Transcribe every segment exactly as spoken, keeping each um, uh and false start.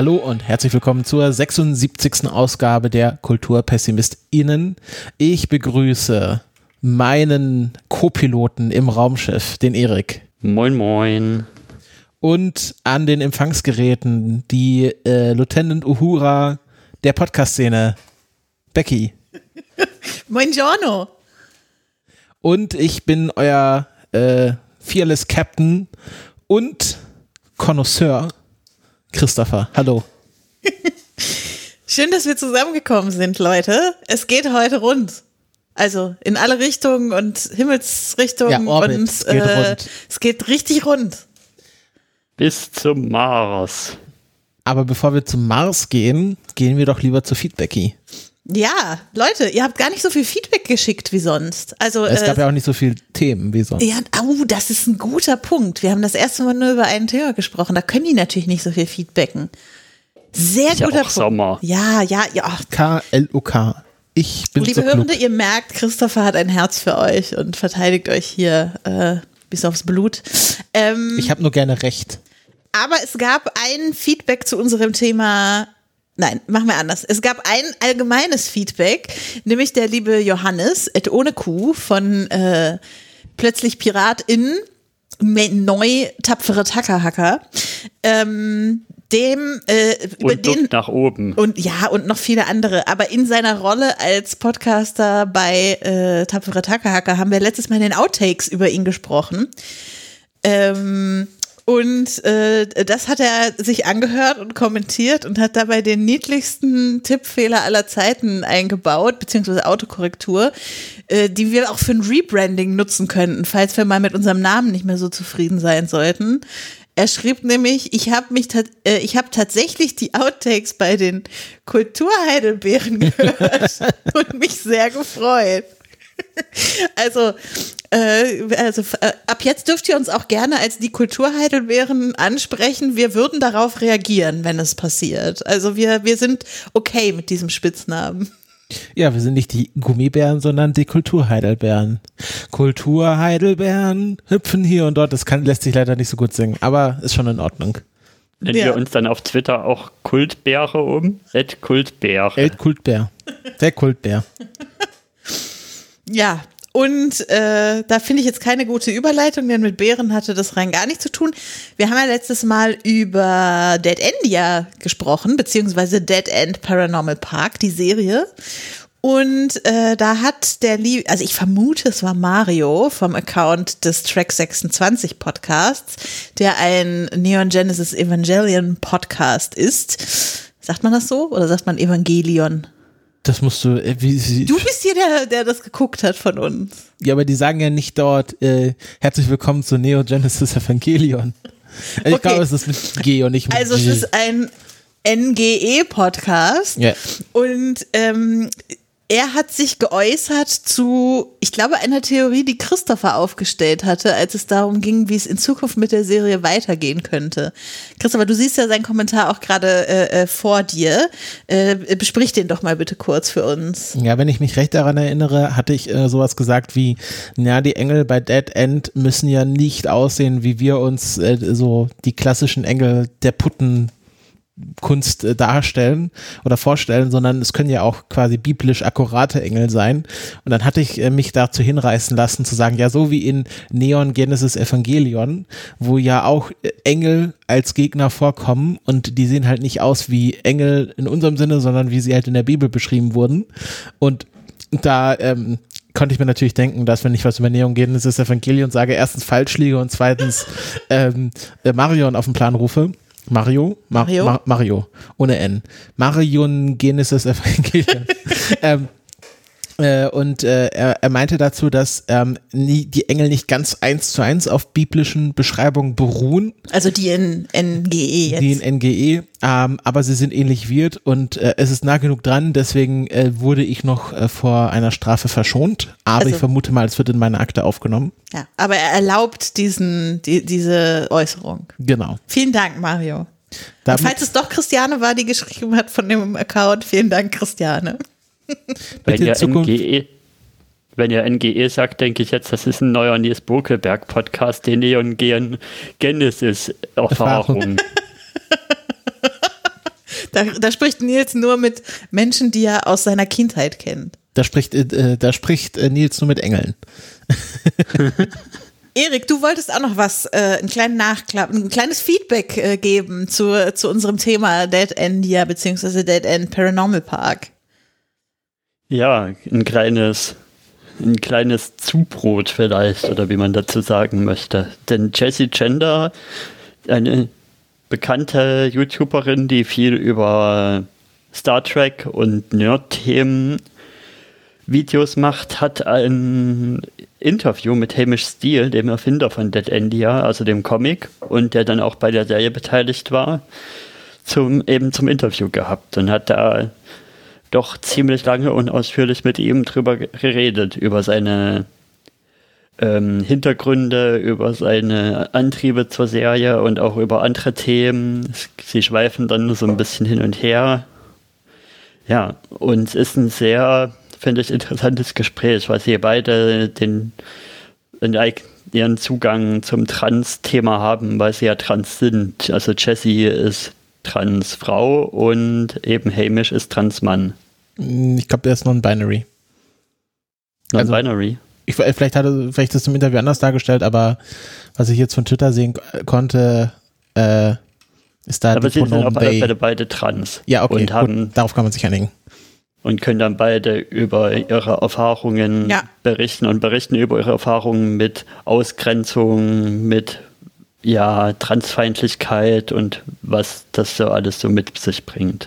Hallo und herzlich willkommen zur sechsundsiebzigsten Ausgabe der KulturpessimistInnen. Ich begrüße meinen Co-Piloten im Raumschiff, den Erik. Moin, moin. Und an den Empfangsgeräten die äh, Lieutenant Uhura der Podcast-Szene, Becky. Buongiorno. Und ich bin euer äh, Fearless Captain und Connoisseur, Christopher. Hallo. Schön, dass wir zusammengekommen sind, Leute. Es geht heute rund. Also in alle Richtungen und Himmelsrichtungen. Ja, Orbit, und es geht äh, rund. Es geht richtig rund. Bis zum Mars. Aber bevor wir zum Mars gehen, gehen wir doch lieber zu Feedbacky. Ja, Leute, ihr habt gar nicht so viel Feedback geschickt wie sonst. Also Es gab äh, ja auch nicht so viele Themen wie sonst. Ja, oh, das ist ein guter Punkt. Wir haben das erste Mal nur über ein Thema gesprochen. Da können die natürlich nicht so viel feedbacken. Sehr Ist ja guter auch Punkt. Sommer. Ja, ja, ja. K L O K. Ich bin Liebe so Hörende, klug. ihr merkt, Christopher hat ein Herz für euch und verteidigt euch hier äh, bis aufs Blut. Ähm, Ich habe nur gerne Recht. aber es gab ein Feedback zu unserem Thema. Nein, machen wir anders. Es gab ein allgemeines Feedback, nämlich der liebe Johannes, et ohne Kuh, von äh, Plötzlich PiratInnen, neu tapfere Tackerhacker, ähm, dem, äh, über Und den, Luft nach oben. und ja, und noch viele andere. Aber in seiner Rolle als Podcaster bei äh, Tapfere Tackerhacker haben wir letztes Mal in den Outtakes über ihn gesprochen. Ähm, und äh, das hat er sich angehört und kommentiert und hat dabei den niedlichsten Tippfehler aller Zeiten eingebaut, beziehungsweise Autokorrektur, äh, die wir auch für ein Rebranding nutzen könnten, falls wir mal mit unserem Namen nicht mehr so zufrieden sein sollten. Er schrieb nämlich, ich habe mich, ta- äh, ich habe tatsächlich die Outtakes bei den Kulturheidelbeeren gehört und mich sehr gefreut. Also, äh, also äh, ab jetzt dürft ihr uns auch gerne als die Kulturheidelbeeren ansprechen. Wir würden darauf reagieren, wenn es passiert. Also wir, wir sind okay mit diesem Spitznamen. Ja, wir sind nicht die Gummibären, sondern die Kulturheidelbeeren. Kulturheidelbeeren hüpfen hier und dort. Das kann, lässt sich leider nicht so gut singen, aber ist schon in Ordnung. Nennen Ja. wir uns dann auf Twitter auch Kultbäre um? Ed Kultbäre. El Kultbär. Der Kultbär. Ja, und äh, da finde ich jetzt keine gute Überleitung, denn mit Bären hatte das rein gar nichts zu tun. Wir haben ja letztes Mal über Dead End ja gesprochen, beziehungsweise Dead End Paranormal Park, die Serie. Und äh, da hat der Lieb, also ich vermute, es war Mario vom Account des Track sechsundzwanzig Podcasts, der ein Neon Genesis Evangelion Podcast ist. Sagt man das so oder sagt man Evangelion? Das musst du, äh, wie sie, Du bist hier der, der das geguckt hat von uns. ja, aber die sagen ja nicht dort, äh, herzlich willkommen zu Neo Genesis Evangelion. Also ich Okay. glaube, es ist mit G und nicht mit Also es G. ist ein N G E-Podcast Ja. und ähm, er hat sich geäußert zu, ich glaube, einer Theorie, die Christopher aufgestellt hatte, als es darum ging, wie es in Zukunft mit der Serie weitergehen könnte. Christopher, du siehst ja seinen Kommentar auch gerade äh, äh, vor dir. Äh, besprich den doch mal bitte kurz für uns. Ja, wenn ich mich recht daran erinnere, hatte ich äh, sowas gesagt wie, ja, die Engel bei Dead End müssen ja nicht aussehen, wie wir uns äh, so die klassischen Engel der Putten Kunst äh, darstellen oder vorstellen, sondern es können ja auch quasi biblisch akkurate Engel sein. Und dann hatte ich äh, mich dazu hinreißen lassen zu sagen, ja, so wie in Neon Genesis Evangelion, wo ja auch äh, Engel als Gegner vorkommen und die sehen halt nicht aus wie Engel in unserem Sinne, sondern wie sie halt in der Bibel beschrieben wurden. Und da ähm, konnte ich mir natürlich denken, dass wenn ich was über Neon Genesis Evangelion sage, erstens falsch liege und zweitens ähm, äh, Marion auf den Plan rufe. Mario? Ma- Mario? Ma- Mario, ohne N. Marion Genesis Evangelion. ähm, äh, und äh, er, er meinte dazu, dass ähm, nie, die Engel nicht ganz eins zu eins auf biblischen Beschreibungen beruhen, Also die in N G E jetzt. die in N G E, ähm, aber sie sind ähnlich weird und äh, es ist nah genug dran, deswegen äh, wurde ich noch äh, vor einer Strafe verschont, aber Also- ich vermute mal, es wird in meine Akte aufgenommen. Ja, aber er erlaubt diesen, die, diese Äußerung. Genau. Vielen Dank, Mario. Und Damit, falls es doch Christiane war, die geschrieben hat von dem Account, vielen Dank, Christiane. Wenn bitte in ihr Zukunft- N G E, wenn ihr N G E sagt, denke ich jetzt, das ist ein neuer Nils Bokelberg Podcast, den Neon Gen Genesis Erfahrung. Da, da spricht Nils nur mit Menschen, die er aus seiner Kindheit kennt. Da spricht, äh, da spricht äh, Nils nur mit Engeln. Erik, du wolltest auch noch was, äh, einen kleinen Nachklapp, ein kleines Feedback äh, geben zu, zu unserem Thema Dead End ja, beziehungsweise Dead End Paranormal Park. Ja, ein kleines, ein kleines Zubrot vielleicht, oder wie man dazu sagen möchte. Denn Jessie Gender, eine bekannte YouTuberin, die viel über Star Trek und Nerd-Themen Videos macht, hat ein Interview mit Hamish Steele, dem Erfinder von Dead Endia, also dem Comic, und der dann auch bei der Serie beteiligt war, zum, eben zum Interview gehabt und hat da doch ziemlich lange und ausführlich mit ihm drüber geredet, über seine ähm, Hintergründe, über seine Antriebe zur Serie und auch über andere Themen. Sie schweifen dann so ein bisschen hin und her. Ja, und es ist ein sehr, finde ich, interessantes Gespräch, weil sie beide den, den ihren Zugang zum Trans-Thema haben, weil sie ja trans sind. Also Jessie ist Transfrau und eben Hamish ist Transmann. Ich glaube, der ist non-binary. Non-binary? Also, ich, vielleicht hat er vielleicht das im Interview anders dargestellt, aber was ich jetzt von Twitter sehen konnte, äh, ist da aber die sie sind auf alle they. Fälle beide trans. Ja, okay, und haben, gut, darauf kann man sich einigen. Und können dann beide über ihre Erfahrungen ja. berichten und berichten über ihre Erfahrungen mit Ausgrenzung, mit ja, Transfeindlichkeit und was das so alles so mit sich bringt.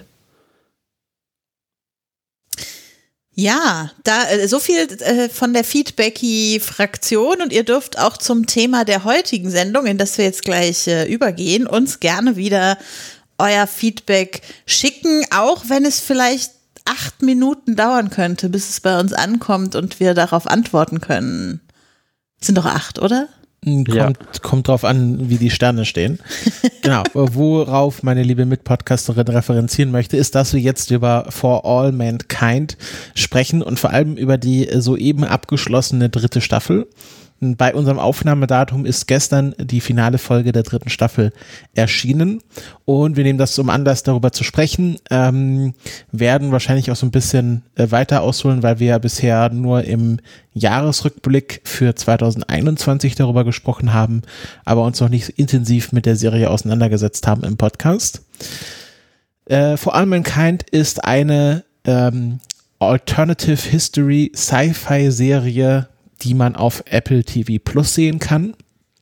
Ja, da äh, so viel äh, von der Feedbacky-Fraktion und ihr dürft auch zum Thema der heutigen Sendung, in das wir jetzt gleich äh, übergehen, uns gerne wieder euer Feedback schicken, auch wenn es vielleicht acht Minuten dauern könnte, bis es bei uns ankommt und wir darauf antworten können. Sind doch acht, oder? Kommt, ja. kommt drauf an, wie die Sterne stehen. Genau, worauf meine liebe Mitpodcasterin referenzieren möchte, ist, dass wir jetzt über For All Mankind sprechen und vor allem über die soeben abgeschlossene dritte Staffel. Bei unserem Aufnahmedatum ist gestern die finale Folge der dritten Staffel erschienen und wir nehmen das zum Anlass, darüber zu sprechen, ähm, werden wahrscheinlich auch so ein bisschen äh, weiter ausholen, weil wir ja bisher nur im Jahresrückblick für zwanzig einundzwanzig darüber gesprochen haben, aber uns noch nicht intensiv mit der Serie auseinandergesetzt haben im Podcast. Äh, For All Mankind ist eine ähm, Alternative History Sci-Fi Serie, die man auf Apple T V Plus sehen kann.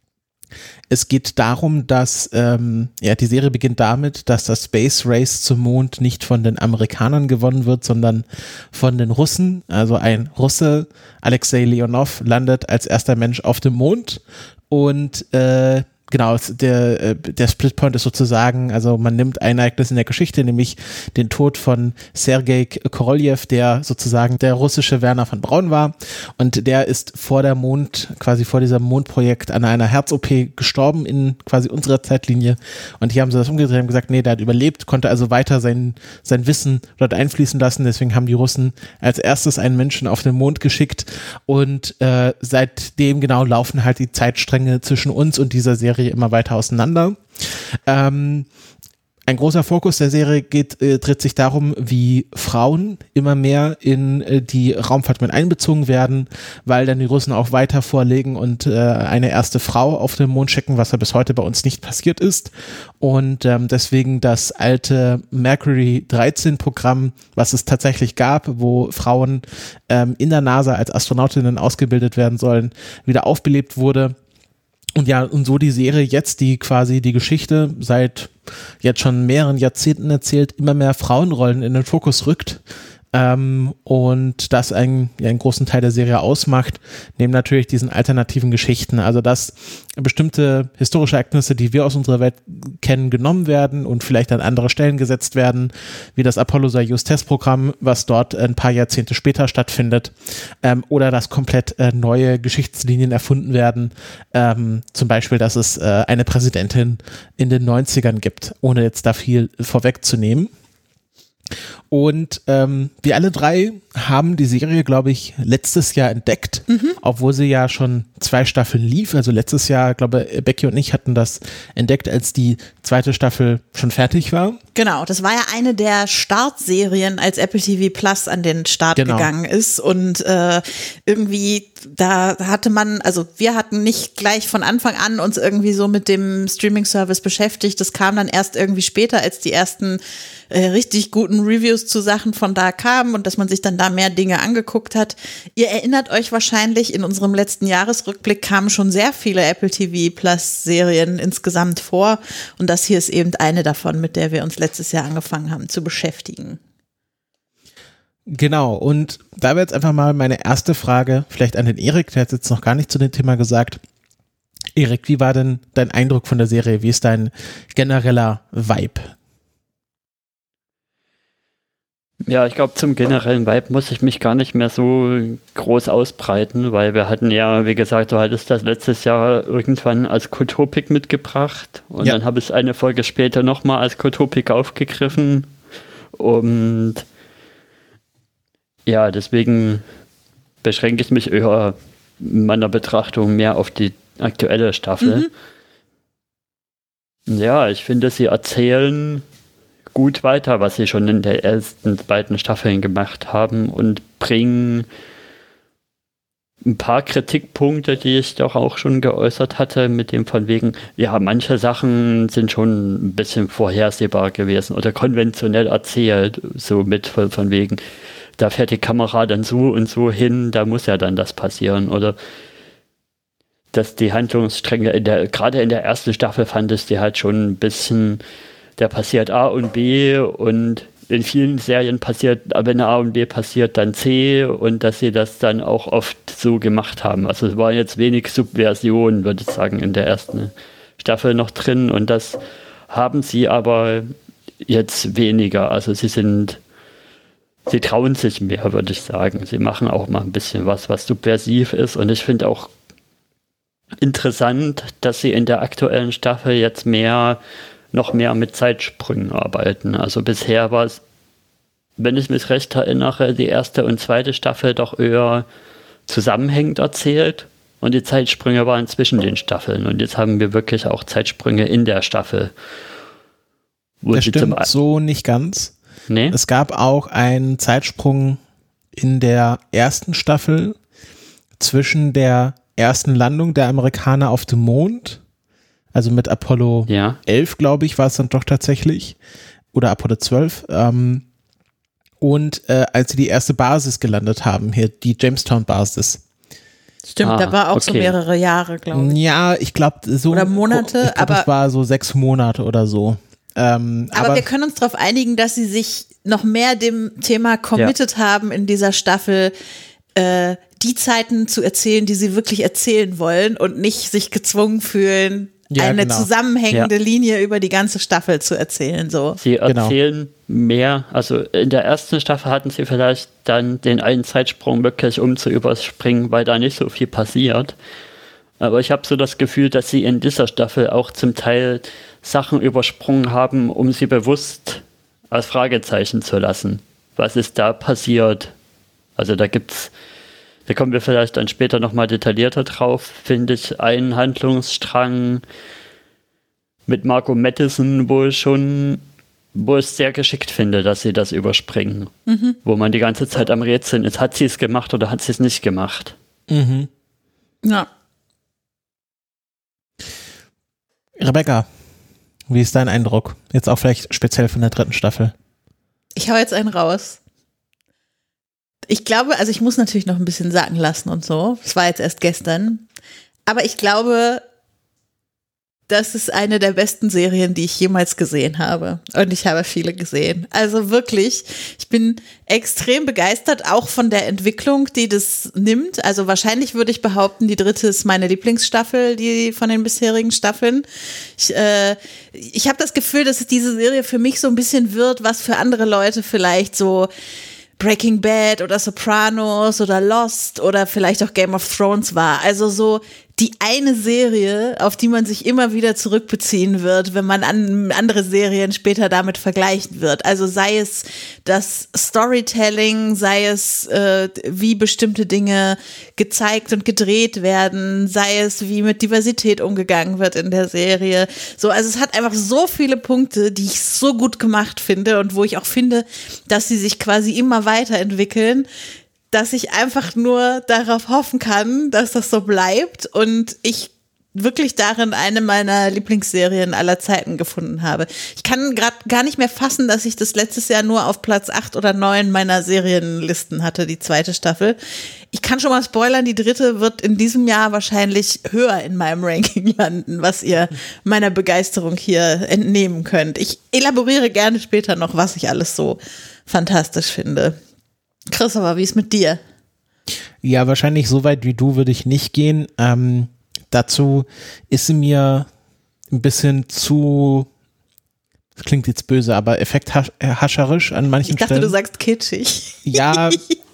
Es geht darum, dass ähm, ja, die Serie beginnt damit, dass das Space Race zum Mond nicht von den Amerikanern gewonnen wird, sondern von den Russen. Also ein Russe, Alexei Leonov, landet als erster Mensch auf dem Mond und äh, genau, der, der Splitpoint ist sozusagen, also man nimmt ein Ereignis in der Geschichte, nämlich den Tod von Sergei Korolev, der sozusagen der russische Werner von Braun war und der ist vor der Mond, quasi vor diesem Mondprojekt an einer Herz-O P gestorben in quasi unserer Zeitlinie und hier haben sie das umgedreht und gesagt, nee, der hat überlebt, konnte also weiter sein, sein Wissen dort einfließen lassen, deswegen haben die Russen als erstes einen Menschen auf den Mond geschickt und äh, seitdem genau laufen halt die Zeitstränge zwischen uns und dieser Serie immer weiter auseinander. Ähm, ein großer Fokus der Serie geht, äh, dreht sich darum, wie Frauen immer mehr in äh, die Raumfahrt mit einbezogen werden, weil dann die Russen auch weiter vorlegen und äh, eine erste Frau auf den Mond schicken, was ja bis heute bei uns nicht passiert ist. Und ähm, deswegen das alte Mercury dreizehn Programm, was es tatsächlich gab, wo Frauen ähm, in der NASA als Astronautinnen ausgebildet werden sollen, wieder aufbelebt wurde. Und ja, und so die Serie jetzt, die quasi die Geschichte seit jetzt schon mehreren Jahrzehnten erzählt, immer mehr Frauenrollen in den Fokus rückt. Ähm, und das einen, ja, einen großen Teil der Serie ausmacht, neben natürlich diesen alternativen Geschichten. Also dass bestimmte historische Ereignisse, die wir aus unserer Welt kennen, genommen werden und vielleicht an andere Stellen gesetzt werden, wie das Apollo-Soyuz-Testprogramm, was dort ein paar Jahrzehnte später stattfindet, ähm, oder dass komplett äh, neue Geschichtslinien erfunden werden. Ähm, zum Beispiel, dass es äh, eine Präsidentin in den neunzigern gibt, ohne jetzt da viel vorwegzunehmen. Und ähm, wir alle drei haben die Serie, glaube ich, letztes Jahr entdeckt, mhm. obwohl sie ja schon zwei Staffeln lief. Also letztes Jahr, glaube ich, Becky und ich hatten das entdeckt, als die zweite Staffel schon fertig war. Genau, das war ja eine der Startserien, als Apple T V Plus an den Start genau. gegangen ist. Und äh, irgendwie, da hatte man, also wir hatten nicht gleich von Anfang an uns irgendwie so mit dem Streaming-Service beschäftigt. Das kam dann erst irgendwie später, als die ersten äh, richtig guten Reviews zu Sachen von da kamen und dass man sich dann da mehr Dinge angeguckt hat. Ihr erinnert euch wahrscheinlich, in unserem letzten Jahresrückblick kamen schon sehr viele Apple T V Plus Serien insgesamt vor. Und das hier ist eben eine davon, mit der wir uns letztes Jahr angefangen haben zu beschäftigen. Genau, und da wäre jetzt einfach mal meine erste Frage, vielleicht an den Erik, der hat jetzt noch gar nicht zu dem Thema gesagt. Erik, wie war denn dein Eindruck von der Serie? Wie ist dein genereller Vibe? Ja, ich glaube, zum generellen Vibe muss ich mich gar nicht mehr so groß ausbreiten, weil wir hatten ja, wie gesagt, du hattest das letztes Jahr irgendwann als Kotopik mitgebracht und ja. dann habe ich es eine Folge später nochmal als Kotopik aufgegriffen und ja, deswegen beschränke ich mich eher in meiner Betrachtung mehr auf die aktuelle Staffel. Mhm. Ja, ich finde, sie erzählen gut weiter, was sie schon in der ersten, beiden Staffeln gemacht haben und bringen ein paar Kritikpunkte, die ich doch auch schon geäußert hatte, mit dem von wegen, ja, manche Sachen sind schon ein bisschen vorhersehbar gewesen oder konventionell erzählt, so mit von, von wegen, da fährt die Kamera dann so und so hin, da muss ja dann das passieren oder dass die Handlungsstränge, in der, gerade in der ersten Staffel fand ich die halt schon ein bisschen, da passiert A und B und in vielen Serien passiert, wenn A und B passiert, dann C und dass sie das dann auch oft so gemacht haben. Also es war jetzt wenig Subversion, würde ich sagen, in der ersten Staffel noch drin und das haben sie aber jetzt weniger. Also sie sind, sie trauen sich mehr, würde ich sagen. Sie machen auch mal ein bisschen was, was subversiv ist und ich finde auch interessant, dass sie in der aktuellen Staffel jetzt mehr noch mehr mit Zeitsprüngen arbeiten. Also bisher war es, wenn ich mich recht erinnere, die erste und zweite Staffel doch eher zusammenhängend erzählt und die Zeitsprünge waren zwischen den Staffeln und jetzt haben wir wirklich auch Zeitsprünge in der Staffel. Das stimmt so nicht ganz. Nee? Es gab auch einen Zeitsprung in der ersten Staffel zwischen der ersten Landung der Amerikaner auf dem Mond, also mit Apollo ja. elf, glaube ich, war es dann doch tatsächlich, oder Apollo zwölf, ähm, und äh, als sie die erste Basis gelandet haben, hier die Jamestown-Basis. Stimmt, ah, da war auch okay. so mehrere Jahre, glaube ich. Ja, ich glaube so. Oder Monate, ich glaub, aber. Das war so sechs Monate oder so. Ähm, aber, aber wir können uns darauf einigen, dass sie sich noch mehr dem Thema committed ja. haben in dieser Staffel, äh, die Zeiten zu erzählen, die sie wirklich erzählen wollen und nicht sich gezwungen fühlen, ja, eine genau. zusammenhängende ja. Linie über die ganze Staffel zu erzählen. So. Sie erzählen genau. mehr, also in der ersten Staffel hatten sie vielleicht dann den einen Zeitsprung wirklich, um zu überspringen, weil da nicht so viel passiert. Aber ich habe so das Gefühl, dass sie in dieser Staffel auch zum Teil Sachen übersprungen haben, um sie bewusst als Fragezeichen zu lassen. Was ist da passiert? Also da gibt's, da kommen wir vielleicht dann später nochmal detaillierter drauf, finde ich, einen Handlungsstrang mit Marco Mattison, wo ich schon, wo ich sehr geschickt finde, dass sie das überspringen. Mhm. Wo man die ganze Zeit am Rätseln ist, hat sie es gemacht oder hat sie es nicht gemacht? Mhm. Ja. Rebecca, wie ist dein Eindruck? Jetzt auch vielleicht speziell von der dritten Staffel. Ich hau jetzt einen raus. Ich glaube, also ich muss natürlich noch ein bisschen sacken lassen und so. Es war jetzt erst gestern. Aber ich glaube, das ist eine der besten Serien, die ich jemals gesehen habe. Und ich habe viele gesehen. Also wirklich, ich bin extrem begeistert, auch von der Entwicklung, die das nimmt. Also wahrscheinlich würde ich behaupten, die dritte ist meine Lieblingsstaffel, die von den bisherigen Staffeln. Ich, äh, ich habe das Gefühl, dass diese Serie für mich so ein bisschen wird, was für andere Leute vielleicht so Breaking Bad oder Sopranos oder Lost oder vielleicht auch Game of Thrones war. Also so die eine Serie, auf die man sich immer wieder zurückbeziehen wird, wenn man an andere Serien später damit vergleichen wird. Also sei es das Storytelling, sei es äh, wie bestimmte Dinge gezeigt und gedreht werden, sei es wie mit Diversität umgegangen wird in der Serie. So, also es hat einfach so viele Punkte, die ich so gut gemacht finde und wo ich auch finde, dass sie sich quasi immer weiterentwickeln, dass ich einfach nur darauf hoffen kann, dass das so bleibt und ich wirklich darin eine meiner Lieblingsserien aller Zeiten gefunden habe. Ich kann gerade gar nicht mehr fassen, dass ich das letztes Jahr nur auf Platz acht oder neun meiner Serienlisten hatte, die zweite Staffel. Ich kann schon mal spoilern, die dritte wird in diesem Jahr wahrscheinlich höher in meinem Ranking landen, was ihr meiner Begeisterung hier entnehmen könnt. Ich elaboriere gerne später noch, was ich alles so fantastisch finde. Chris, aber wie ist mit dir? Ja, wahrscheinlich so weit wie du würde ich nicht gehen. Ähm, dazu ist sie mir ein bisschen zu, das klingt jetzt böse, aber effekthascherisch an manchen Stellen. Ich dachte, Stellen. Du sagst kitschig. Ja,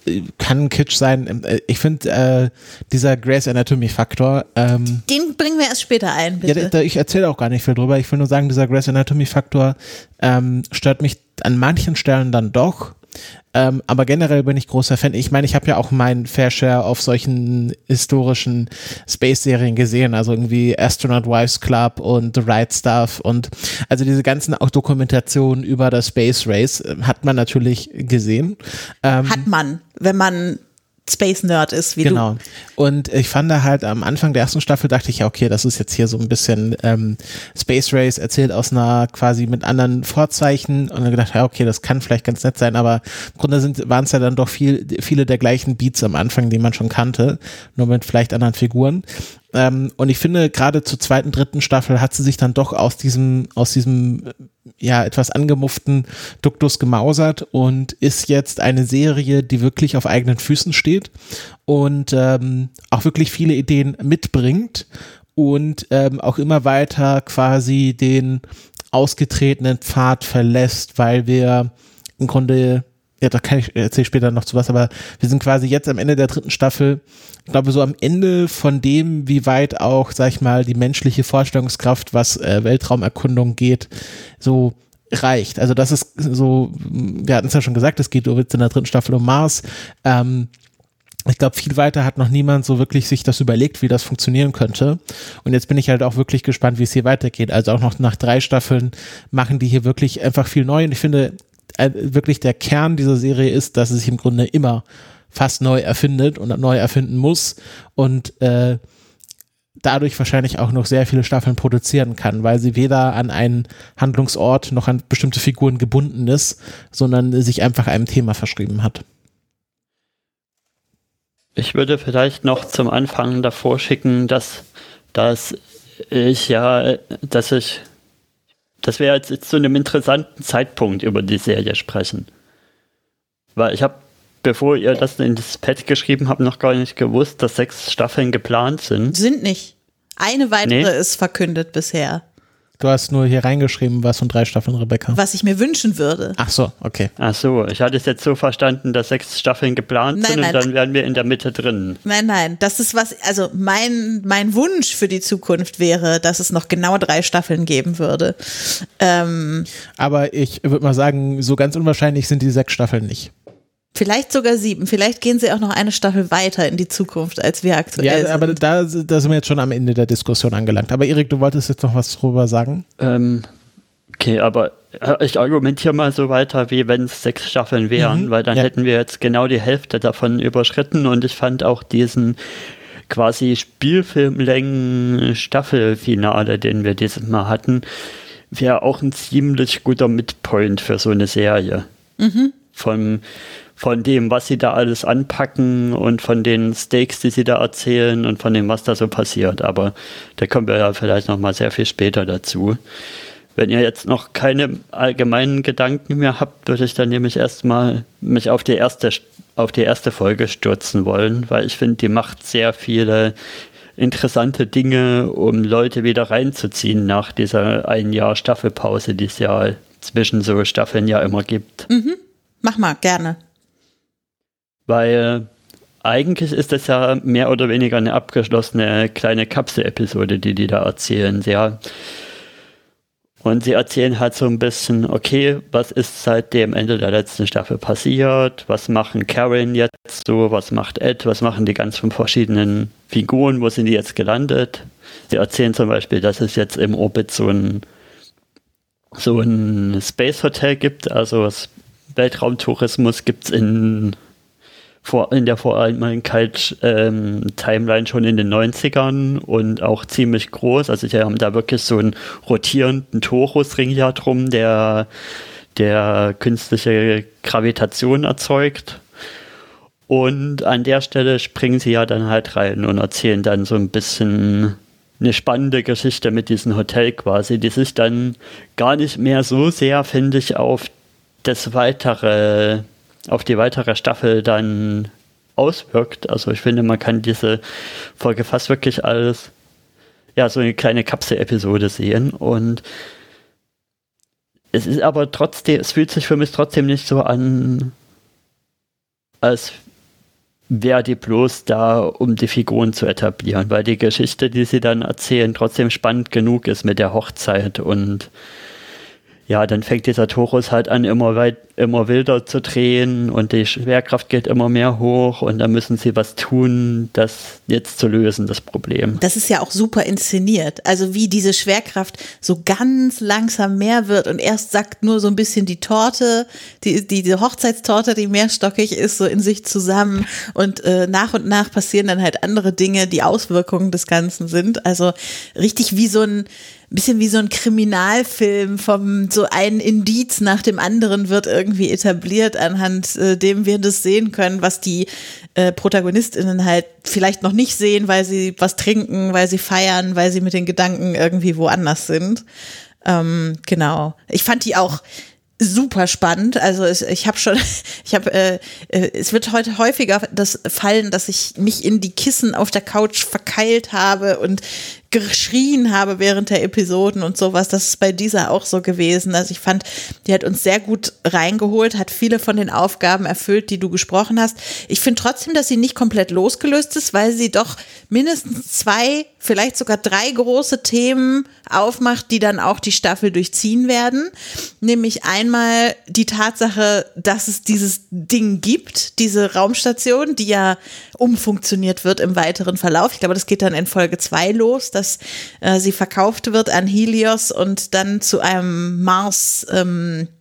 kann Kitsch sein. Ich finde, äh, dieser Grey's Anatomy-Faktor. Ähm, Den bringen wir erst später ein, bitte. Ja, da, ich erzähle auch gar nicht viel drüber. Ich will nur sagen, dieser Grey's Anatomy-Faktor ähm, stört mich an manchen Stellen dann doch. Ähm, aber generell bin ich großer Fan. Ich meine, ich habe ja auch meinen Fair Share auf solchen historischen Space-Serien gesehen, also irgendwie Astronaut Wives Club und The Right Stuff und also diese ganzen auch Dokumentationen über das Space Race äh, hat man natürlich gesehen. Ähm, hat man, wenn man Space Nerd ist, wie genau. du. Und ich fand da halt am Anfang der ersten Staffel dachte ich ja, okay, das ist jetzt hier so ein bisschen ähm, Space Race erzählt aus einer quasi mit anderen Vorzeichen und dann gedacht, ja, okay, das kann vielleicht ganz nett sein, aber im Grunde sind waren es ja dann doch viel, viele der gleichen Beats am Anfang, die man schon kannte, nur mit vielleicht anderen Figuren. Ähm, und ich finde, gerade zur zweiten, dritten Staffel hat sie sich dann doch aus diesem, aus diesem, ja, etwas angemufften Duktus gemausert und ist jetzt eine Serie, die wirklich auf eigenen Füßen steht und ähm, auch wirklich viele Ideen mitbringt und ähm, auch immer weiter quasi den ausgetretenen Pfad verlässt, weil wir im Grunde, ja, da kann ich, erzähle ich später noch zu was, aber wir sind quasi jetzt am Ende der dritten Staffel, ich glaube so am Ende von dem, wie weit auch, sag ich mal, die menschliche Vorstellungskraft, was äh, Weltraumerkundung geht, so reicht. Also das ist so, wir hatten es ja schon gesagt, es geht jetzt in der dritten Staffel um Mars. Ähm, ich glaube, viel weiter hat noch niemand so wirklich sich das überlegt, wie das funktionieren könnte. Und jetzt bin ich halt auch wirklich gespannt, wie es hier weitergeht. Also auch noch nach drei Staffeln machen die hier wirklich einfach viel neu. Und ich finde, wirklich der Kern dieser Serie ist, dass es sich im Grunde immer fast neu erfindet und neu erfinden muss und äh, dadurch wahrscheinlich auch noch sehr viele Staffeln produzieren kann, weil sie weder an einen Handlungsort noch an bestimmte Figuren gebunden ist, sondern sich einfach einem Thema verschrieben hat. Ich würde vielleicht noch zum Anfang davor schicken, dass, dass ich ja, dass ich dass wir jetzt, jetzt zu einem interessanten Zeitpunkt über die Serie sprechen. Weil ich habe, bevor ihr das in das Pad geschrieben habt, noch gar nicht gewusst, dass sechs Staffeln geplant sind. Sind nicht. Eine weitere Nee. ist verkündet bisher. Du hast nur hier reingeschrieben, was von drei Staffeln, Rebecca. Was ich mir wünschen würde. Ach so, okay. Ach so, ich hatte es jetzt so verstanden, dass sechs Staffeln geplant Nein, sind nein. und dann wären wir in der Mitte drin. Nein, nein, das ist was, also mein, mein Wunsch für die Zukunft wäre, dass es noch genau drei Staffeln geben würde. Ähm, Aber ich würde mal sagen, so ganz unwahrscheinlich sind die sechs Staffeln nicht. vielleicht sogar sieben, vielleicht gehen sie auch noch eine Staffel weiter in die Zukunft, als wir aktuell Ja, sind. aber da, da sind wir jetzt schon am Ende der Diskussion angelangt. Aber Erik, du wolltest jetzt noch was drüber sagen? Ähm, okay, aber ich argumentiere mal so weiter, wie wenn es sechs Staffeln wären, Mhm, weil dann ja. hätten wir jetzt genau die Hälfte davon überschritten und ich fand auch diesen quasi Spielfilmlängen Staffelfinale, den wir dieses Mal hatten, wäre auch ein ziemlich guter Midpoint für so eine Serie. Mhm. Von, von dem, was sie da alles anpacken und von den Stakes, die sie da erzählen und von dem, was da so passiert. Aber da kommen wir ja vielleicht noch mal sehr viel später dazu. Wenn ihr jetzt noch keine allgemeinen Gedanken mehr habt, würde ich dann nämlich erstmal mich auf die erste, auf die erste Folge stürzen wollen, weil ich finde, die macht sehr viele interessante Dinge, um Leute wieder reinzuziehen nach dieser ein Jahr Staffelpause, die es ja zwischen so Staffeln ja immer gibt. Mhm. Mach mal, gerne. Weil eigentlich ist das ja mehr oder weniger eine abgeschlossene kleine Kapsel-Episode, die die da erzählen. Ja. Und sie erzählen halt so ein bisschen, okay, was ist seit dem Ende der letzten Staffel passiert? Was machen Karen jetzt so? Was macht Ed? Was machen die ganzen verschiedenen Figuren? Wo sind die jetzt gelandet? Sie erzählen zum Beispiel, dass es jetzt im Orbit so ein, so ein Space Hotel gibt. Also Weltraumtourismus gibt es in, in der Voreinmalkeit-Timeline ähm, schon in den neunzigern und auch ziemlich groß. Also sie haben da wirklich so einen rotierenden Torusring hier drum, der, der künstliche Gravitation erzeugt. Und an der Stelle springen sie ja dann halt rein und erzählen dann so ein bisschen eine spannende Geschichte mit diesem Hotel quasi, die sich dann gar nicht mehr so sehr, finde ich, auf das weitere, auf die weitere Staffel dann auswirkt. Also ich finde, man kann diese Folge fast wirklich als ja, so eine kleine Kapsel-Episode sehen. Und es ist aber trotzdem, es fühlt sich für mich trotzdem nicht so an, als wäre die bloß da, um die Figuren zu etablieren, weil die Geschichte, die sie dann erzählen, trotzdem spannend genug ist mit der Hochzeit. Und ja, dann fängt dieser Torus halt an, immer weit, immer wilder zu drehen und die Schwerkraft geht immer mehr hoch und dann müssen sie was tun, das jetzt zu lösen, das Problem. Das ist ja auch super inszeniert. Also wie diese Schwerkraft so ganz langsam mehr wird und erst sackt nur so ein bisschen die Torte, die, die, diese Hochzeitstorte, die mehrstockig ist, so in sich zusammen und äh, nach und nach passieren dann halt andere Dinge, die Auswirkungen des Ganzen sind. Also richtig wie so ein bisschen wie so ein Kriminalfilm, vom so ein Indiz nach dem anderen wird irgendwie etabliert, anhand äh, dem wir das sehen können, was die äh, ProtagonistInnen halt vielleicht noch nicht sehen, weil sie was trinken, weil sie feiern, weil sie mit den Gedanken irgendwie woanders sind. Ähm, genau. Ich fand die auch super spannend. Also es, ich habe schon, ich habe, äh, äh, es wird heute häufiger das fallen, dass ich mich in die Kissen auf der Couch verkeilt habe und geschrien habe während der Episoden und sowas. Das ist bei dieser auch so gewesen. Also ich fand, die hat uns sehr gut reingeholt, hat viele von den Aufgaben erfüllt, die du gesprochen hast. Ich finde trotzdem, dass sie nicht komplett losgelöst ist, weil sie doch mindestens zwei, vielleicht sogar drei große Themen aufmacht, die dann auch die Staffel durchziehen werden. Nämlich einmal die Tatsache, dass es dieses Ding gibt, diese Raumstation, die ja umfunktioniert wird im weiteren Verlauf. Ich glaube, das geht dann in Folge zwei los, dass äh, sie verkauft wird an Helios und dann zu einem Mars ähm,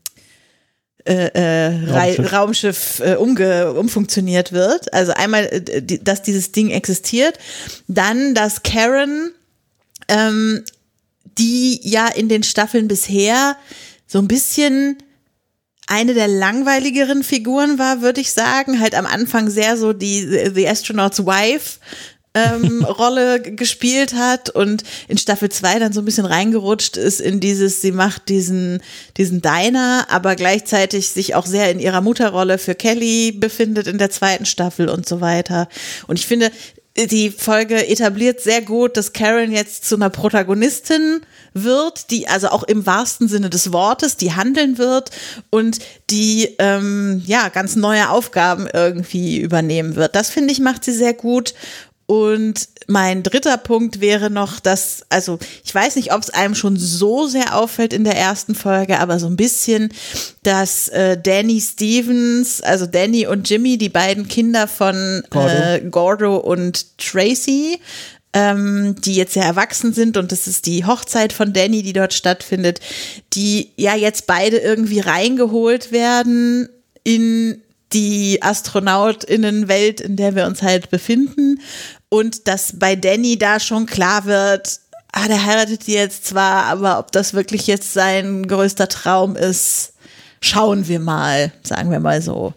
äh, äh, Raumschiff, Raumschiff äh, umge, umfunktioniert wird. Also einmal, äh, die, dass dieses Ding existiert. Dann, dass Karen, ähm, die ja in den Staffeln bisher so ein bisschen eine der langweiligeren Figuren war, würde ich sagen, halt am Anfang sehr so die The Astronaut's Wife ähm, Rolle gespielt hat und in Staffel zwei dann so ein bisschen reingerutscht ist in dieses, sie macht diesen, diesen Diner, aber gleichzeitig sich auch sehr in ihrer Mutterrolle für Kelly befindet in der zweiten Staffel und so weiter. Und ich finde, die Folge etabliert sehr gut, dass Karen jetzt zu einer Protagonistin wird, die also auch im wahrsten Sinne des Wortes, die handeln wird und die ähm, ja ganz neue Aufgaben irgendwie übernehmen wird. Das finde ich, macht sie sehr gut. Und mein dritter Punkt wäre noch, dass, also ich weiß nicht, ob es einem schon so sehr auffällt in der ersten Folge, aber so ein bisschen, dass äh, Danny Stevens, also Danny und Jimmy, die beiden Kinder von Gordo, äh, Gordo und Tracy, ähm, die jetzt ja erwachsen sind und das ist die Hochzeit von Danny, die dort stattfindet, die ja jetzt beide irgendwie reingeholt werden in die AstronautInnenwelt, in der wir uns halt befinden. Und dass bei Danny da schon klar wird, ah, der heiratet die jetzt zwar, aber ob das wirklich jetzt sein größter Traum ist, schauen wir mal, sagen wir mal so.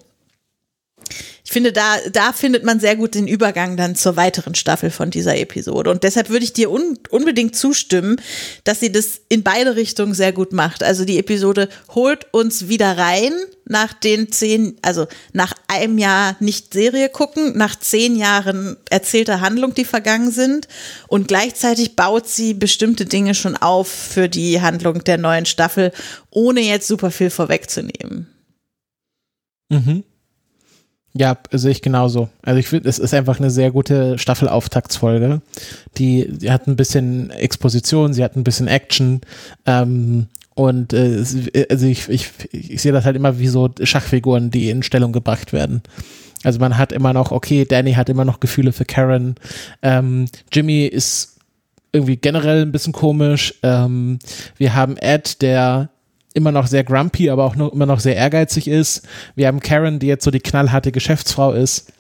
Ich finde, da, da findet man sehr gut den Übergang dann zur weiteren Staffel von dieser Episode. Und deshalb würde ich dir un, unbedingt zustimmen, dass sie das in beide Richtungen sehr gut macht. Also die Episode holt uns wieder rein nach den zehn, also nach einem Jahr nicht Serie gucken, nach zehn Jahren erzählter Handlung, die vergangen sind. Und gleichzeitig baut sie bestimmte Dinge schon auf für die Handlung der neuen Staffel, ohne jetzt super viel vorwegzunehmen. Mhm. Ja, sehe ich genauso. Also ich finde, es ist einfach eine sehr gute Staffelauftaktsfolge. Die, die hat ein bisschen Exposition, sie hat ein bisschen Action ähm, und äh, also ich, ich, ich sehe das halt immer wie so Schachfiguren, die in Stellung gebracht werden. Also man hat immer noch, okay, Danny hat immer noch Gefühle für Karen, ähm, Jimmy ist irgendwie generell ein bisschen komisch, ähm, wir haben Ed, der immer noch sehr grumpy, aber auch noch, immer noch sehr ehrgeizig ist. Wir haben Karen, die jetzt so die knallharte Geschäftsfrau ist.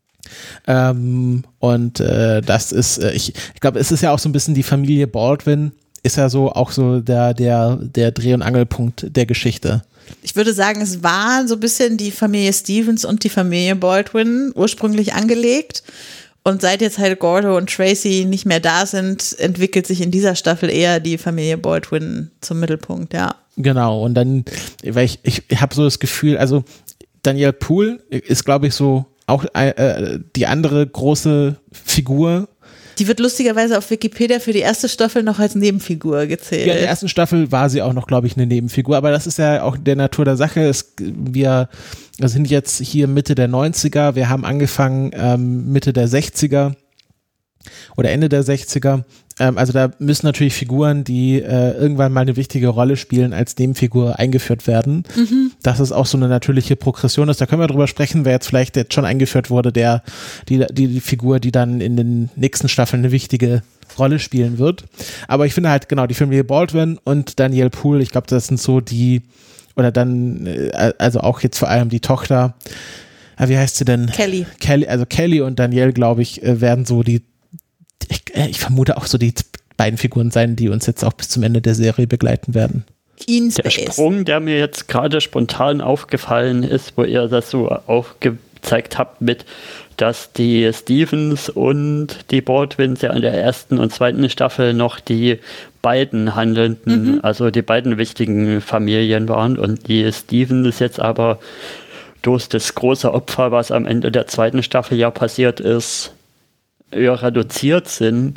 Ähm, und äh, das ist, äh, ich, ich glaube, es ist ja auch so ein bisschen die Familie Baldwin, ist ja so auch so der, der, der Dreh- und Angelpunkt der Geschichte. Ich würde sagen, es war so ein bisschen die Familie Stevens und die Familie Baldwin ursprünglich angelegt. Und seit jetzt halt Gordo und Tracy nicht mehr da sind, entwickelt sich in dieser Staffel eher die Familie Baldwin zum Mittelpunkt, ja. Genau, und dann, weil ich, ich habe so das Gefühl, also Danielle Poole ist, glaube ich, so auch äh, die andere große Figur. Die wird lustigerweise auf Wikipedia für die erste Staffel noch als Nebenfigur gezählt. Ja, in der ersten Staffel war sie auch noch, glaube ich, eine Nebenfigur, aber das ist ja auch der Natur der Sache. Es, wir sind jetzt hier Mitte der neunziger, wir haben angefangen ähm, Mitte der sechziger oder Ende der sechziger. Ähm, also da müssen natürlich Figuren, die äh, irgendwann mal eine wichtige Rolle spielen, als Nebenfigur eingeführt werden. Mhm. Dass es auch so eine natürliche Progression ist. Da können wir drüber sprechen, wer jetzt vielleicht jetzt schon eingeführt wurde, der die, die, die Figur, die dann in den nächsten Staffeln eine wichtige Rolle spielen wird. Aber ich finde halt genau, die Familie Baldwin und Danielle Poole, ich glaube, das sind so die, oder dann, äh, also auch jetzt vor allem die Tochter, äh, wie heißt sie denn? Kelly. Kelly, also Kelly und Danielle, glaube ich, äh, werden so die Ich, ich vermute auch so die beiden Figuren sein, die uns jetzt auch bis zum Ende der Serie begleiten werden. In der Sprung, der mir jetzt gerade spontan aufgefallen ist, wo ihr das so aufgezeigt habt mit, dass die Stevens und die Baldwins ja in der ersten und zweiten Staffel noch die beiden handelnden, mhm. also die beiden wichtigen Familien waren und die Stevens jetzt aber durch das große Opfer, was am Ende der zweiten Staffel ja passiert ist, ja, reduziert sind.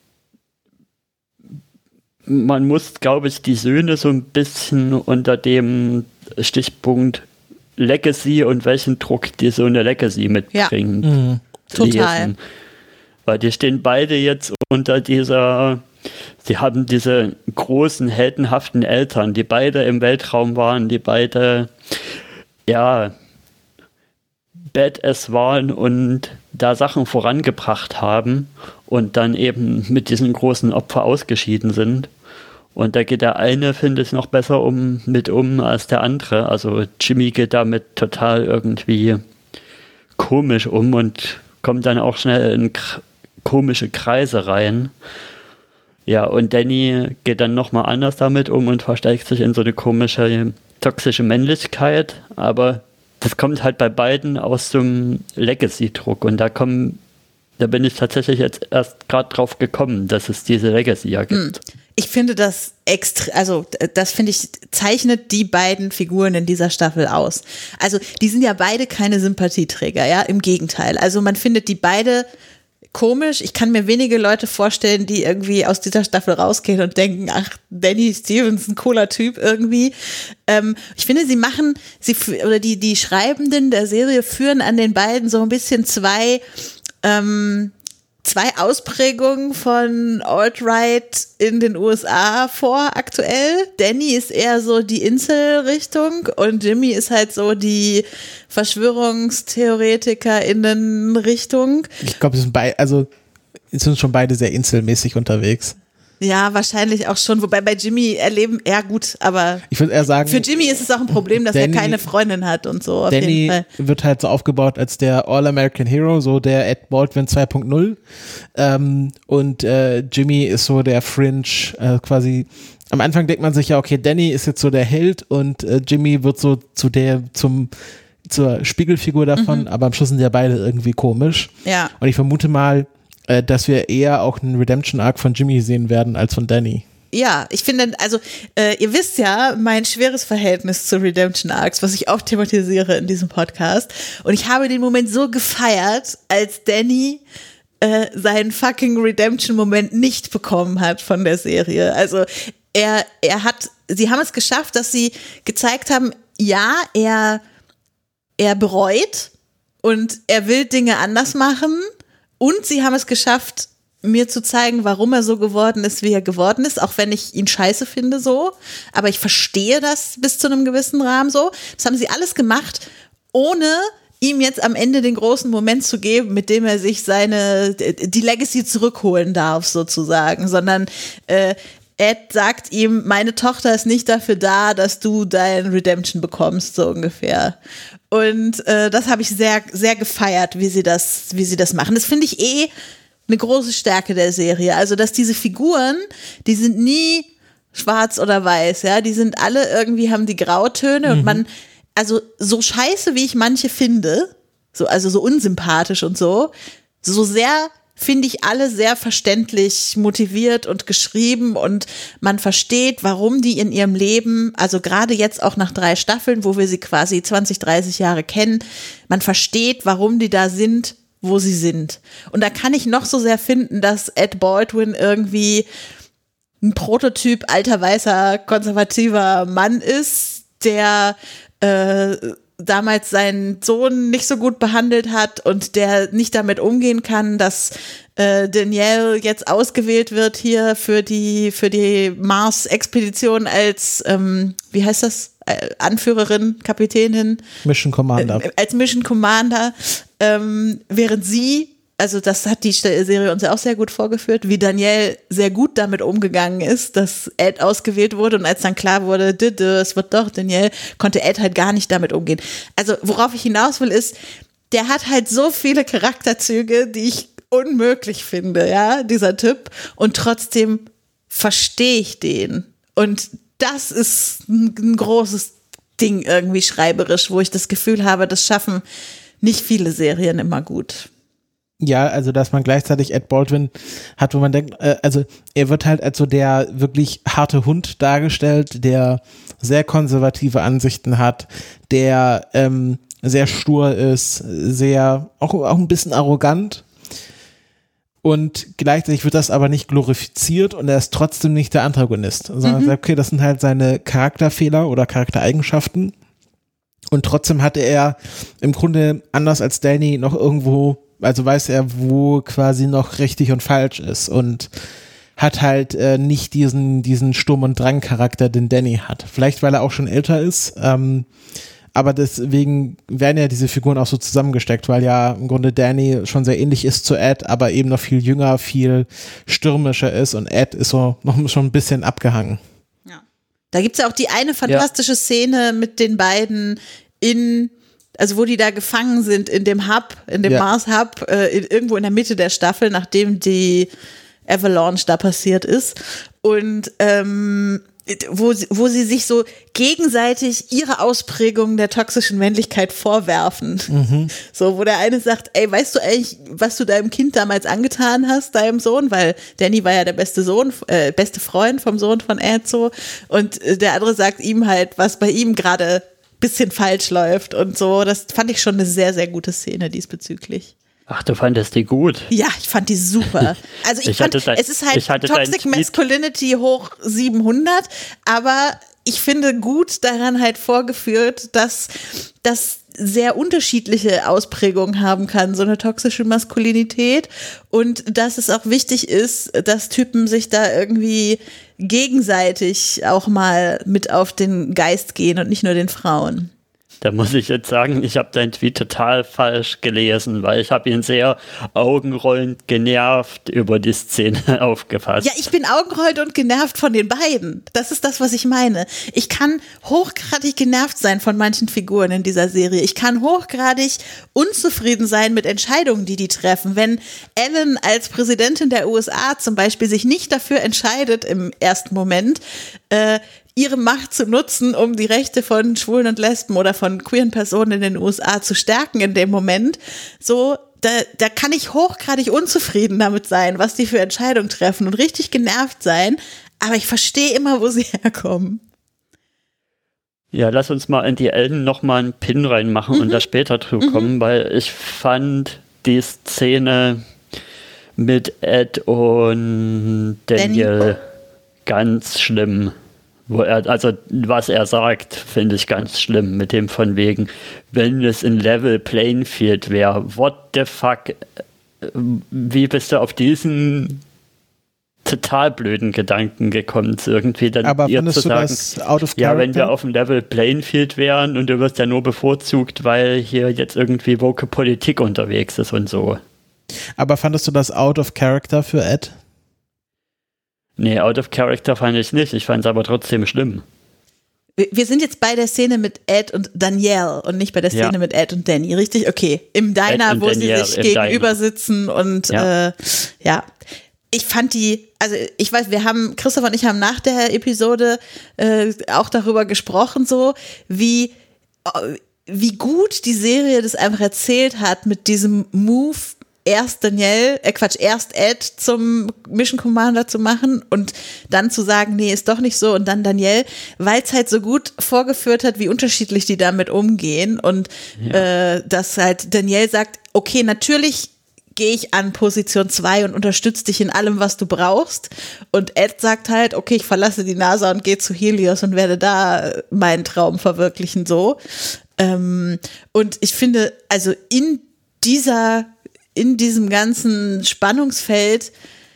Man muss, glaube ich, die Söhne so ein bisschen unter dem Stichpunkt Legacy und welchen Druck die so eine Legacy mitbringen. Ja. Mhm. Total. Weil die stehen beide jetzt unter dieser, sie haben diese großen, heldenhaften Eltern, die beide im Weltraum waren, die beide, ja, Badass waren und da Sachen vorangebracht haben und dann eben mit diesem großen Opfer ausgeschieden sind. Und da geht der eine, finde ich, noch besser um, mit um als der andere. Also Jimmy geht damit total irgendwie komisch um und kommt dann auch schnell in k- komische Kreise rein. Ja, und Danny geht dann nochmal anders damit um und versteigt sich in so eine komische, toxische Männlichkeit, aber das kommt halt bei beiden aus dem Legacy-Druck und da kommen, da bin ich tatsächlich jetzt erst gerade drauf gekommen, dass es diese Legacy ja gibt. Ich finde das extra, also das finde ich, zeichnet die beiden Figuren in dieser Staffel aus. Also die sind ja beide keine Sympathieträger, ja, im Gegenteil. Also man findet die beide komisch. Ich kann mir wenige Leute vorstellen, die irgendwie aus dieser Staffel rausgehen und denken, ach, Danny Stevens, ein cooler Typ irgendwie. Ähm, ich finde, sie machen, sie oder die, die Schreibenden der Serie führen an den beiden so ein bisschen zwei, ähm, zwei Ausprägungen von Alt-Right in den U S A vor aktuell. Danny ist eher so die Insel-Richtung und Jimmy ist halt so die VerschwörungstheoretikerInnen-Richtung. Ich glaube, es sind beide, also sind schon beide sehr inselmäßig unterwegs. Ja, wahrscheinlich auch schon. Wobei bei Jimmy erleben, ja gut, aber ich würde eher sagen, für Jimmy ist es auch ein Problem, dass Danny, er keine Freundin hat und so. Auf Danny jeden Fall. Wird halt so aufgebaut als der All-American Hero, so der Ed Baldwin zwei Punkt null. Ähm, und äh, Jimmy ist so der Fringe, äh, quasi. Am Anfang denkt man sich ja, okay, Danny ist jetzt so der Held und äh, Jimmy wird so zu der, zum zur Spiegelfigur davon, mhm. aber am Schluss sind ja beide irgendwie komisch. Ja. Und ich vermute mal, äh, dass wir eher auch einen Redemption-Arc von Jimmy sehen werden als von Danny. Ja, ich finde, also äh, ihr wisst ja, mein schweres Verhältnis zu Redemption Arcs, was ich auch thematisiere in diesem Podcast. Und ich habe den Moment so gefeiert, als Danny äh, seinen fucking Redemption-Moment nicht bekommen hat von der Serie. Also er, er hat, sie haben es geschafft, dass sie gezeigt haben, ja, er, er bereut und er will Dinge anders machen und sie haben es geschafft, mir zu zeigen, warum er so geworden ist, wie er geworden ist, auch wenn ich ihn scheiße finde so, aber ich verstehe das bis zu einem gewissen Rahmen so. Das haben sie alles gemacht, ohne ihm jetzt am Ende den großen Moment zu geben, mit dem er sich seine, die Legacy zurückholen darf sozusagen, sondern äh, Ed sagt ihm, meine Tochter ist nicht dafür da, dass du dein Redemption bekommst, so ungefähr. Und äh, das habe ich sehr, sehr gefeiert, wie sie das, wie sie das machen. Das finde ich eh eine große Stärke der Serie. Also, dass diese Figuren, die sind nie schwarz oder weiß, ja, die sind alle irgendwie, haben die Grautöne mhm. und man, also so scheiße, wie ich manche finde, so, also so unsympathisch und so, so sehr finde ich alle sehr verständlich motiviert und geschrieben und man versteht, warum die in ihrem Leben, also gerade jetzt auch nach drei Staffeln, wo wir sie quasi zwanzig, dreißig Jahre kennen, man versteht, warum die da sind, wo sie sind. Und da kann ich noch so sehr finden, dass Ed Baldwin irgendwie ein Prototyp alter, weißer, konservativer Mann ist, der äh, damals seinen Sohn nicht so gut behandelt hat und der nicht damit umgehen kann, dass äh, Danielle jetzt ausgewählt wird hier für die für die Mars-Expedition als, ähm, wie heißt das, Anführerin, Kapitänin. Mission Commander. Äh, als Mission Commander, ähm, während sie, also das hat die Serie uns ja auch sehr gut vorgeführt, wie Danielle sehr gut damit umgegangen ist, dass Ed ausgewählt wurde und als dann klar wurde, es wird doch Danielle, konnte Ed halt gar nicht damit umgehen. Also worauf ich hinaus will ist, der hat halt so viele Charakterzüge, die ich unmöglich finde, ja, dieser Typ, und trotzdem verstehe ich den. Und das ist ein, ein großes Ding irgendwie schreiberisch, wo ich das Gefühl habe, das schaffen nicht viele Serien immer gut. Ja, also dass man gleichzeitig Ed Baldwin hat, wo man denkt, äh, also er wird halt als so der wirklich harte Hund dargestellt, der sehr konservative Ansichten hat, der ähm, sehr stur ist, sehr, auch, auch ein bisschen arrogant. Und gleichzeitig wird das aber nicht glorifiziert und er ist trotzdem nicht der Antagonist, sondern mhm. sagt, okay, das sind halt seine Charakterfehler oder Charaktereigenschaften. Und trotzdem hatte er im Grunde, anders als Danny, noch irgendwo, also weiß er, wo quasi noch richtig und falsch ist und hat halt äh, nicht diesen, diesen Sturm- und Drang-Charakter, den Danny hat. Vielleicht, weil er auch schon älter ist, ähm, aber deswegen werden ja diese Figuren auch so zusammengesteckt, weil ja im Grunde Danny schon sehr ähnlich ist zu Ed, aber eben noch viel jünger, viel stürmischer ist und Ed ist so noch schon ein bisschen abgehangen. Ja. Da gibt's ja auch die eine fantastische ja. Szene mit den beiden in, also wo die da gefangen sind in dem Hub, in dem ja. Mars-Hub, äh, in, irgendwo in der Mitte der Staffel, nachdem die Avalanche da passiert ist. Und ähm, Wo, wo sie sich so gegenseitig ihre Ausprägung der toxischen Männlichkeit vorwerfen. Mhm. So, wo der eine sagt, ey, weißt du eigentlich, was du deinem Kind damals angetan hast, deinem Sohn? Weil Danny war ja der beste Sohn, äh, beste Freund vom Sohn von Ed so. Und der andere sagt ihm halt, was bei ihm gerade ein bisschen falsch läuft und so. Das fand ich schon eine sehr, sehr gute Szene diesbezüglich. Ach, du fandest die gut? Ja, ich fand die super. Also ich, ich fand, dein, es ist halt Toxic Masculinity hoch siebenhundert, aber ich finde gut daran halt vorgeführt, dass das sehr unterschiedliche Ausprägungen haben kann, so eine toxische Maskulinität, und dass es auch wichtig ist, dass Typen sich da irgendwie gegenseitig auch mal mit auf den Geist gehen und nicht nur den Frauen. Da muss ich jetzt sagen, ich habe deinen Tweet total falsch gelesen, weil ich habe ihn sehr augenrollend genervt über die Szene aufgefasst. Ja, ich bin augenrollend und genervt von den beiden. Das ist das, was ich meine. Ich kann hochgradig genervt sein von manchen Figuren in dieser Serie. Ich kann hochgradig unzufrieden sein mit Entscheidungen, die die treffen. Wenn Ellen als Präsidentin der U S A zum Beispiel sich nicht dafür entscheidet im ersten Moment, äh, ihre Macht zu nutzen, um die Rechte von Schwulen und Lesben oder von queeren Personen in den U S A zu stärken in dem Moment, so, da, da kann ich hochgradig unzufrieden damit sein, was die für Entscheidungen treffen und richtig genervt sein, aber ich verstehe immer, wo sie herkommen. Ja, lass uns mal in die Ellen nochmal einen Pin reinmachen mhm. und da später drüber mhm. kommen, weil ich fand die Szene mit Ed und Daniel Danny. ganz schlimm. Wo er, also was er sagt, finde ich ganz schlimm, mit dem von wegen, wenn es ein Level Playing Field wäre, what the fuck, wie bist du auf diesen total blöden Gedanken gekommen, irgendwie dann aber ihr findest zu du sagen, das out of character? Ja, wenn wir auf dem Level Playing Field wären und du wirst ja nur bevorzugt, weil hier jetzt irgendwie woke Politik unterwegs ist und so. Aber fandest du das out of character für Ed? Nee, out of character fand ich nicht. Ich fand es aber trotzdem schlimm. Wir sind jetzt bei der Szene mit Ed und Danielle und nicht bei der Szene ja. mit Ed und Danny, richtig? Okay, im Diner, wo Danielle, sie sich gegenüber Diner. sitzen und ja. Äh, ja. Ich fand die, also ich weiß, wir haben, Christoph und ich haben nach der Episode äh, auch darüber gesprochen, so wie, wie gut die Serie das einfach erzählt hat mit diesem Move, erst Danielle, äh Quatsch, erst Ed zum Mission Commander zu machen und dann zu sagen, nee, ist doch nicht so und dann Danielle, weil es halt so gut vorgeführt hat, wie unterschiedlich die damit umgehen und ja. äh, dass halt Danielle sagt, okay, natürlich gehe ich an Position zwei und unterstütze dich in allem, was du brauchst. Und Ed sagt halt, okay, ich verlasse die NASA und gehe zu Helios und werde da meinen Traum verwirklichen, so. Ähm, und ich finde, also in dieser, in diesem ganzen Spannungsfeld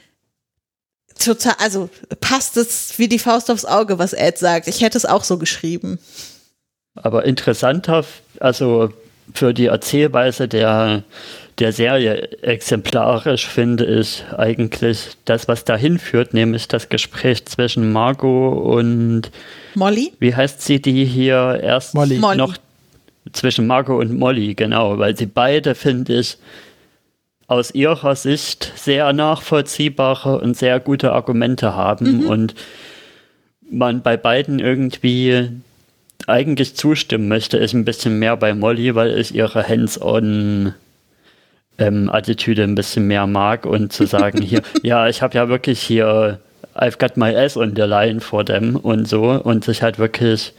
total, also passt es wie die Faust aufs Auge, was Ed sagt. Ich hätte es auch so geschrieben. Aber interessanter, also für die Erzählweise der der Serie exemplarisch finde ich eigentlich das, was dahin führt, nämlich das Gespräch zwischen Margot und Molly. Wie heißt sie, die hier erst Molly. noch Molly. Zwischen Margot und Molly, genau, weil sie beide, finde ich, aus ihrer Sicht sehr nachvollziehbare und sehr gute Argumente haben mhm. und man bei beiden irgendwie eigentlich zustimmen möchte, ist ein bisschen mehr bei Molly, weil ich ihre Hands-on Ähm, Attitüde ein bisschen mehr mag und zu sagen hier, ja, ich habe ja wirklich hier I've got my ass on the line for them und so und sich halt wirklich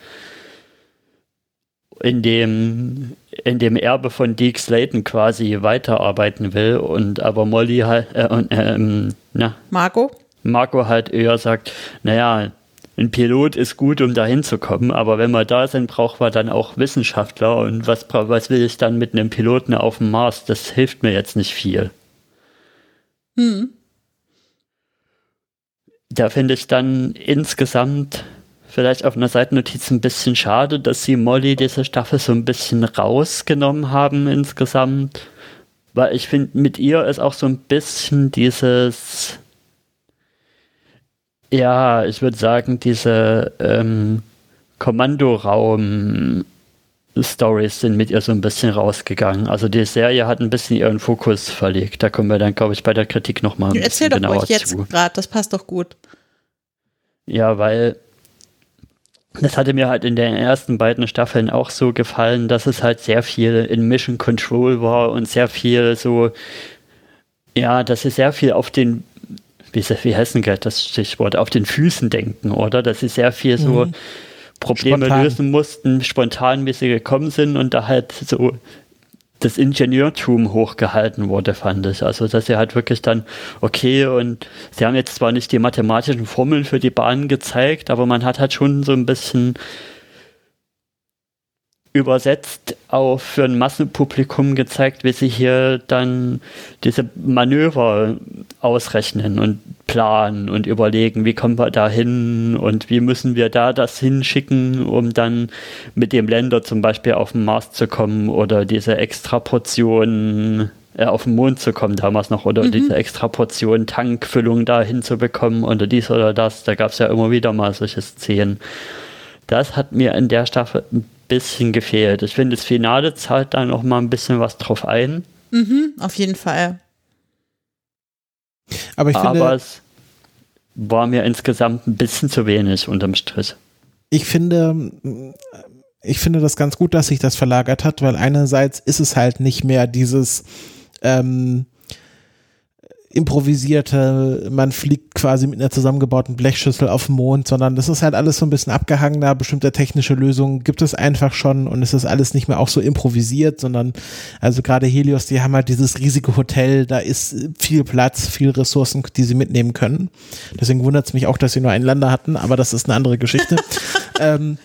in dem in dem Erbe von Deke Slayton quasi weiterarbeiten will und aber Molly halt äh, und, ähm, na, Margot? Margot halt eher sagt, naja, ein Pilot ist gut, um da hinzukommen, aber wenn wir da sind, brauchen wir dann auch Wissenschaftler und was, was will ich dann mit einem Piloten auf dem Mars? Das hilft mir jetzt nicht viel. Hm. Da finde ich dann insgesamt vielleicht auf einer Seitennotiz ein bisschen schade, dass sie Molly diese Staffel so ein bisschen rausgenommen haben insgesamt, weil ich finde, mit ihr ist auch so ein bisschen dieses... Ja, ich würde sagen, diese ähm, Kommandoraum-Stories sind mit ihr so ein bisschen rausgegangen. Also die Serie hat ein bisschen ihren Fokus verlegt. Da kommen wir dann, glaube ich, bei der Kritik nochmal ein ja, bisschen genauer zu. Erzähl doch ruhig jetzt gerade, das passt doch gut. Ja, weil das hatte mir halt in den ersten beiden Staffeln auch so gefallen, dass es halt sehr viel in Mission Control war und sehr viel so, ja, dass sie sehr viel auf den Wie, wie heißt denn das Stichwort, auf den Füßen denken, oder? Dass sie sehr viel so mhm. Probleme spontan lösen mussten, spontan, wie sie gekommen sind und da halt so das Ingenieurtum hochgehalten wurde, fand ich. Also, dass sie halt wirklich dann, okay, und sie haben jetzt zwar nicht die mathematischen Formeln für die Bahnen gezeigt, aber man hat halt schon so ein bisschen übersetzt auf für ein Massenpublikum gezeigt, wie sie hier dann diese Manöver ausrechnen und planen und überlegen, wie kommen wir da hin und wie müssen wir da das hinschicken, um dann mit dem Lander zum Beispiel auf den Mars zu kommen oder diese extra Portion äh, auf den Mond zu kommen damals noch oder mhm. diese extra Portion Tankfüllung da hinzubekommen oder dies oder das. Da gab es ja immer wieder mal solche Szenen. Das hat mir in der Staffel ein bisschen gefehlt. Ich finde, das Finale zahlt da noch mal ein bisschen was drauf ein. Mhm, auf jeden Fall. Aber ich finde, aber es war mir insgesamt ein bisschen zu wenig unterm Strich. Ich finde, ich finde das ganz gut, dass sich das verlagert hat, weil einerseits ist es halt nicht mehr dieses ähm, improvisierte, man fliegt quasi mit einer zusammengebauten Blechschüssel auf den Mond, sondern das ist halt alles so ein bisschen abgehangener, bestimmte technische Lösungen gibt es einfach schon und es ist alles nicht mehr auch so improvisiert, sondern also gerade Helios, die haben halt dieses riesige Hotel, da ist viel Platz, viel Ressourcen, die sie mitnehmen können. Deswegen wundert es mich auch, dass sie nur einen Lander hatten, aber das ist eine andere Geschichte. ähm,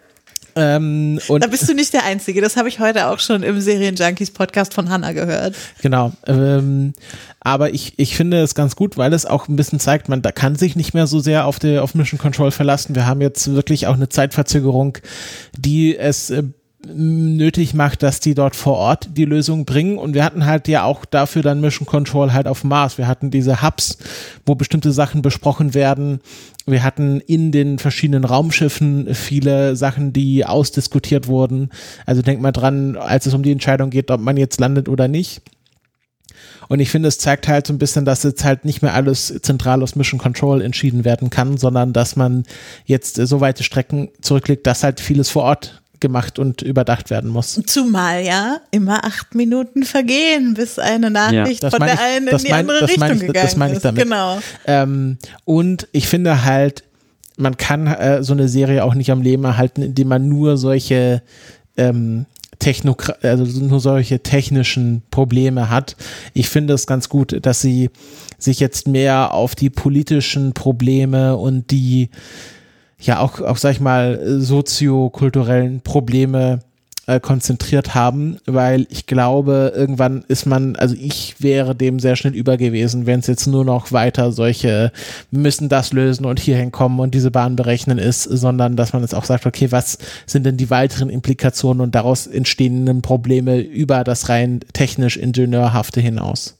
Ähm, und da bist du nicht der Einzige, das habe ich heute auch schon im Serien-Junkies-Podcast von Hannah gehört. Genau, ähm, aber ich, ich finde es ganz gut, weil es auch ein bisschen zeigt, man da kann sich nicht mehr so sehr auf, die, auf Mission Control verlassen. Wir haben jetzt wirklich auch eine Zeitverzögerung, die es äh, nötig macht, dass die dort vor Ort die Lösung bringen und wir hatten halt ja auch dafür dann Mission Control halt auf Mars. Wir hatten diese Hubs, wo bestimmte Sachen besprochen werden. Wir hatten in den verschiedenen Raumschiffen viele Sachen, die ausdiskutiert wurden. Also denk mal dran, als es um die Entscheidung geht, ob man jetzt landet oder nicht. Und ich finde, es zeigt halt so ein bisschen, dass jetzt halt nicht mehr alles zentral aus Mission Control entschieden werden kann, sondern dass man jetzt so weite Strecken zurücklegt, dass halt vieles vor Ort gemacht und überdacht werden muss. Zumal ja immer acht Minuten vergehen, bis eine Nachricht ja, von der einen in die mein, andere Richtung ich, gegangen das meine ich damit. ist. Genau. Ähm, und ich finde halt, man kann äh, so eine Serie auch nicht am Leben erhalten, indem man nur solche ähm, Techno, also nur solche technischen Probleme hat. Ich finde es ganz gut, dass sie sich jetzt mehr auf die politischen Probleme und die ja auch, auch sag ich mal, soziokulturellen Probleme äh, konzentriert haben, weil ich glaube, irgendwann ist man, also ich wäre dem sehr schnell über gewesen, wenn es jetzt nur noch weiter solche, wir müssen das lösen und hierhin kommen und diese Bahn berechnen ist, sondern dass man jetzt auch sagt, okay, was sind denn die weiteren Implikationen und daraus entstehenden Probleme über das rein technisch-ingenieurhafte hinaus.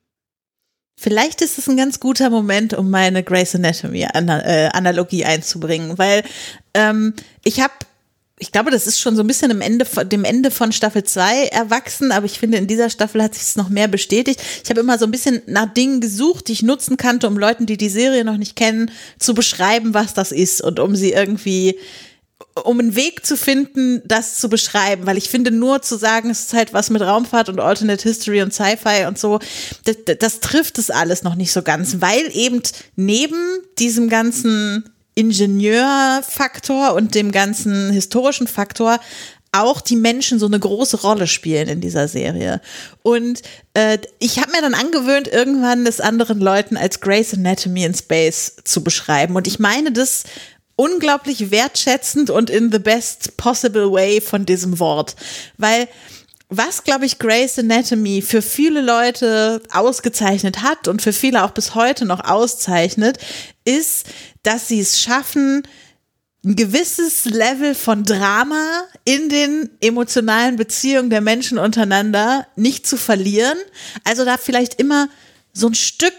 Vielleicht ist es ein ganz guter Moment, um meine Grey's Anatomy-Analogie einzubringen, weil ähm, ich habe, ich glaube, das ist schon so ein bisschen im Ende, dem Ende von Staffel zwei erwachsen, aber ich finde, in dieser Staffel hat sich es noch mehr bestätigt. Ich habe immer so ein bisschen nach Dingen gesucht, die ich nutzen kannte, um Leuten, die die Serie noch nicht kennen, zu beschreiben, was das ist und um sie irgendwie um einen Weg zu finden, das zu beschreiben, weil ich finde, nur zu sagen, es ist halt was mit Raumfahrt und Alternate History und Sci-Fi und so, das, das trifft es alles noch nicht so ganz, weil eben neben diesem ganzen Ingenieurfaktor und dem ganzen historischen Faktor auch die Menschen so eine große Rolle spielen in dieser Serie. Und äh, ich habe mir dann angewöhnt, irgendwann es anderen Leuten als Grey's Anatomy in Space zu beschreiben. Und ich meine das unglaublich wertschätzend und in the best possible way von diesem Wort. Weil was, glaube ich, Grey's Anatomy für viele Leute ausgezeichnet hat und für viele auch bis heute noch auszeichnet, ist, dass sie es schaffen, ein gewisses Level von Drama in den emotionalen Beziehungen der Menschen untereinander nicht zu verlieren. Also da vielleicht immer so ein Stück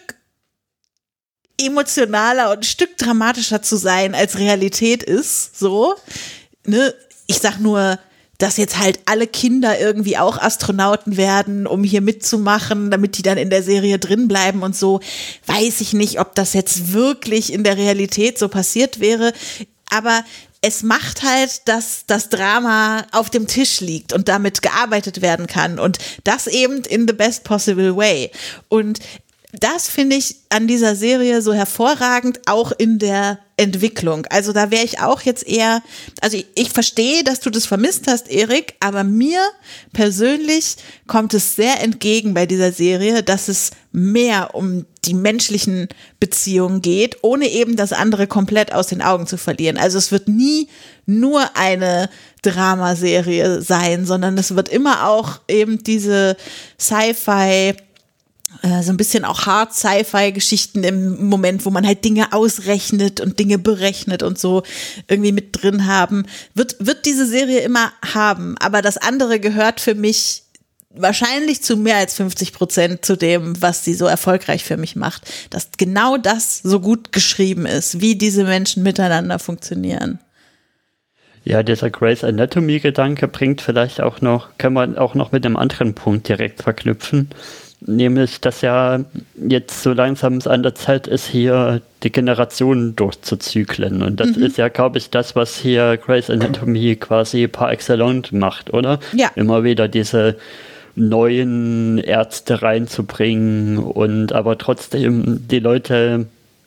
emotionaler und ein Stück dramatischer zu sein, als Realität ist, so, ne, ich sag nur, dass jetzt halt alle Kinder irgendwie auch Astronauten werden, um hier mitzumachen, damit die dann in der Serie drin bleiben und so, weiß ich nicht, ob das jetzt wirklich in der Realität so passiert wäre, aber es macht halt, dass das Drama auf dem Tisch liegt und damit gearbeitet werden kann und das eben in the best possible way. Und das finde ich an dieser Serie so hervorragend, auch in der Entwicklung. Also da wäre ich auch jetzt eher, also ich, ich verstehe, dass du das vermisst hast, Erik, aber mir persönlich kommt es sehr entgegen bei dieser Serie, dass es mehr um die menschlichen Beziehungen geht, ohne eben das andere komplett aus den Augen zu verlieren. Also es wird nie nur eine Dramaserie sein, sondern es wird immer auch eben diese Sci-Fi, so ein bisschen auch Hard-Sci-Fi-Geschichten im Moment, wo man halt Dinge ausrechnet und Dinge berechnet und so irgendwie mit drin haben, wird, wird diese Serie immer haben. Aber das andere gehört für mich wahrscheinlich zu mehr als fünfzig Prozent zu dem, was sie so erfolgreich für mich macht. Dass genau das so gut geschrieben ist, wie diese Menschen miteinander funktionieren. Ja, dieser Grey's Anatomy-Gedanke bringt vielleicht auch noch, kann man auch noch mit einem anderen Punkt direkt verknüpfen. Nämlich, dass ja jetzt so langsam es an der Zeit ist, hier die Generationen durchzuzyklen. Und das mhm. ist ja, glaube ich, das, was hier Grey's Anatomy quasi par excellence macht, oder? Ja. Immer wieder diese neuen Ärzte reinzubringen und aber trotzdem die Leute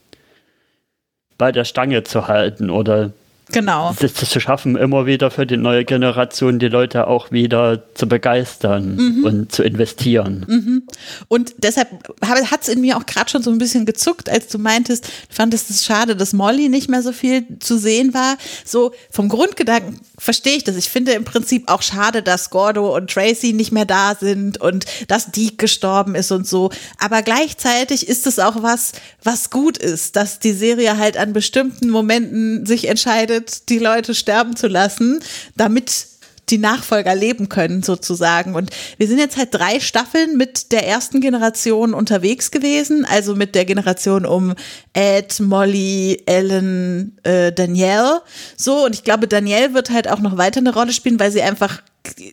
bei der Stange zu halten oder genau. es zu schaffen, immer wieder für die neue Generation die Leute auch wieder zu begeistern mhm. und zu investieren. Mhm. Und deshalb hat es in mir auch gerade schon so ein bisschen gezuckt, als du meintest, du fandest es schade, dass Molly nicht mehr so viel zu sehen war. So vom Grundgedanken verstehe ich das. Ich finde im Prinzip auch schade, dass Gordo und Tracy nicht mehr da sind und dass Deke gestorben ist und so. Aber gleichzeitig ist es auch was, was gut ist, dass die Serie halt an bestimmten Momenten sich entscheidet, die Leute sterben zu lassen, damit die Nachfolger leben können sozusagen. Und wir sind jetzt halt drei Staffeln mit der ersten Generation unterwegs gewesen, also mit der Generation um Ed, Molly, Ellen, äh, Danielle. So, und ich glaube, Danielle wird halt auch noch weiter eine Rolle spielen, weil sie einfach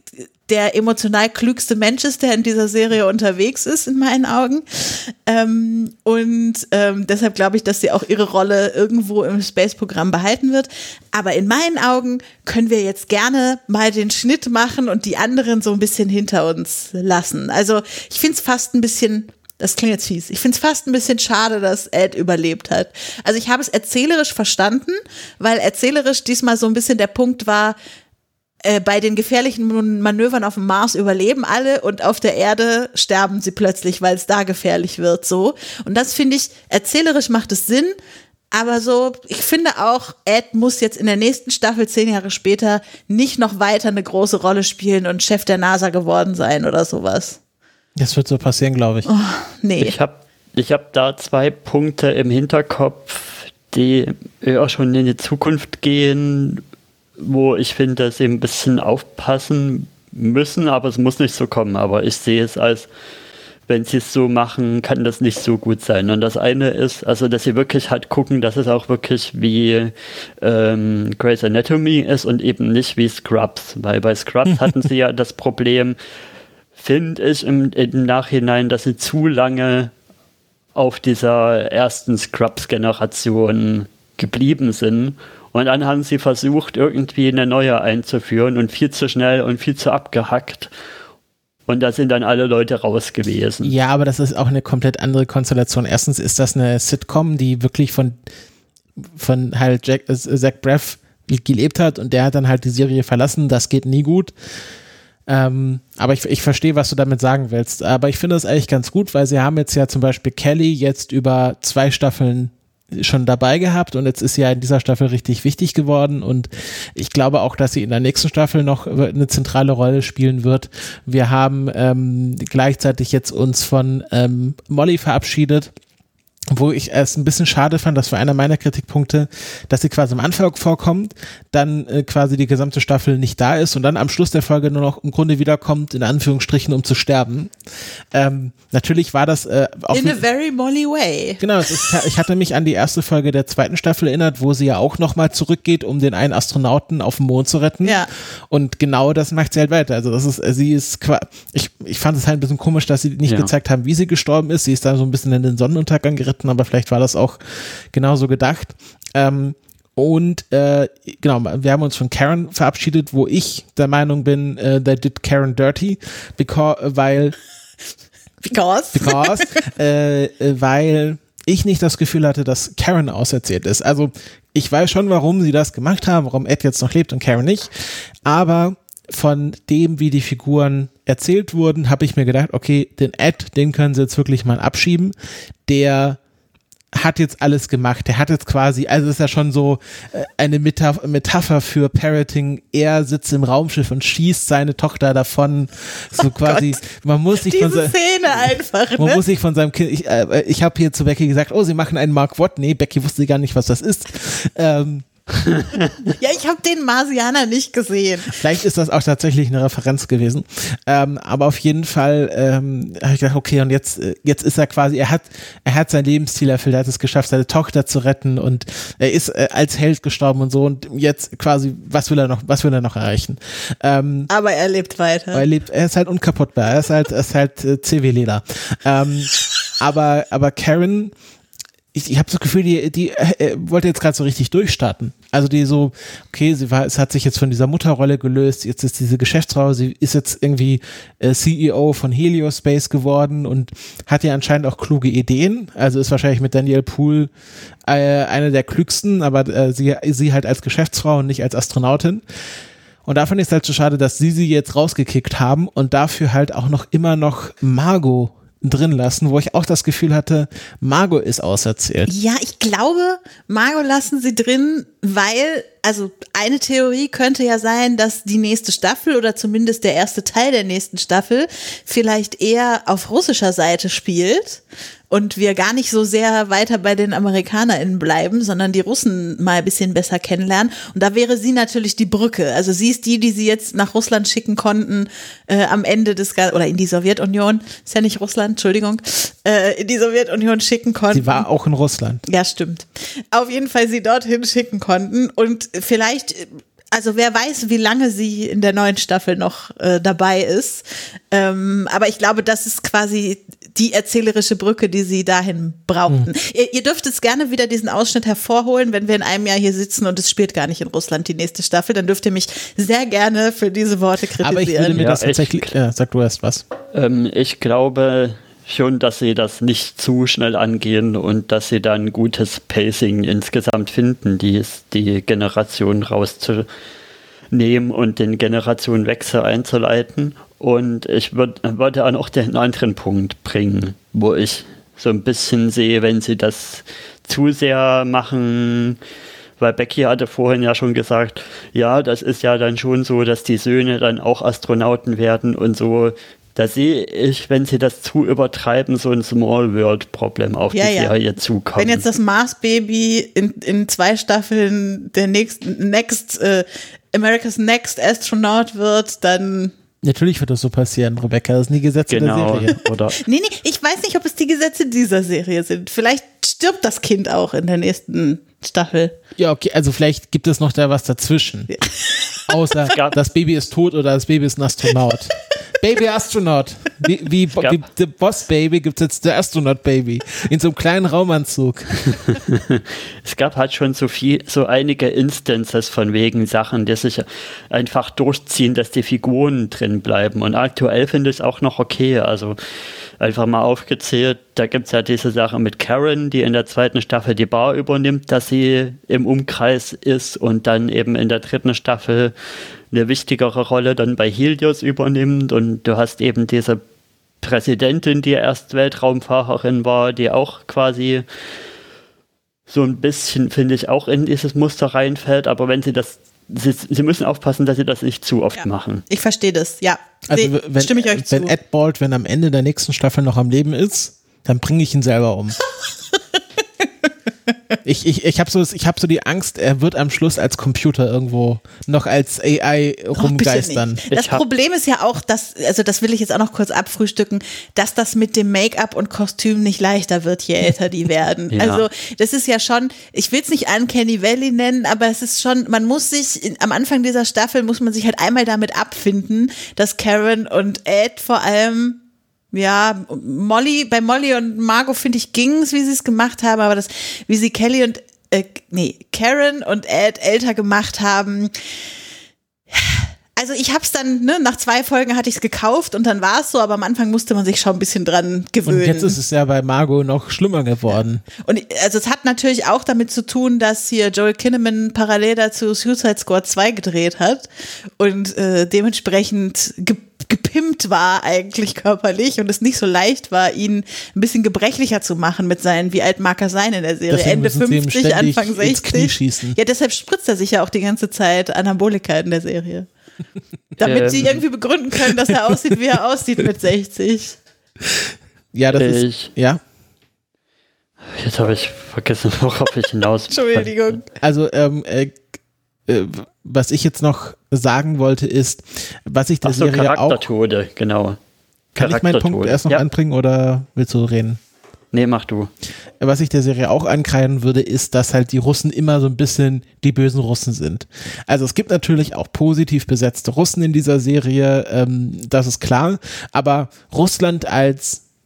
der emotional klügste Mensch ist, der in dieser Serie unterwegs ist, in meinen Augen. Ähm, und ähm, deshalb glaube ich, dass sie auch ihre Rolle irgendwo im Space-Programm behalten wird. Aber in meinen Augen können wir jetzt gerne mal den Schnitt machen und die anderen so ein bisschen hinter uns lassen. Also ich finde es fast ein bisschen, das klingt jetzt fies, ich finde es fast ein bisschen schade, dass Ed überlebt hat. Also ich habe es erzählerisch verstanden, weil erzählerisch diesmal so ein bisschen der Punkt war, Äh, bei den gefährlichen Manövern auf dem Mars überleben alle und auf der Erde sterben sie plötzlich, weil es da gefährlich wird, so. Und das finde ich, erzählerisch macht es Sinn, aber so, ich finde auch, Ed muss jetzt in der nächsten Staffel, zehn Jahre später, nicht noch weiter eine große Rolle spielen und Chef der NASA geworden sein oder sowas. Das wird so passieren, glaube ich. Oh, nee. Ich habe ich hab da zwei Punkte im Hinterkopf, die eher schon in die Zukunft gehen, wo ich finde, dass sie ein bisschen aufpassen müssen, aber es muss nicht so kommen. Aber ich sehe es als, wenn sie es so machen, kann das nicht so gut sein. Und das eine ist, also dass sie wirklich halt gucken, dass es auch wirklich wie ähm, Grey's Anatomy ist und eben nicht wie Scrubs. Weil bei Scrubs hatten sie ja das Problem, finde ich im, im Nachhinein, dass sie zu lange auf dieser ersten Scrubs-Generation geblieben sind. Und dann haben sie versucht, irgendwie eine neue einzuführen und viel zu schnell und viel zu abgehackt. Und da sind dann alle Leute raus gewesen. Ja, aber das ist auch eine komplett andere Konstellation. Erstens ist das eine Sitcom, die wirklich von, von halt Jack, äh, Zach Braff gelebt hat und der hat dann halt die Serie verlassen. Das geht nie gut. Ähm, aber ich, ich verstehe, was du damit sagen willst. Aber ich finde das eigentlich ganz gut, weil sie haben jetzt ja zum Beispiel Kelly jetzt über zwei Staffeln schon dabei gehabt und jetzt ist sie ja in dieser Staffel richtig wichtig geworden und ich glaube auch, dass sie in der nächsten Staffel noch eine zentrale Rolle spielen wird. Wir haben ähm, gleichzeitig jetzt uns von ähm, Molly verabschiedet, wo ich es ein bisschen schade fand, das war einer meiner Kritikpunkte, dass sie quasi am Anfang vorkommt, dann äh, quasi die gesamte Staffel nicht da ist und dann am Schluss der Folge nur noch im Grunde wiederkommt, in Anführungsstrichen, um zu sterben. Ähm, natürlich war das äh, auch in a very Molly way. Genau, es ist, ich hatte mich an die erste Folge der zweiten Staffel erinnert, wo sie ja auch nochmal zurückgeht, um den einen Astronauten auf dem Mond zu retten. Ja. Und genau das macht sie halt weiter. Also das ist, sie ist, ich, ich fand es halt ein bisschen komisch, dass sie nicht ja. gezeigt haben, wie sie gestorben ist. Sie ist da so ein bisschen in den Sonnenuntergang geritten, aber vielleicht war das auch genauso gedacht. Ähm, und äh, genau, wir haben uns von Karen verabschiedet, wo ich der Meinung bin, äh, they did Karen dirty, because, weil Because? Because, äh, weil ich nicht das Gefühl hatte, dass Karen auserzählt ist. Also ich weiß schon, warum sie das gemacht haben, warum Ed jetzt noch lebt und Karen nicht, aber von dem, wie die Figuren erzählt wurden, habe ich mir gedacht, okay, den Ed, den können sie jetzt wirklich mal abschieben, der hat jetzt alles gemacht, der hat jetzt quasi, also ist ja schon so äh, eine Metapher, Metapher für Parenting, er sitzt im Raumschiff und schießt seine Tochter davon, so oh quasi, Gott. man muss sich Diese von seinem Szene einfach, ne? man muss sich von seinem Kind, ich, äh, ich habe hier zu Becky gesagt, oh, sie machen einen Mark Watt, nee, Becky wusste gar nicht, was das ist, ähm, ja, ich habe den Marsianer nicht gesehen. Vielleicht ist das auch tatsächlich eine Referenz gewesen. Ähm, aber auf jeden Fall ähm, habe ich gedacht, okay, und jetzt, jetzt ist er quasi, er hat, er hat sein Lebensziel erfüllt, er hat es geschafft, seine Tochter zu retten und er ist äh, als Held gestorben und so und jetzt quasi, was will er noch, was will er noch erreichen? Ähm, aber er lebt weiter. Er lebt, er ist halt unkaputtbar, er ist halt, er ist halt äh, C W-Leder. Ähm, aber, aber Karen, ich, ich habe das Gefühl, die, die äh, wollte jetzt gerade so richtig durchstarten. Also die so, okay, sie war, es hat sich jetzt von dieser Mutterrolle gelöst, jetzt ist diese Geschäftsfrau, sie ist jetzt irgendwie äh, C E O von Heliospace geworden und hat ja anscheinend auch kluge Ideen, also ist wahrscheinlich mit Danielle Poole äh, eine der klügsten, aber äh, sie, sie halt als Geschäftsfrau und nicht als Astronautin. Und da fand ich es halt so schade, dass sie sie jetzt rausgekickt haben und dafür halt auch noch immer noch Margot drin lassen, wo ich auch das Gefühl hatte, Margot ist auserzählt. Ja, ich glaube, Margot lassen sie drin, weil, also eine Theorie könnte ja sein, dass die nächste Staffel oder zumindest der erste Teil der nächsten Staffel vielleicht eher auf russischer Seite spielt und wir gar nicht so sehr weiter bei den AmerikanerInnen bleiben, sondern die Russen mal ein bisschen besser kennenlernen. Und da wäre sie natürlich die Brücke. Also sie ist die, die sie jetzt nach Russland schicken konnten, äh, am Ende des, oder in die Sowjetunion, ist ja nicht Russland, Entschuldigung, äh, in die Sowjetunion schicken konnten. Sie war auch in Russland. Ja, stimmt. Auf jeden Fall sie dorthin schicken konnten und vielleicht, also wer weiß, wie lange sie in der neuen Staffel noch äh, dabei ist. Ähm, aber ich glaube, das ist quasi die erzählerische Brücke, die sie dahin brauchten. Mhm. Ihr, ihr dürft jetzt gerne wieder diesen Ausschnitt hervorholen, wenn wir in einem Jahr hier sitzen und es spielt gar nicht in Russland die nächste Staffel, dann dürft ihr mich sehr gerne für diese Worte kritisieren. Aber ich würde mir ja, das tatsächlich, ich, ja, sag du erst was. Ähm, ich glaube schon, dass sie das nicht zu schnell angehen und dass sie da ein gutes Pacing insgesamt finden, die, die Generation rauszunehmen und den Generationenwechsel einzuleiten. Und ich würd, würde auch noch den anderen Punkt bringen, wo ich so ein bisschen sehe, wenn sie das zu sehr machen, weil Becky hatte vorhin ja schon gesagt, ja, das ist ja dann schon so, dass die Söhne dann auch Astronauten werden und so. Da sehe ich, wenn sie das zu übertreiben, so ein Small-World-Problem auf ja, die ja. Serie zukommt. Wenn jetzt das Mars-Baby in, in zwei Staffeln der nächsten Next, äh, America's Next Astronaut wird, dann... Natürlich wird das so passieren, Rebecca. Das sind die Gesetze genau, der Serie. Oder? Nee, nee, ich weiß nicht, ob es die Gesetze dieser Serie sind. Vielleicht stirbt das Kind auch in der nächsten Staffel. Ja, okay, also vielleicht gibt es noch da was dazwischen. Ja. Außer das Baby ist tot oder das Baby ist ein Astronaut. Baby Astronaut. Wie, wie, wie The Boss Baby gibt es jetzt The Astronaut Baby. In so einem kleinen Raumanzug. Es gab halt schon so viel, so einige Instances von wegen Sachen, die sich einfach durchziehen, dass die Figuren drin bleiben. Und aktuell finde ich es auch noch okay. Also einfach mal aufgezählt, da gibt es ja diese Sache mit Karen, die in der zweiten Staffel die Bar übernimmt, dass sie im Umkreis ist und dann eben in der dritten Staffel eine wichtigere Rolle dann bei Helios übernimmt. Und du hast eben diese Präsidentin, die erst Weltraumfahrerin war, die auch quasi so ein bisschen, finde ich, auch in dieses Muster reinfällt. Aber wenn sie das, sie, sie müssen aufpassen, dass sie das nicht zu oft ja, machen. Ich verstehe das, ja. Also nee, wenn, stimme ich euch wenn zu. Ed Baldwin am Ende der nächsten Staffel noch am Leben ist, dann bringe ich ihn selber um. Ich, ich, ich habe so, ich hab so die Angst, er wird am Schluss als Computer irgendwo noch als A I rumgeistern. Oh, das Problem ist ja auch, dass, also das will ich jetzt auch noch kurz abfrühstücken, dass das mit dem Make-up und Kostüm nicht leichter wird, je älter die werden. Ja. Also das ist ja schon, ich will es nicht Uncanny Valley nennen, aber es ist schon, man muss sich, in, am Anfang dieser Staffel muss man sich halt einmal damit abfinden, dass Karen und Ed vor allem ja, Molly, bei Molly und Margot finde ich ging's, wie sie es gemacht haben, aber das, wie sie Kelly und, äh, nee, Karen und Ed älter gemacht haben, also ich hab's dann, ne, nach zwei Folgen hatte ich es gekauft und dann war es so, aber am Anfang musste man sich schon ein bisschen dran gewöhnen. Und jetzt ist es ja bei Margot noch schlimmer geworden. Und also es hat natürlich auch damit zu tun, dass hier Joel Kinnaman parallel dazu Suicide Squad zwei gedreht hat und äh, dementsprechend ge- gepimpt war eigentlich körperlich und es nicht so leicht war, ihn ein bisschen gebrechlicher zu machen mit seinen, wie alt mag er sein in der Serie, deswegen Ende fünfzig, Anfang sechzig. Ja, deshalb spritzt er sich ja auch die ganze Zeit Anabolika in der Serie. Damit ähm. sie irgendwie begründen können, dass er aussieht, wie er aussieht mit sechzig. Ja, das ich, ist, ja. Jetzt habe ich vergessen, worauf ich hinaus Entschuldigung. Also, ähm, äh, äh, was ich jetzt noch sagen wollte, ist, was ich der Ach so, Serie Charaktertode, auch... genau. Kann ich meinen Punkt erst noch ja. anbringen oder willst du reden? Nee, mach du. Was ich der Serie auch ankreiden würde, ist, dass halt die Russen immer so ein bisschen die bösen Russen sind. Also es gibt natürlich auch positiv besetzte Russen in dieser Serie, ähm, das ist klar, aber Russland als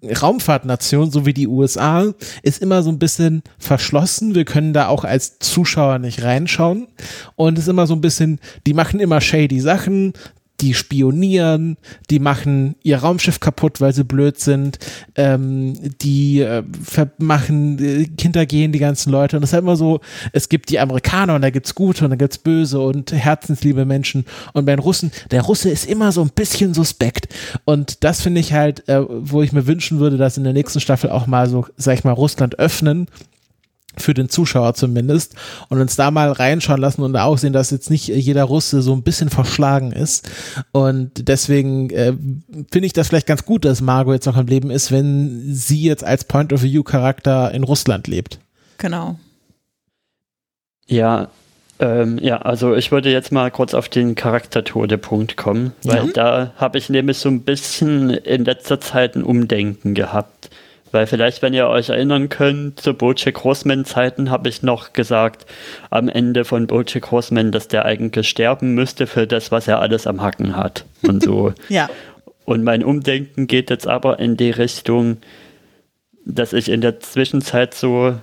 Raumfahrtnation, so wie die U S A, ist immer so ein bisschen verschlossen. Wir können da auch als Zuschauer nicht reinschauen. Und es ist immer so ein bisschen, die machen immer shady Sachen, die spionieren, die machen ihr Raumschiff kaputt, weil sie blöd sind, ähm, die äh, machen, äh, hintergehen die ganzen Leute und es ist halt immer so, es gibt die Amerikaner und da gibt's gute und da gibt's böse und herzensliebe Menschen und bei den Russen, der Russe ist immer so ein bisschen suspekt und das finde ich halt, äh, wo ich mir wünschen würde, dass in der nächsten Staffel auch mal so, sag ich mal, Russland öffnen, für den Zuschauer zumindest und uns da mal reinschauen lassen und auch sehen, dass jetzt nicht jeder Russe so ein bisschen verschlagen ist und deswegen äh, finde ich das vielleicht ganz gut, dass Margot jetzt noch am Leben ist, wenn sie jetzt als Point-of-View-Charakter in Russland lebt. Genau. Ja, ähm, ja, also ich würde jetzt mal kurz auf den Charaktertode-Punkt kommen, weil ja. da habe ich nämlich so ein bisschen in letzter Zeit ein Umdenken gehabt. Weil vielleicht, wenn ihr euch erinnern könnt, zu BoJack Horseman-Zeiten habe ich noch gesagt, am Ende von BoJack Horseman, dass der eigentlich sterben müsste für das, was er alles am Hacken hat und so. Ja. Und mein Umdenken geht jetzt aber in die Richtung, dass ich in der Zwischenzeit so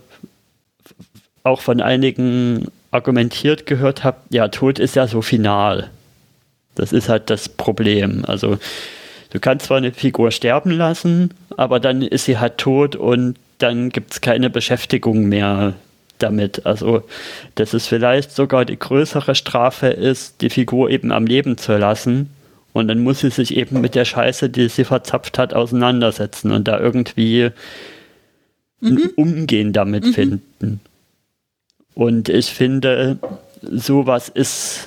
auch von einigen argumentiert gehört habe, ja, Tod ist ja so final. Das ist halt das Problem. Also du kannst zwar eine Figur sterben lassen, aber dann ist sie halt tot und dann gibt es keine Beschäftigung mehr damit. Also, dass es vielleicht sogar die größere Strafe ist, die Figur eben am Leben zu lassen und dann muss sie sich eben mit der Scheiße, die sie verzapft hat, auseinandersetzen und da irgendwie mhm. ein Umgehen damit mhm. finden. Und ich finde, sowas ist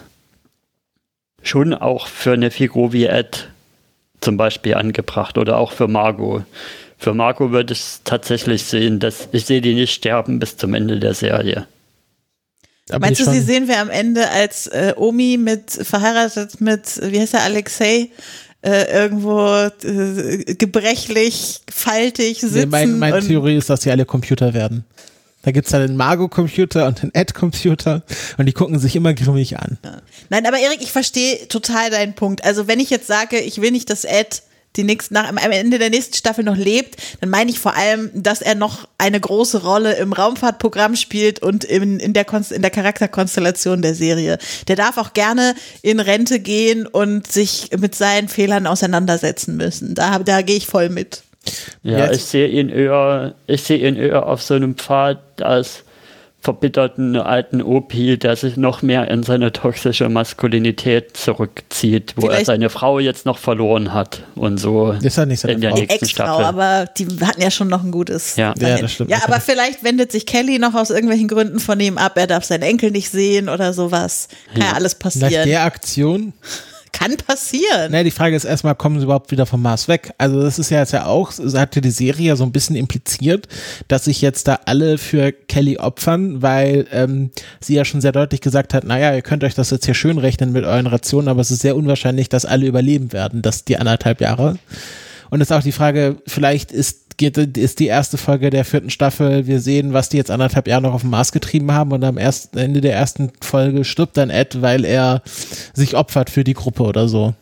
schon auch für eine Figur wie Ed zum Beispiel angebracht oder auch für Margot. Für Margot würde ich tatsächlich sehen, dass ich sehe die nicht sterben bis zum Ende der Serie. Aber meinst du, sie sehen wir am Ende als äh, Omi mit verheiratet mit, wie heißt er, Alexei, äh, irgendwo äh, gebrechlich, faltig sitzen? Nee, mein, meine Theorie ist, dass sie alle Computer werden. Da gibt es dann den Margot-Computer und den Ed-Computer und die gucken sich immer grimmig an. Ja. Nein, aber Erik, ich verstehe total deinen Punkt. Also wenn ich jetzt sage, ich will nicht, dass Ed die nächsten, nach, am Ende der nächsten Staffel noch lebt, dann meine ich vor allem, dass er noch eine große Rolle im Raumfahrtprogramm spielt und in, in, der, Konst- in der Charakterkonstellation der Serie. Der darf auch gerne in Rente gehen und sich mit seinen Fehlern auseinandersetzen müssen. Da, da gehe ich voll mit. Ja, Jetzt. ich sehe ihn eher, ich sehe ihn eher auf so einem Pfad als verbitterten alten Opi, der sich noch mehr in seine toxische Maskulinität zurückzieht, wo Vielleicht er seine Frau jetzt noch verloren hat und so ist er nicht seine in der Frau. nächsten Ex-Frau, Staffel. Aber die hatten ja schon noch ein gutes. Ja, ja das stimmt. Ja, aber vielleicht wendet sich Kelly noch aus irgendwelchen Gründen von ihm ab, er darf seinen Enkel nicht sehen oder sowas. Kann ja, ja alles passieren. Nach der Aktion kann passieren. Ne, die Frage ist erstmal, kommen sie überhaupt wieder vom Mars weg? Also das ist ja jetzt ja auch, hatte die Serie ja so ein bisschen impliziert, dass sich jetzt da alle für Kelly opfern, weil ähm, sie ja schon sehr deutlich gesagt hat, naja, ihr könnt euch das jetzt hier schön rechnen mit euren Rationen, aber es ist sehr unwahrscheinlich, dass alle überleben werden, dass die anderthalb Jahre. Und es ist auch die Frage, vielleicht ist, geht, ist die erste Folge der vierten Staffel, wir sehen, was die jetzt anderthalb Jahre noch auf dem Mars getrieben haben und am ersten, Ende der ersten Folge stirbt dann Ed, weil er sich opfert für die Gruppe oder so.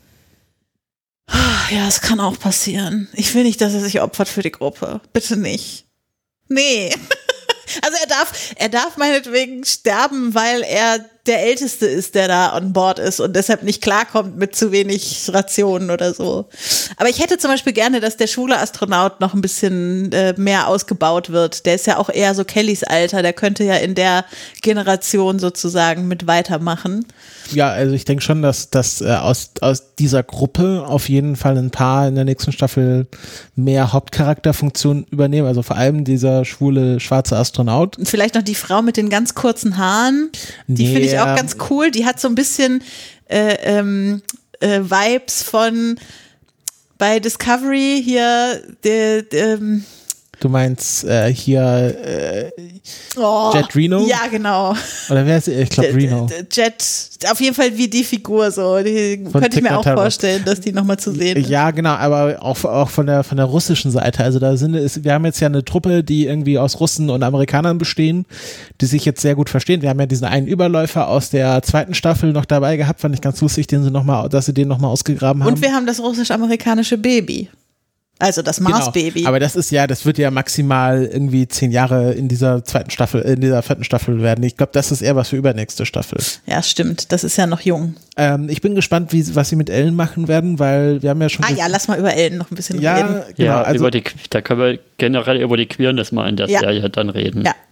Ja, es kann auch passieren. Ich will nicht, dass er sich opfert für die Gruppe. Bitte nicht. Nee. Also er darf, er darf meinetwegen sterben, weil er der Älteste ist, der da an Bord ist und deshalb nicht klarkommt mit zu wenig Rationen oder so. Aber ich hätte zum Beispiel gerne, dass der Schule-Astronaut noch ein bisschen äh, mehr ausgebaut wird. Der ist ja auch eher so Kellys Alter, der könnte ja in der Generation sozusagen mit weitermachen. Ja, also ich denke schon, dass, dass äh, aus, aus dieser Gruppe auf jeden Fall ein paar in der nächsten Staffel mehr Hauptcharakterfunktionen übernehmen. Also vor allem dieser schwule schwarze Astronaut. Und vielleicht noch die Frau mit den ganz kurzen Haaren. Die nee, finde ich auch ganz cool. Die hat so ein bisschen äh, ähm, äh, Vibes von bei Discovery hier der, der ähm, Du meinst äh, hier äh, oh, Jet Reno? Ja, genau. Oder wer ist sie? Ich glaube Reno. Jet, auf jeden Fall wie die Figur so. Die von könnte ich mir auch vorstellen, dass die nochmal zu sehen ist. Ja, genau, aber auch, auch von der von der russischen Seite. Also da sind es, wir haben jetzt ja eine Truppe, die irgendwie aus Russen und Amerikanern bestehen, die sich jetzt sehr gut verstehen. Wir haben ja diesen einen Überläufer aus der zweiten Staffel noch dabei gehabt, fand ich ganz lustig, den sie noch mal, dass sie den nochmal ausgegraben haben. Und wir haben das russisch-amerikanische Baby. Also das Mars-Baby. Genau. Aber das ist ja, das wird ja maximal irgendwie zehn Jahre in dieser zweiten Staffel, in dieser vierten Staffel werden. Ich glaube, das ist eher was für übernächste Staffel. Ja, stimmt. Das ist ja noch jung. Ähm, ich bin gespannt, wie, was sie mit Ellen machen werden, weil wir haben ja schon. Ah ja, lass mal über Ellen noch ein bisschen ja, reden. Genau, ja, also, über die, da können wir generell über die Queerness mal in der ja. Serie dann reden. Ja.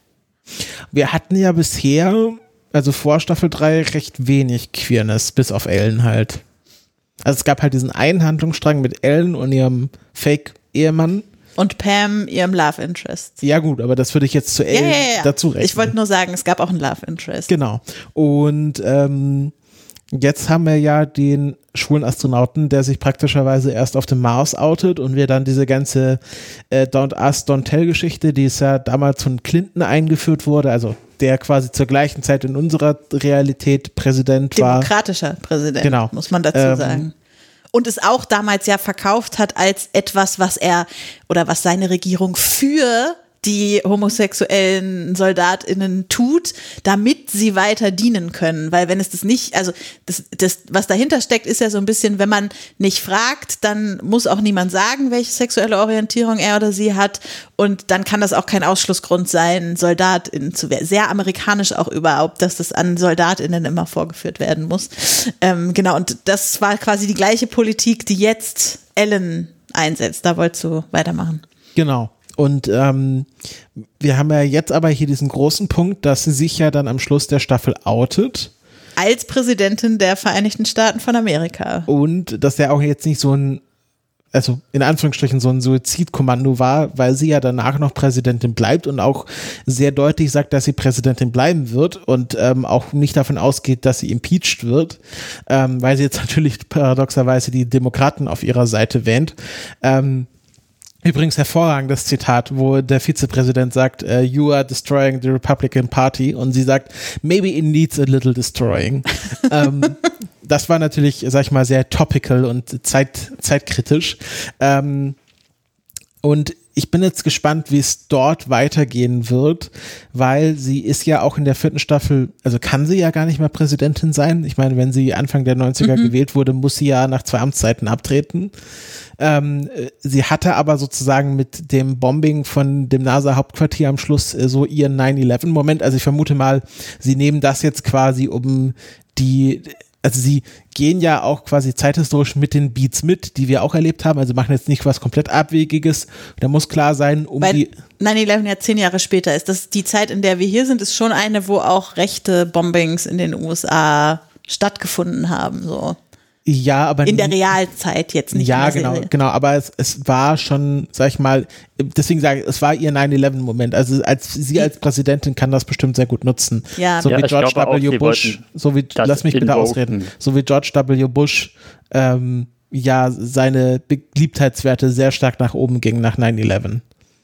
Wir hatten ja bisher, also vor Staffel drei, recht wenig Queerness, bis auf Ellen halt. Also es gab halt diesen einen Handlungsstrang mit Ellen und ihrem Fake-Ehemann. Und Pam ihrem Love Interest. Ja gut, aber das würde ich jetzt zu Ellen ja, ja, ja. dazu rechnen. Ich wollte nur sagen, es gab auch einen Love Interest. Genau. Und ähm, jetzt haben wir ja den schwulen Astronauten, der sich praktischerweise erst auf dem Mars outet und wir dann diese ganze äh, Don't Ask, Don't Tell Geschichte, die es ja damals von Clinton eingeführt wurde, also der quasi zur gleichen Zeit in unserer Realität Präsident war. Demokratischer Präsident, genau. muss man dazu ähm, sagen. Und es auch damals ja verkauft hat als etwas, was er oder was seine Regierung für die homosexuellen SoldatInnen tut, damit sie weiter dienen können. Weil wenn es das nicht, also das, das, was dahinter steckt, ist ja so ein bisschen, wenn man nicht fragt, dann muss auch niemand sagen, welche sexuelle Orientierung er oder sie hat. Und dann kann das auch kein Ausschlussgrund sein, SoldatInnen zu werden. Sehr amerikanisch auch überhaupt, dass das an SoldatInnen immer vorgeführt werden muss. Ähm, genau, und das war quasi die gleiche Politik, die jetzt Ellen einsetzt. Da wolltest du weitermachen. Genau. Und ähm, wir haben ja jetzt aber hier diesen großen Punkt, dass sie sich ja dann am Schluss der Staffel outet. Als Präsidentin der Vereinigten Staaten von Amerika. Und dass der auch jetzt nicht so ein, also in Anführungsstrichen so ein Suizidkommando war, weil sie ja danach noch Präsidentin bleibt und auch sehr deutlich sagt, dass sie Präsidentin bleiben wird und ähm, auch nicht davon ausgeht, dass sie impeached wird, ähm, weil sie jetzt natürlich paradoxerweise die Demokraten auf ihrer Seite wähnt. Ähm, Übrigens hervorragendes Zitat, wo der Vizepräsident sagt, uh, you are destroying the Republican Party, und sie sagt, maybe it needs a little destroying. ähm, das war natürlich, sag ich mal, sehr topical und zeit, zeitkritisch. Ähm, und ich bin jetzt gespannt, wie es dort weitergehen wird, weil sie ist ja auch in der vierten Staffel, also kann sie ja gar nicht mehr Präsidentin sein. Ich meine, wenn sie Anfang der neunziger mhm. gewählt wurde, muss sie ja nach zwei Amtszeiten abtreten. Ähm, sie hatte aber sozusagen mit dem Bombing von dem NASA-Hauptquartier am Schluss äh, so ihren nine eleven Moment. Also ich vermute mal, sie nehmen das jetzt quasi um die, also sie gehen ja auch quasi zeithistorisch mit den Beats mit, die wir auch erlebt haben. Also machen jetzt nicht was komplett Abwegiges. Da muss klar sein, um Weil die nine eleven ja zehn Jahre später ist. Das, die Zeit, in der wir hier sind, ist schon eine, wo auch rechte Bombings in den U S A stattgefunden haben, so. Ja, aber in der Realzeit jetzt nicht. Ja, in der genau, Serie. genau. Aber es, es war schon, sag ich mal, deswegen sage ich, es war ihr nine eleven Moment. Also als sie als Präsidentin kann das bestimmt sehr gut nutzen. Ja. So Ja, wie ich George glaube auch, W. sie Bush, so wie, lass mich bitte invoken. ausreden, so wie George W. Bush ähm, ja seine Beliebtheitswerte sehr stark nach oben gingen nach nine eleven.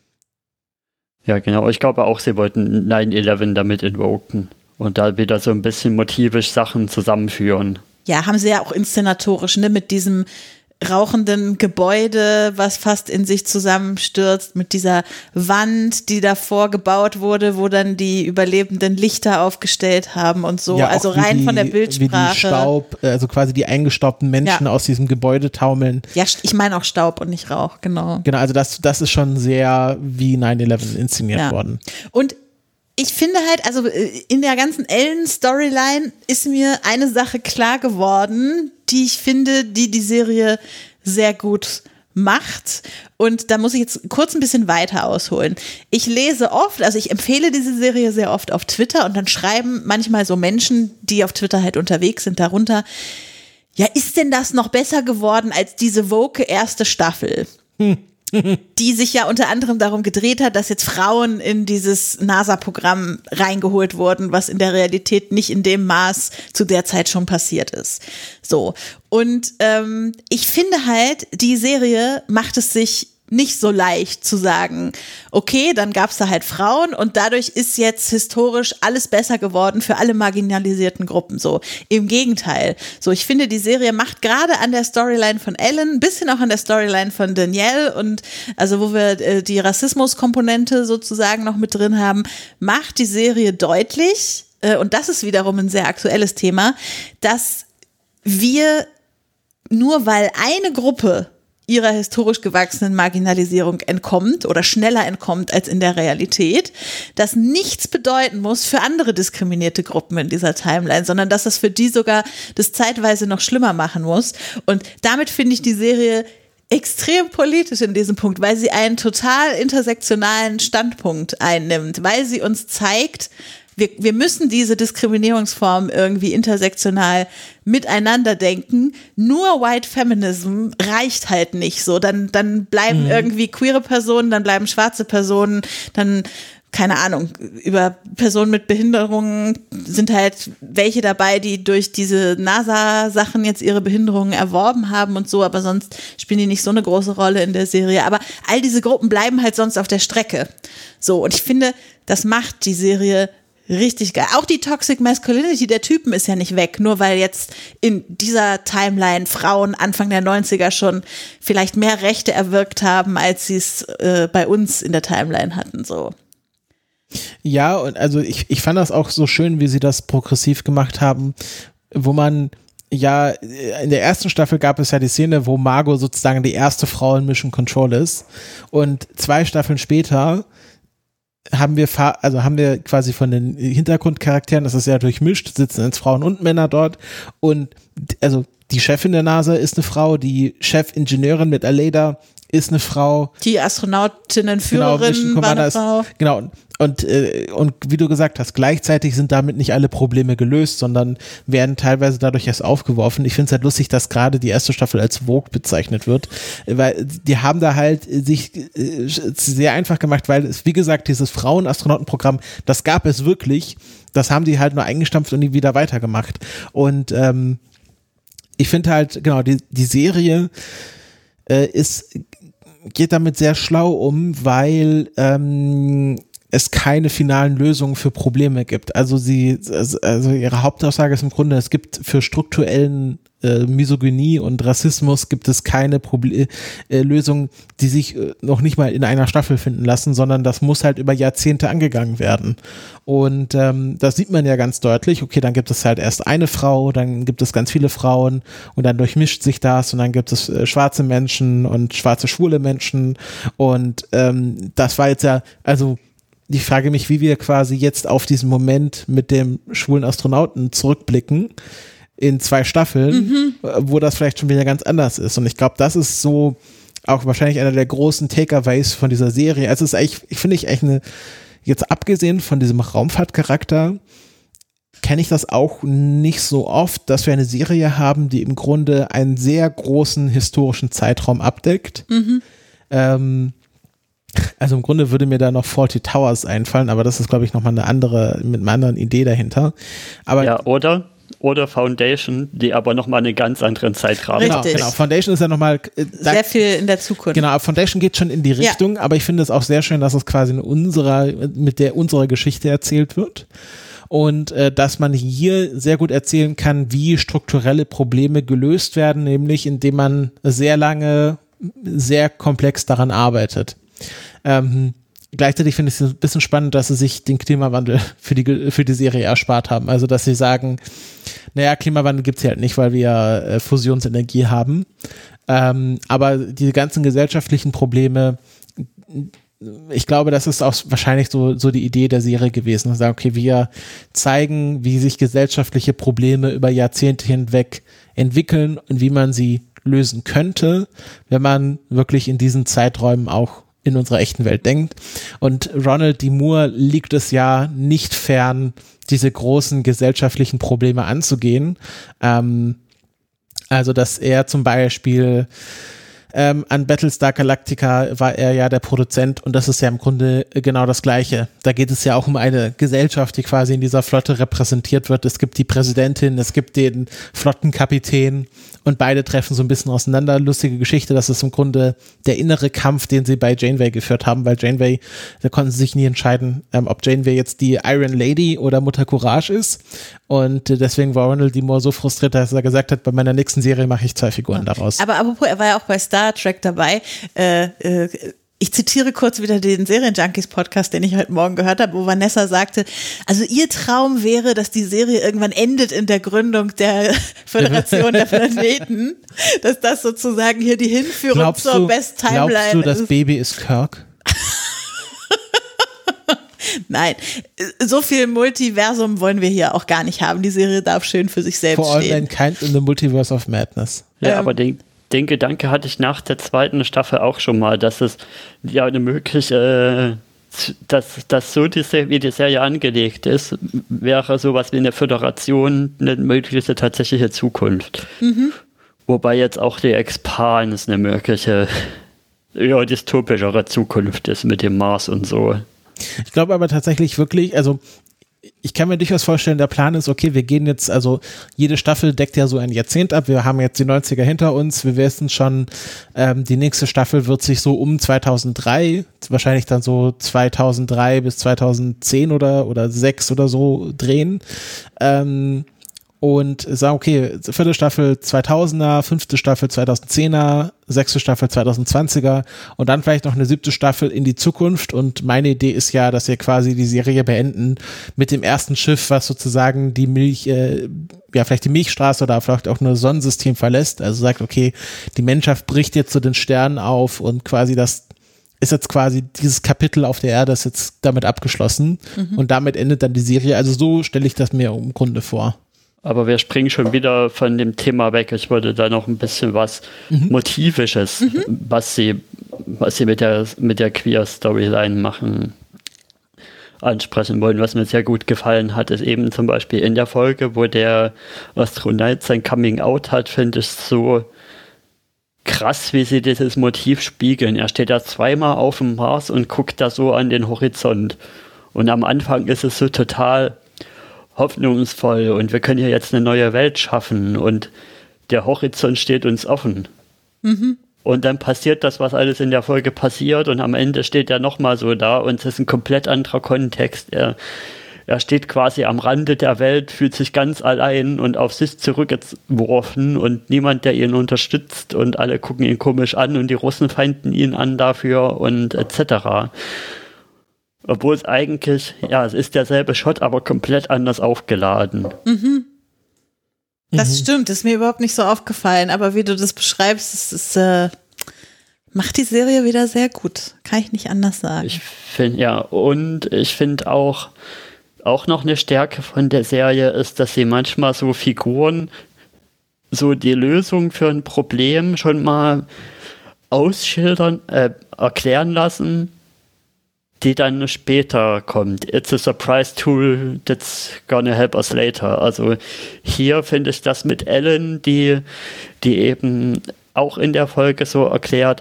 Ja, genau. Ich glaube auch, sie wollten nine eleven damit invoken und da wieder so ein bisschen motivisch Sachen zusammenführen. Ja, haben sie ja auch inszenatorisch, ne, mit diesem rauchenden Gebäude, was fast in sich zusammenstürzt, mit dieser Wand, die davor gebaut wurde, wo dann die Überlebenden Lichter aufgestellt haben und so, Ja, also auch wie rein die, von der wie Bildsprache. die Staub, also quasi die eingestaubten Menschen Ja. aus diesem Gebäude taumeln. Ja, ich meine auch Staub und nicht Rauch, genau. Genau, also das, das ist schon sehr wie nine eleven inszeniert Ja. worden. Und ich finde halt, also in der ganzen Ellen-Storyline ist mir eine Sache klar geworden, die ich finde, die die Serie sehr gut macht. Und da muss ich jetzt kurz ein bisschen weiter ausholen. Ich lese oft, also ich empfehle diese Serie sehr oft auf Twitter und dann schreiben manchmal so Menschen, die auf Twitter halt unterwegs sind, darunter, ja, ist denn das noch besser geworden als diese woke erste Staffel? Hm. Die sich ja unter anderem darum gedreht hat, dass jetzt Frauen in dieses NASA-Programm reingeholt wurden, was in der Realität nicht in dem Maß zu der Zeit schon passiert ist. So. Und ähm, ich finde halt, die Serie macht es sich nicht so leicht zu sagen, okay, dann gab es da halt Frauen und dadurch ist jetzt historisch alles besser geworden für alle marginalisierten Gruppen. So, im Gegenteil. So, ich finde, die Serie macht gerade an der Storyline von Ellen, ein bisschen auch an der Storyline von Danielle und also wo wir äh, die Rassismuskomponente sozusagen noch mit drin haben, macht die Serie deutlich, äh, und das ist wiederum ein sehr aktuelles Thema, dass wir nur weil eine Gruppe ihrer historisch gewachsenen Marginalisierung entkommt oder schneller entkommt als in der Realität, das nichts bedeuten muss für andere diskriminierte Gruppen in dieser Timeline, sondern dass das für die sogar das zeitweise noch schlimmer machen muss. Und damit finde ich die Serie extrem politisch in diesem Punkt, weil sie einen total intersektionalen Standpunkt einnimmt, weil sie uns zeigt, Wir, wir müssen diese Diskriminierungsform irgendwie intersektional miteinander denken. Nur White Feminism reicht halt nicht so. Dann, dann bleiben mhm. irgendwie queere Personen, dann bleiben schwarze Personen, dann, keine Ahnung, über Personen mit Behinderungen sind halt welche dabei, die durch diese NASA-Sachen jetzt ihre Behinderungen erworben haben und so, aber sonst spielen die nicht so eine große Rolle in der Serie. Aber all diese Gruppen bleiben halt sonst auf der Strecke. So, und ich finde, das macht die Serie richtig geil. Auch die Toxic Masculinity der Typen ist ja nicht weg, nur weil jetzt in dieser Timeline Frauen Anfang der neunziger schon vielleicht mehr Rechte erwirkt haben, als sie es äh, bei uns in der Timeline hatten, so. Ja, und also ich, ich fand das auch so schön, wie sie das progressiv gemacht haben, wo man ja, in der ersten Staffel gab es ja die Szene, wo Margot sozusagen die erste Frau in Mission Control ist, und zwei Staffeln später haben wir, also haben wir quasi von den Hintergrundcharakteren, das ist ja durchmischt, sitzen jetzt Frauen und Männer dort, und also die Chefin der NASA ist eine Frau, die Chefingenieurin mit Aleda ist eine Frau. Die Astronautinnenführerin genau, war eine Frau. Ist, genau, und, äh, und wie du gesagt hast, gleichzeitig sind damit nicht alle Probleme gelöst, sondern werden teilweise dadurch erst aufgeworfen. Ich finde es halt lustig, dass gerade die erste Staffel als Vogue bezeichnet wird, weil die haben da halt sich äh, sehr einfach gemacht, weil es, wie gesagt, dieses Frauen-Astronautenprogramm, das gab es wirklich, das haben die halt nur eingestampft und nie wieder weitergemacht. Und ähm, ich finde halt, genau, die, die Serie äh, ist, geht damit sehr schlau um, weil ähm, es keine finalen Lösungen für Probleme gibt. Also sie, also ihre Hauptaussage ist im Grunde, es gibt für strukturellen äh, Misogynie und Rassismus gibt es keine Proble- äh, Lösungen, die sich äh, noch nicht mal in einer Staffel finden lassen, sondern das muss halt über Jahrzehnte angegangen werden. Und ähm, das sieht man ja ganz deutlich. Okay, dann gibt es halt erst eine Frau, dann gibt es ganz viele Frauen und dann durchmischt sich das und dann gibt es äh, schwarze Menschen und schwarze schwule Menschen, und ähm, das war jetzt ja, also ich frage mich, wie wir quasi jetzt auf diesen Moment mit dem schwulen Astronauten zurückblicken in zwei Staffeln, mhm. wo das vielleicht schon wieder ganz anders ist. Und ich glaube, das ist so auch wahrscheinlich einer der großen Takeaways von dieser Serie. Also es ist eigentlich, ich finde ich echt eine, jetzt abgesehen von diesem Raumfahrtcharakter, kenne ich das auch nicht so oft, dass wir eine Serie haben, die im Grunde einen sehr großen historischen Zeitraum abdeckt. Mhm. Ähm, Also im Grunde würde mir da noch Fawlty Towers einfallen, aber das ist, glaube ich, nochmal eine andere, mit einer anderen Idee dahinter. Aber ja, oder, oder Foundation, die aber nochmal einen ganz anderen Zeitrahmen genau, hat. Genau, Foundation ist ja nochmal äh, sehr viel in der Zukunft. Genau, Foundation geht schon in die Richtung, ja. Aber ich finde es auch sehr schön, dass es quasi in unserer, mit der unserer Geschichte erzählt wird. Und äh, dass man hier sehr gut erzählen kann, wie strukturelle Probleme gelöst werden, nämlich indem man sehr lange, sehr komplex daran arbeitet. Ähm, gleichzeitig finde ich es ein bisschen spannend, dass sie sich den Klimawandel für die, für die Serie erspart haben. Also, dass sie sagen, naja, Klimawandel gibt es ja halt nicht, weil wir äh, Fusionsenergie haben. Ähm, aber die ganzen gesellschaftlichen Probleme, ich glaube, das ist auch wahrscheinlich so, so die Idee der Serie gewesen. Dass sagen, okay, wir zeigen, wie sich gesellschaftliche Probleme über Jahrzehnte hinweg entwickeln und wie man sie lösen könnte, wenn man wirklich in diesen Zeiträumen auch in unserer echten Welt denkt. Und Ronald D. Moore liegt es ja nicht fern, diese großen gesellschaftlichen Probleme anzugehen. Ähm, also, dass er zum Beispiel ähm, an Battlestar Galactica war er ja der Produzent, und das ist ja im Grunde genau das Gleiche. Da geht es ja auch um eine Gesellschaft, die quasi in dieser Flotte repräsentiert wird. Es gibt die Präsidentin, es gibt den Flottenkapitän, und beide treffen so ein bisschen auseinander. Lustige Geschichte, das ist im Grunde der innere Kampf, den sie bei Janeway geführt haben, weil Janeway, da konnten sie sich nie entscheiden, ähm, ob Janeway jetzt die Iron Lady oder Mutter Courage ist, und äh, deswegen war Ronald D. Moore so frustriert, dass er gesagt hat, bei meiner nächsten Serie mache ich zwei Figuren daraus. Aber apropos, er war ja auch bei Star Trek dabei, äh, äh, Ich zitiere kurz wieder den Serienjunkies-Podcast, den ich heute Morgen gehört habe, wo Vanessa sagte, also ihr Traum wäre, dass die Serie irgendwann endet in der Gründung der Föderation der Planeten, dass das sozusagen hier die Hinführung glaubst zur du, Best Timeline glaubst du, das ist. Baby ist Kirk? Nein, so viel Multiversum wollen wir hier auch gar nicht haben. Die Serie darf schön für sich selbst For all stehen. mankind in the multiverse of madness. Ja, Ähm. aber den, den Gedanke hatte ich nach der zweiten Staffel auch schon mal, dass es ja eine mögliche, äh, dass, dass so die, wie die Serie angelegt ist, wäre sowas wie eine Föderation eine mögliche tatsächliche Zukunft. Mhm. Wobei jetzt auch die Expans eine mögliche, ja, dystopischere Zukunft ist mit dem Mars und so. Ich glaube aber tatsächlich wirklich, also ich kann mir durchaus vorstellen, der Plan ist, okay, wir gehen jetzt, also jede Staffel deckt ja so ein Jahrzehnt ab, wir haben jetzt die neunziger hinter uns, wir wissen schon, ähm, die nächste Staffel wird sich so um zweitausenddrei, wahrscheinlich dann so zweitausenddrei bis zweitausendzehn oder, oder sechs oder so drehen, ähm, und sagen, okay, vierte Staffel zweitausender, fünfte Staffel zweitausendzehner, sechste Staffel zweitausendzwanziger und dann vielleicht noch eine siebte Staffel in die Zukunft. Und meine Idee ist ja, dass wir quasi die Serie beenden mit dem ersten Schiff, was sozusagen die Milch, äh, ja vielleicht die Milchstraße oder vielleicht auch nur das Sonnensystem verlässt. Also sagt, okay, die Menschheit bricht jetzt zu den Sternen auf und quasi das ist jetzt quasi dieses Kapitel auf der Erde ist jetzt damit abgeschlossen mhm. und damit endet dann die Serie. Also so stelle ich das mir im Grunde vor. Aber wir springen schon wieder von dem Thema weg. Ich würde da noch ein bisschen was mhm. Motivisches, mhm. was sie, was sie mit der, mit der Queer-Storyline machen, ansprechen wollen. Was mir sehr gut gefallen hat, ist eben zum Beispiel in der Folge, wo der Astronaut sein Coming-out hat, finde ich so krass, wie sie dieses Motiv spiegeln. Er steht da zweimal auf dem Mars und guckt da so an den Horizont. Und am Anfang ist es so total hoffnungsvoll und wir können hier jetzt eine neue Welt schaffen und der Horizont steht uns offen. Mhm. Und dann passiert das, was alles in der Folge passiert und am Ende steht er nochmal so da und es ist ein komplett anderer Kontext. Er, er steht quasi am Rande der Welt, fühlt sich ganz allein und auf sich zurückgeworfen und niemand, der ihn unterstützt und alle gucken ihn komisch an und die Russen feinden ihn an dafür und et cetera. Obwohl es eigentlich, ja, es ist derselbe Shot, aber komplett anders aufgeladen. Mhm. Das mhm. stimmt, ist mir überhaupt nicht so aufgefallen, aber wie du das beschreibst, es ist, äh, macht die Serie wieder sehr gut. Kann ich nicht anders sagen. Ich finde, ja, und ich finde auch, auch noch eine Stärke von der Serie ist, dass sie manchmal so Figuren so die Lösung für ein Problem schon mal ausschildern, äh, erklären lassen, die dann später kommt. It's a surprise tool that's gonna help us later. Also hier finde ich das mit Ellen, die, die eben auch in der Folge so erklärt,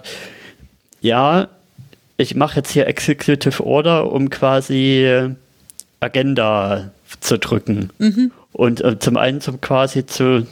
ja, ich mache jetzt hier Executive Order, um quasi Agenda zu drücken. Mhm. Und äh, zum einen zum quasi zu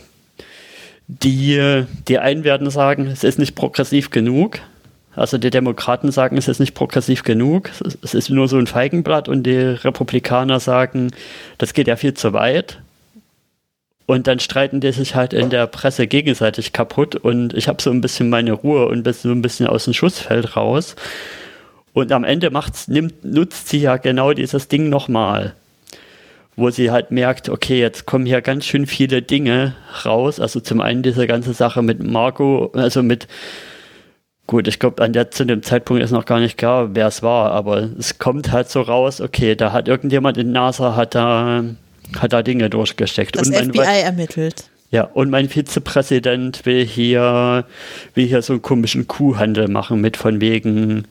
die, die einen werden sagen, es ist nicht progressiv genug. Also die Demokraten sagen, es ist nicht progressiv genug, es ist nur so ein Feigenblatt und die Republikaner sagen, das geht ja viel zu weit. Und dann streiten die sich halt in der Presse gegenseitig kaputt und ich habe so ein bisschen meine Ruhe und bin so ein bisschen aus dem Schussfeld raus. Und am Ende macht's, nimmt, nutzt sie ja genau dieses Ding nochmal, wo sie halt merkt, okay, jetzt kommen hier ganz schön viele Dinge raus. Also zum einen diese ganze Sache mit Margot, also mit Gut, ich glaube, an der zu dem Zeitpunkt ist noch gar nicht klar, wer es war, aber es kommt halt so raus, okay, da hat irgendjemand in NASA hat da, hat da Dinge durchgesteckt. Das und F B I ermittelt. Ja, und mein Vizepräsident will hier, will hier so einen komischen Kuhhandel machen mit von wegen,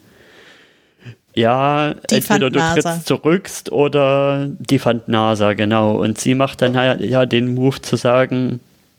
ja, die entweder du trittst zurück oder die fand NASA, genau. Und sie macht dann ja, ja den Move zu sagen,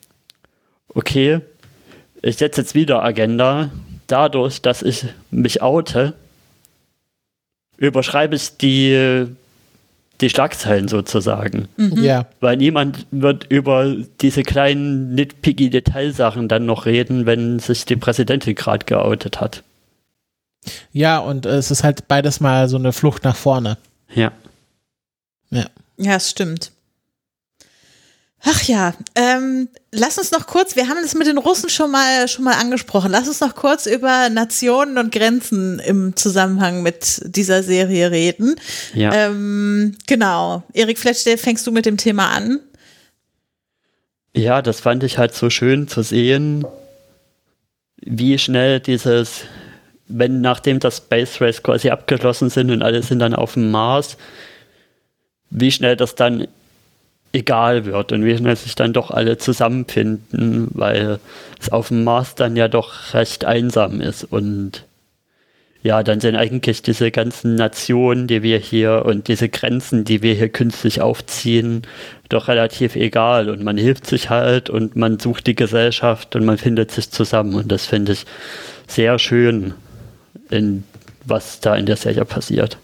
okay, ich setze jetzt wieder Agenda. Dadurch, dass ich mich oute, überschreibe ich die, die Schlagzeilen sozusagen. Mhm. Ja. Weil niemand wird über diese kleinen nitpicky Detailsachen dann noch reden, wenn sich die Präsidentin gerade geoutet hat. Ja, und es ist halt beides mal so eine Flucht nach vorne. Ja. Ja. Ja, es stimmt. Ach ja, ähm, lass uns noch kurz, wir haben das mit den Russen schon mal schon mal angesprochen, lass uns noch kurz über Nationen und Grenzen im Zusammenhang mit dieser Serie reden. Ja. Ähm, genau, Erik Fletschdale, fängst du mit dem Thema an? Ja, das fand ich halt so schön zu sehen, wie schnell dieses, wenn nachdem das Space Race quasi abgeschlossen sind und alle sind dann auf dem Mars, wie schnell das dann egal wird und wie schnell sich dann doch alle zusammenfinden, weil es auf dem Mars dann ja doch recht einsam ist und ja, dann sind eigentlich diese ganzen Nationen, die wir hier und diese Grenzen, die wir hier künstlich aufziehen, doch relativ egal und man hilft sich halt und man sucht die Gesellschaft und man findet sich zusammen und das finde ich sehr schön, in was da in der Serie passiert.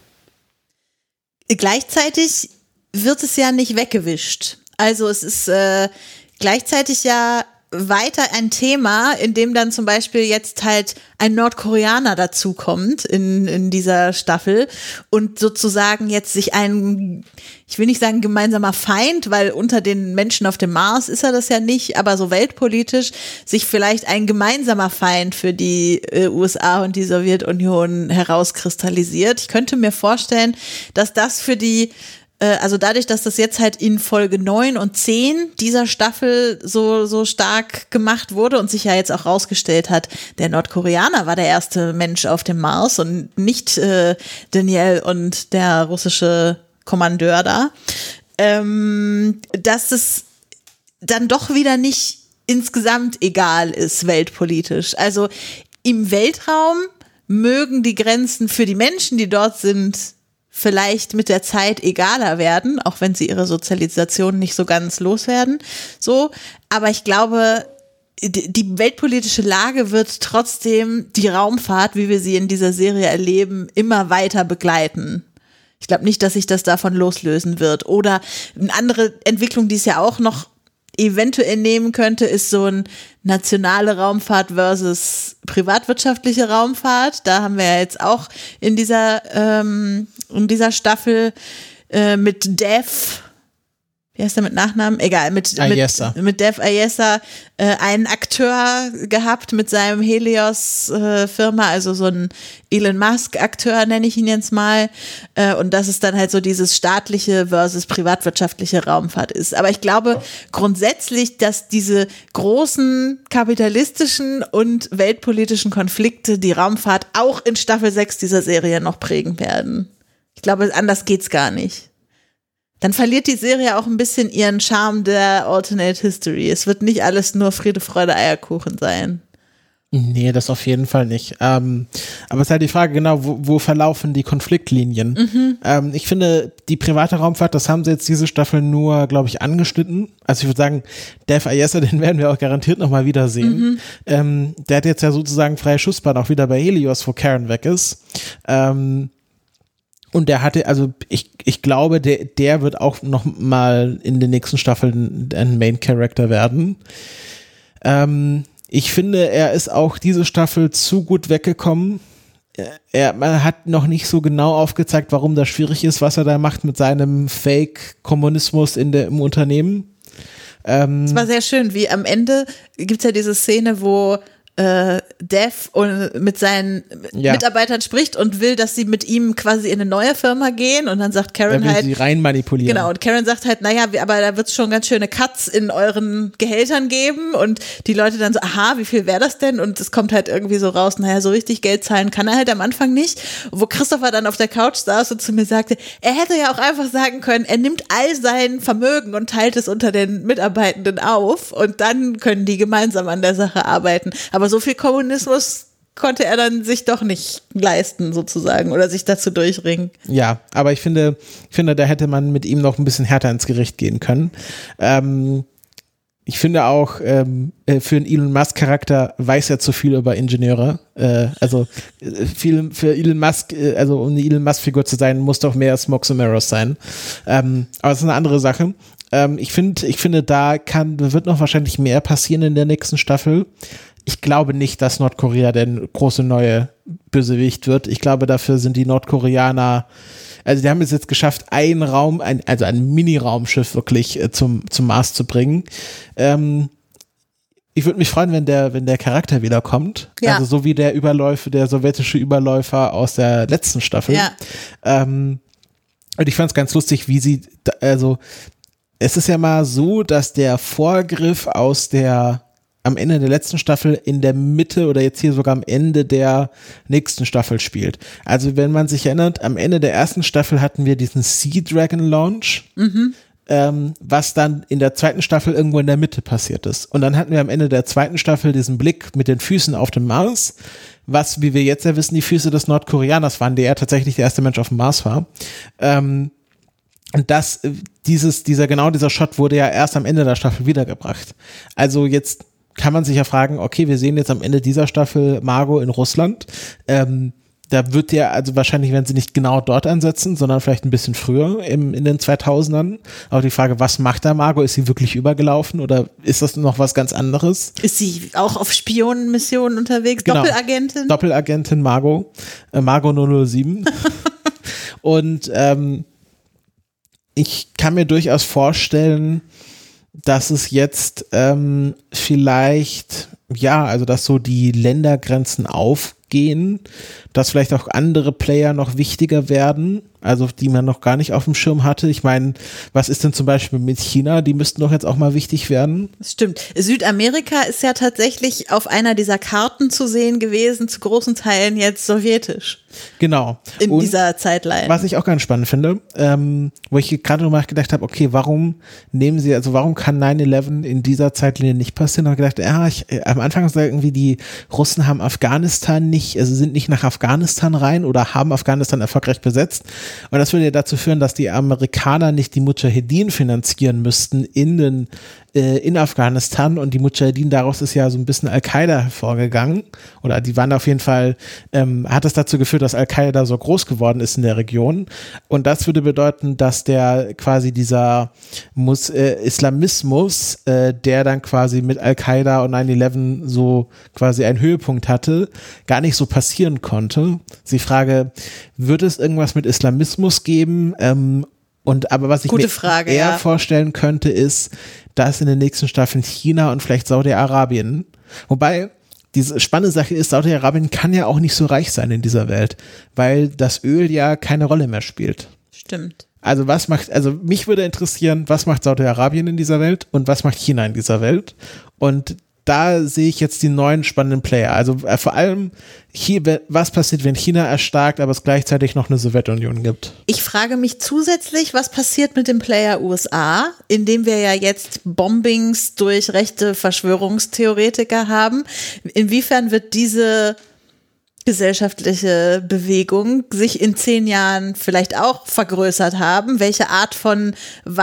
Gleichzeitig wird es ja nicht weggewischt. Also es ist äh, gleichzeitig ja weiter ein Thema, in dem dann zum Beispiel jetzt halt ein Nordkoreaner dazukommt in, in dieser Staffel und sozusagen jetzt sich ein, ich will nicht sagen gemeinsamer Feind, weil unter den Menschen auf dem Mars ist er das ja nicht, aber so weltpolitisch sich vielleicht ein gemeinsamer Feind für die äh, U S A und die Sowjetunion herauskristallisiert. Ich könnte mir vorstellen, dass das für die also dadurch, dass das jetzt halt in Folge neun und zehn dieser Staffel so, so stark gemacht wurde und sich ja jetzt auch rausgestellt hat, der Nordkoreaner war der erste Mensch auf dem Mars und nicht äh, Daniel und der russische Kommandeur da, ähm, dass es dann doch wieder nicht insgesamt egal ist, weltpolitisch. Also im Weltraum mögen die Grenzen für die Menschen, die dort sind, vielleicht mit der Zeit egaler werden, auch wenn sie ihre Sozialisation nicht so ganz loswerden. So, aber ich glaube, die weltpolitische Lage wird trotzdem die Raumfahrt, wie wir sie in dieser Serie erleben, immer weiter begleiten. Ich glaube nicht, dass sich das davon loslösen wird. Oder eine andere Entwicklung, die es ja auch noch eventuell nehmen könnte, ist so ein nationale Raumfahrt versus privatwirtschaftliche Raumfahrt. Da haben wir ja jetzt auch in dieser, ähm, in dieser Staffel äh, mit Dev, wie heißt der mit Nachnamen? Egal, mit, mit, mit Dev Ayesa äh, einen Akteur gehabt mit seinem Helios-Firma, äh, also so ein Elon Musk-Akteur, nenne ich ihn jetzt mal. Äh, und dass es dann halt so dieses staatliche versus privatwirtschaftliche Raumfahrt ist. Aber ich glaube grundsätzlich, dass diese großen kapitalistischen und weltpolitischen Konflikte die Raumfahrt auch in Staffel sechs dieser Serie noch prägen werden. Ich glaube, anders geht's gar nicht. Dann verliert die Serie auch ein bisschen ihren Charme der Alternate History. Es wird nicht alles nur Friede, Freude, Eierkuchen sein. Nee, das auf jeden Fall nicht. Ähm, aber es ist halt die Frage, genau, wo, wo verlaufen die Konfliktlinien? Mhm. Ähm, ich finde, die private Raumfahrt, das haben sie jetzt diese Staffel nur, glaube ich, angeschnitten. Also ich würde sagen, Dev Ayesa, den werden wir auch garantiert nochmal wiedersehen. Mhm. Ähm, der hat jetzt ja sozusagen freie Schussbahn auch wieder bei Helios, wo Karen weg ist. Ähm, Und der hatte, also ich, ich glaube, der, der wird auch noch mal in den nächsten Staffeln ein Main-Character werden. Ähm, ich finde, er ist auch diese Staffel zu gut weggekommen. Er, man hat noch nicht so genau aufgezeigt, warum das schwierig ist, was er da macht mit seinem Fake-Kommunismus in der, im Unternehmen. Ähm, es war sehr schön, wie am Ende gibt's ja diese Szene, wo äh, Dev und mit seinen ja. Mitarbeitern spricht und will, dass sie mit ihm quasi in eine neue Firma gehen und dann sagt Karen er will halt, sie rein manipulieren. Genau, und Karen sagt halt, naja, aber da wird es schon ganz schöne Cuts in euren Gehältern geben und die Leute dann so, aha, wie viel wäre das denn? Und es kommt halt irgendwie so raus, naja, so richtig Geld zahlen kann er halt am Anfang nicht. Wo Christopher dann auf der Couch saß und zu mir sagte, er hätte ja auch einfach sagen können, er nimmt all sein Vermögen und teilt es unter den Mitarbeitenden auf und dann können die gemeinsam an der Sache arbeiten. Aber so viel Kommunismus konnte er dann sich doch nicht leisten, sozusagen, oder sich dazu durchringen. Ja, aber ich finde, ich finde, da hätte man mit ihm noch ein bisschen härter ins Gericht gehen können. Ähm, ich finde auch, ähm, für einen Elon Musk-Charakter weiß er zu viel über Ingenieure. Äh, also viel für Elon Musk, also um eine Elon Musk-Figur zu sein, muss doch mehr Smokes and Mirrors sein. Ähm, aber das ist eine andere Sache. Ähm, ich finde, ich finde, da kann, wird noch wahrscheinlich mehr passieren in der nächsten Staffel. Ich glaube nicht, dass Nordkorea der große neue Bösewicht wird. Ich glaube, dafür sind die Nordkoreaner, also die haben es jetzt geschafft, ein Raum, ein, also ein Mini-Raumschiff wirklich äh, zum, zum Mars zu bringen. Ähm, ich würde mich freuen, wenn der, wenn der Charakter wiederkommt. Ja. Also so wie der Überläufer, der sowjetische Überläufer aus der letzten Staffel. Ja. Ähm, und ich fand es ganz lustig, wie sie, also es ist ja mal so, dass der Vorgriff aus der, am Ende der letzten Staffel in der Mitte oder jetzt hier sogar am Ende der nächsten Staffel spielt. Also wenn man sich erinnert, am Ende der ersten Staffel hatten wir diesen Sea Dragon Launch, mhm. ähm, was dann in der zweiten Staffel irgendwo in der Mitte passiert ist. Und dann hatten wir am Ende der zweiten Staffel diesen Blick mit den Füßen auf dem Mars, was, wie wir jetzt ja wissen, die Füße des Nordkoreaners waren, der ja tatsächlich der erste Mensch auf dem Mars war. Ähm, Und das, dieses, dieser, genau dieser Shot wurde ja erst am Ende der Staffel wiedergebracht. Also jetzt kann man sich ja fragen, okay, wir sehen jetzt am Ende dieser Staffel Margot in Russland. Ähm, da wird ja, also wahrscheinlich werden sie nicht genau dort ansetzen, sondern vielleicht ein bisschen früher im, in den zweitausendern. Aber die Frage, was macht da Margot? Ist sie wirklich übergelaufen oder ist das noch was ganz anderes? Ist sie auch auf Spionenmissionen unterwegs? Genau. Doppelagentin? Doppelagentin Margot. Äh, Margot null null sieben. Und, ähm, ich kann mir durchaus vorstellen, dass es jetzt ähm, vielleicht, ja, also dass so die Ländergrenzen aufgehen, dass vielleicht auch andere Player noch wichtiger werden, also die man noch gar nicht auf dem Schirm hatte. Ich meine, was ist denn zum Beispiel mit China? Die müssten doch jetzt auch mal wichtig werden. Das stimmt. Südamerika ist ja tatsächlich auf einer dieser Karten zu sehen gewesen, zu großen Teilen jetzt sowjetisch. Genau. In Und dieser Zeitline. Was ich auch ganz spannend finde, ähm, wo ich gerade drüber nachgedacht habe, okay, warum nehmen sie, also warum kann neun elf in dieser Zeitlinie nicht passieren? Und gedacht, ja, ich, äh, am Anfang ist irgendwie die Russen haben Afghanistan nicht, also sind nicht nach Afghanistan rein oder haben Afghanistan erfolgreich besetzt. Und das würde ja dazu führen, dass die Amerikaner nicht die Mujahedin finanzieren müssten in den äh, in Afghanistan und die Mujahedin, daraus ist ja so ein bisschen Al-Qaida hervorgegangen oder die waren auf jeden Fall, ähm, hat es dazu geführt, dass Al-Qaida so groß geworden ist in der Region und das würde bedeuten, dass der quasi dieser Mus- äh, Islamismus, äh, der dann quasi mit Al-Qaida und neun elf so quasi einen Höhepunkt hatte, gar nicht so passieren konnte. Die Frage, wird es irgendwas mit Islamismus geben? Ähm, und aber was ich Gute mir Frage, eher ja. vorstellen könnte, ist, dass in den nächsten Staffeln China und vielleicht Saudi-Arabien, wobei diese spannende Sache ist, Saudi-Arabien kann ja auch nicht so reich sein in dieser Welt, weil das Öl ja keine Rolle mehr spielt. Stimmt. Also was macht, also mich würde interessieren, was macht Saudi-Arabien in dieser Welt und was macht China in dieser Welt? Und da sehe ich jetzt die neuen spannenden Player. Also äh, vor allem, hier, was passiert, wenn China erstarkt, aber es gleichzeitig noch eine Sowjetunion gibt? Ich frage mich zusätzlich, was passiert mit dem Player U S A, in dem wir ja jetzt Bombings durch rechte Verschwörungstheoretiker haben. Inwiefern wird diese gesellschaftliche Bewegung sich in zehn Jahren vielleicht auch vergrößert haben? Welche Art von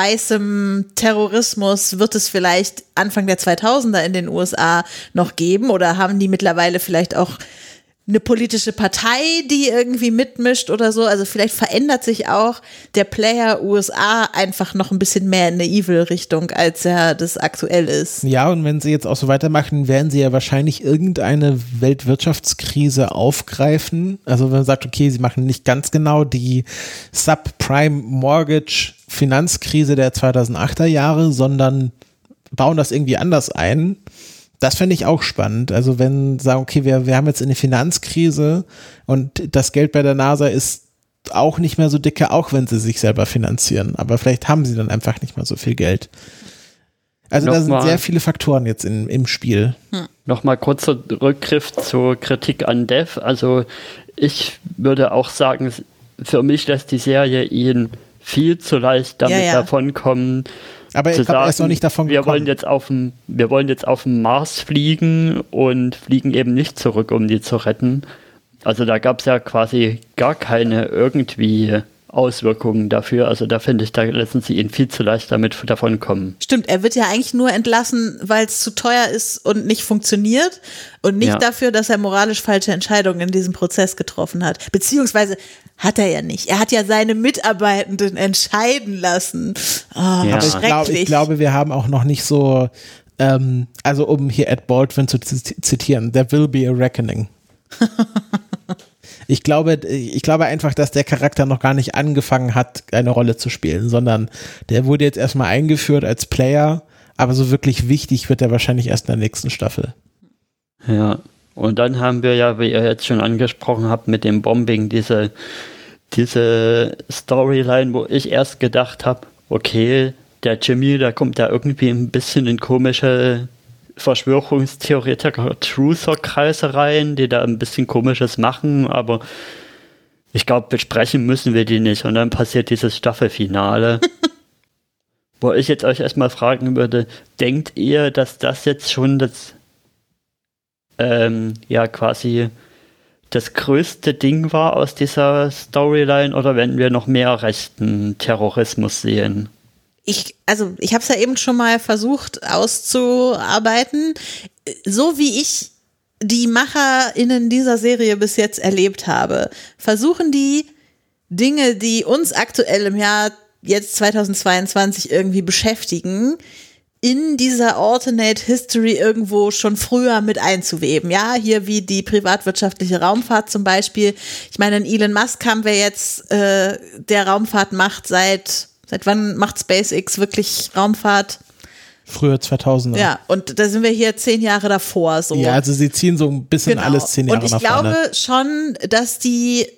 weißem Terrorismus wird es vielleicht Anfang der zweitausender in den U S A noch geben? Oder haben die mittlerweile vielleicht auch eine politische Partei, die irgendwie mitmischt oder so? Also vielleicht verändert sich auch der Player U S A einfach noch ein bisschen mehr in eine Evil-Richtung, als er das aktuell ist. Ja, und wenn sie jetzt auch so weitermachen, werden sie ja wahrscheinlich irgendeine Weltwirtschaftskrise aufgreifen. Also wenn man sagt, okay, sie machen nicht ganz genau die Subprime-Mortgage-Finanzkrise der zweitausendachter Jahre, sondern bauen das irgendwie anders ein. Das fände ich auch spannend. Also wenn sagen, okay, wir, wir haben jetzt eine Finanzkrise und das Geld bei der NASA ist auch nicht mehr so dicke, auch wenn sie sich selber finanzieren. Aber vielleicht haben sie dann einfach nicht mehr so viel Geld. Also Nochmal. Da sind sehr viele Faktoren jetzt in, im Spiel. Hm. Nochmal kurzer Rückgriff zur Kritik an Dev. Also ich würde auch sagen, für mich lässt die Serie ihn viel zu leicht damit ja, ja. davonkommen. Aber ich glaube, er ist noch nicht davon wir gekommen. Wollen jetzt auf dem, wir wollen jetzt auf dem Mars fliegen und fliegen eben nicht zurück, um die zu retten. Also da gab es ja quasi gar keine irgendwie Auswirkungen dafür. Also da finde ich, da lassen sie ihn viel zu leicht damit davon kommen. Stimmt, er wird ja eigentlich nur entlassen, weil es zu teuer ist und nicht funktioniert und nicht ja. dafür, dass er moralisch falsche Entscheidungen in diesem Prozess getroffen hat. Beziehungsweise hat er ja nicht. Er hat ja seine Mitarbeitenden entscheiden lassen. Oh, ja. Aber ich, glaub, ich glaube, wir haben auch noch nicht so, ähm, also um hier Ed Baldwin zu zitieren, there will be a reckoning. Ich glaube, ich glaube einfach, dass der Charakter noch gar nicht angefangen hat, eine Rolle zu spielen, sondern der wurde jetzt erstmal eingeführt als Player, aber so wirklich wichtig wird er wahrscheinlich erst in der nächsten Staffel. Ja, und dann haben wir ja, wie ihr jetzt schon angesprochen habt, mit dem Bombing diese, diese Storyline, wo ich erst gedacht habe, okay, der Jimmy, da kommt da irgendwie ein bisschen in komische Verschwörungstheoretiker-Truther-Kreise rein, die da ein bisschen Komisches machen, aber ich glaube, besprechen müssen wir die nicht. Und dann passiert dieses Staffelfinale, wo ich jetzt euch erstmal fragen würde, denkt ihr, dass das jetzt schon das ähm, ja quasi das größte Ding war aus dieser Storyline, oder werden wir noch mehr rechten Terrorismus sehen? Ich, also ich habe es ja eben schon mal versucht auszuarbeiten. So wie ich die MacherInnen dieser Serie bis jetzt erlebt habe, versuchen die Dinge, die uns aktuell im Jahr jetzt zweitausendzweiundzwanzig irgendwie beschäftigen, in dieser Alternate History irgendwo schon früher mit einzuweben. Ja, hier wie die privatwirtschaftliche Raumfahrt zum Beispiel. Ich meine, Elon Musk haben wir jetzt, äh, der Raumfahrt macht seit Seit wann macht SpaceX wirklich Raumfahrt? Früher zweitausender. Ja, und da sind wir hier zehn Jahre davor. So. Ja, also sie ziehen so ein bisschen genau. alles zehn Jahre nach vorne. Und ich glaube schon, dass die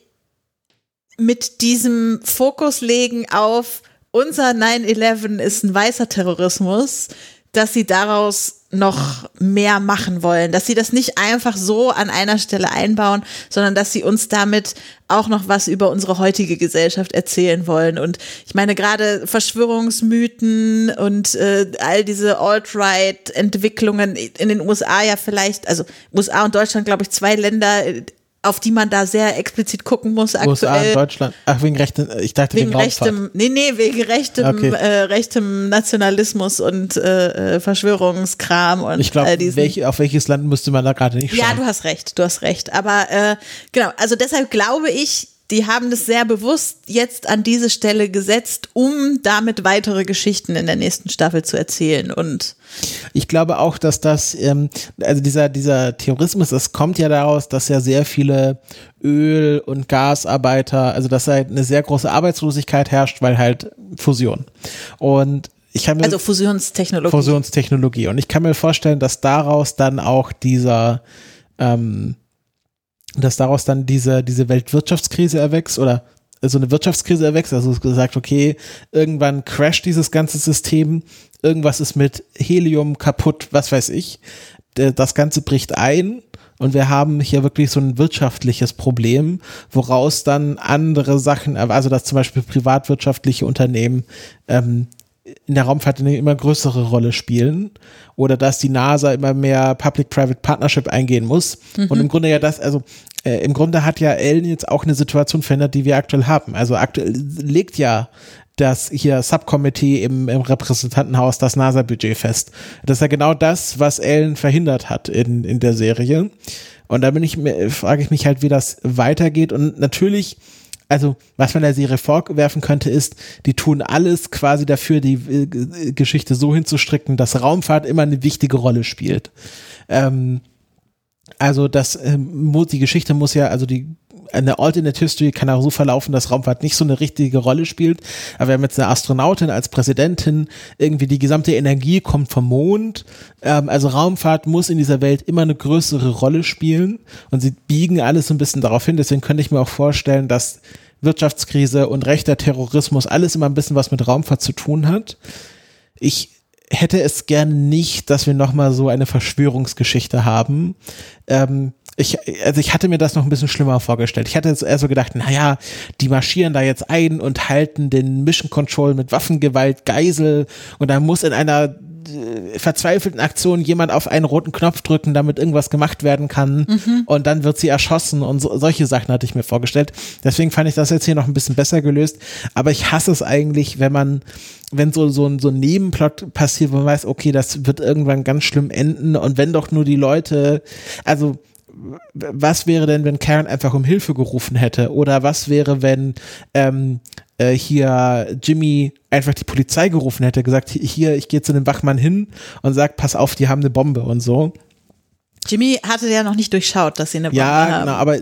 mit diesem Fokus legen auf unser nine eleven ist ein weißer Terrorismus, dass sie daraus noch mehr machen wollen, dass sie das nicht einfach so an einer Stelle einbauen, sondern dass sie uns damit auch noch was über unsere heutige Gesellschaft erzählen wollen. Und ich meine, gerade Verschwörungsmythen und äh, all diese Alt-Right-Entwicklungen in den U S A ja vielleicht, also U S A und Deutschland, glaube ich, zwei Länder, auf die man da sehr explizit gucken muss aktuell. U S A und Deutschland, ach wegen rechtem, ich dachte wegen, wegen rechtem, nee, nee, wegen rechtem, okay. äh, rechtem Nationalismus und äh, Verschwörungskram und ich glaub, all diesen. Welch, auf welches Land müsste man da gerade nicht schauen? Ja, du hast recht, du hast recht, aber äh, genau, also deshalb glaube ich, die haben das sehr bewusst jetzt an diese Stelle gesetzt, um damit weitere Geschichten in der nächsten Staffel zu erzählen. Und ich glaube auch, dass das, ähm, also dieser, dieser Terrorismus, das kommt ja daraus, dass ja sehr viele Öl- und Gasarbeiter, also dass halt eine sehr große Arbeitslosigkeit herrscht, weil halt Fusion. Und ich kann mir, also Fusionstechnologie. Fusionstechnologie. Und ich kann mir vorstellen, dass daraus dann auch dieser, ähm, dass daraus dann diese, diese Weltwirtschaftskrise erwächst oder so eine Wirtschaftskrise erwächst, also gesagt, okay, irgendwann crasht dieses ganze System, irgendwas ist mit Helium kaputt, was weiß ich, das Ganze bricht ein und wir haben hier wirklich so ein wirtschaftliches Problem, woraus dann andere Sachen, also dass zum Beispiel privatwirtschaftliche Unternehmen ähm, in der Raumfahrt eine immer größere Rolle spielen oder dass die NASA immer mehr Public-Private Partnership eingehen muss. Mhm. Und im Grunde ja das, also äh, im Grunde hat ja Ellen jetzt auch eine Situation verändert, die wir aktuell haben. Also aktuell legt ja das hier Subcommittee im, im Repräsentantenhaus das NASA-Budget fest. Das ist ja genau das, was Ellen verhindert hat in, in der Serie. Und da bin ich mir, frage ich mich halt, wie das weitergeht. Und natürlich, also was man der Serie vorwerfen könnte, ist, die tun alles quasi dafür, die äh, Geschichte so hinzustricken, dass Raumfahrt immer eine wichtige Rolle spielt. Ähm, also das, ähm, die Geschichte muss ja, also die eine Alternate History kann auch so verlaufen, dass Raumfahrt nicht so eine richtige Rolle spielt. Aber wir haben jetzt eine Astronautin als Präsidentin, irgendwie die gesamte Energie kommt vom Mond. Ähm, also Raumfahrt muss in dieser Welt immer eine größere Rolle spielen und sie biegen alles so ein bisschen darauf hin. Deswegen könnte ich mir auch vorstellen, dass Wirtschaftskrise und rechter Terrorismus alles immer ein bisschen was mit Raumfahrt zu tun hat. Ich hätte es gerne nicht, dass wir nochmal so eine Verschwörungsgeschichte haben. Ähm, Ich, also ich hatte mir das noch ein bisschen schlimmer vorgestellt. Ich hatte jetzt eher so gedacht, naja, die marschieren da jetzt ein und halten den Mission Control mit Waffengewalt Geisel und da muss in einer äh, verzweifelten Aktion jemand auf einen roten Knopf drücken, damit irgendwas gemacht werden kann mhm. und dann wird sie erschossen und so, solche Sachen hatte ich mir vorgestellt. Deswegen fand ich das jetzt hier noch ein bisschen besser gelöst, aber ich hasse es eigentlich, wenn man wenn so, so, ein, so ein Nebenplot passiert, wo man weiß, okay, das wird irgendwann ganz schlimm enden und wenn doch nur die Leute, also was wäre denn, wenn Karen einfach um Hilfe gerufen hätte? Oder was wäre, wenn ähm, äh, hier Jimmy einfach die Polizei gerufen hätte, gesagt, hier, ich gehe zu dem Wachmann hin und sag, pass auf, die haben eine Bombe und so. Jimmy hatte ja noch nicht durchschaut, dass sie eine Bombe ja, haben. genau, aber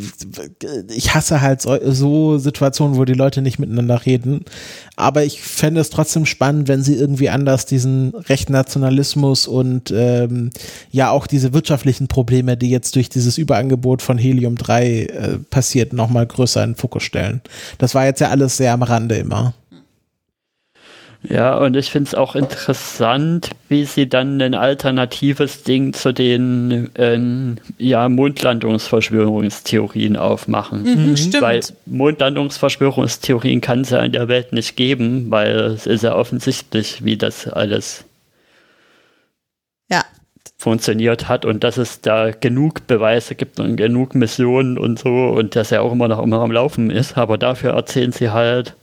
ich hasse halt so, so Situationen, wo die Leute nicht miteinander reden. Aber ich fände es trotzdem spannend, wenn sie irgendwie anders diesen rechten Nationalismus und ähm, ja auch diese wirtschaftlichen Probleme, die jetzt durch dieses Überangebot von Helium drei äh, passiert, nochmal größer in den Fokus stellen. Das war jetzt ja alles sehr am Rande immer. Ja, und ich finde es auch interessant, wie sie dann ein alternatives Ding zu den äh, ja, Mondlandungsverschwörungstheorien aufmachen. Mhm, stimmt. Weil Mondlandungsverschwörungstheorien kann es ja in der Welt nicht geben, weil es ist ja offensichtlich, wie das alles ja. funktioniert hat und dass es da genug Beweise gibt und genug Missionen und so und dass er auch immer noch immer am Laufen ist. Aber dafür erzählen sie halt,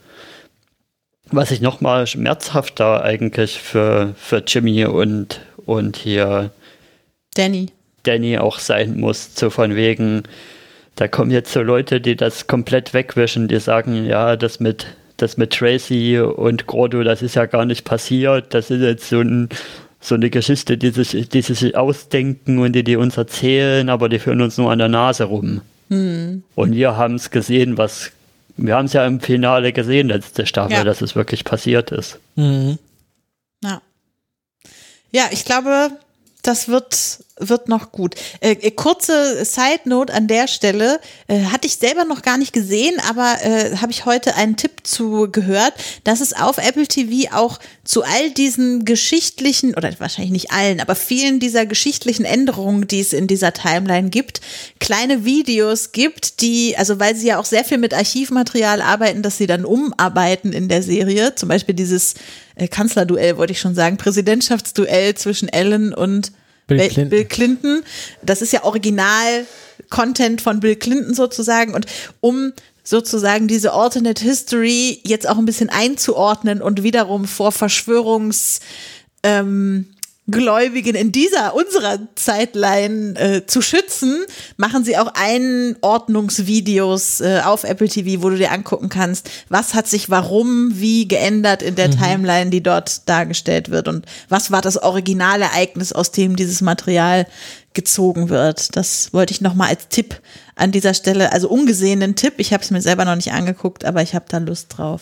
was ich nochmal schmerzhafter eigentlich für, für Jimmy und, und hier Danny. Danny auch sein muss, so von wegen, da kommen jetzt so Leute, die das komplett wegwischen, die sagen, ja, das mit, das mit Tracy und Gordo, das ist ja gar nicht passiert, das ist jetzt so, ein, so eine Geschichte, die sich, die sich ausdenken und die die uns erzählen, aber die führen uns nur an der Nase rum. Hm. Und wir haben es gesehen, was Wir haben es ja im Finale gesehen, letzte Staffel, ja. dass es wirklich passiert ist. Mhm. Ja. Ja, ich glaube, das wird, wird noch gut. Äh, kurze Side-Note an der Stelle, äh, hatte ich selber noch gar nicht gesehen, aber äh, habe ich heute einen Tipp zu gehört, dass es auf Apple T V auch zu all diesen geschichtlichen, oder wahrscheinlich nicht allen, aber vielen dieser geschichtlichen Änderungen, die es in dieser Timeline gibt, kleine Videos gibt, die, also weil sie ja auch sehr viel mit Archivmaterial arbeiten, dass sie dann umarbeiten in der Serie, zum Beispiel dieses äh, Kanzlerduell, wollte ich schon sagen, Präsidentschaftsduell zwischen Ellen und Bill Clinton. Bill Clinton. Das ist ja Original-Content von Bill Clinton sozusagen. Und um sozusagen diese Alternate History jetzt auch ein bisschen einzuordnen und wiederum vor Verschwörungs- ähm, Gläubigen in dieser, unserer Zeitline äh, zu schützen, machen sie auch Einordnungsvideos äh, auf Apple T V, wo du dir angucken kannst, was hat sich warum, wie geändert in der mhm. Timeline, die dort dargestellt wird und was war das Originalereignis, aus dem dieses Material gezogen wird. Das wollte ich nochmal als Tipp an dieser Stelle, also ungesehenen Tipp, ich habe es mir selber noch nicht angeguckt, aber ich habe da Lust drauf.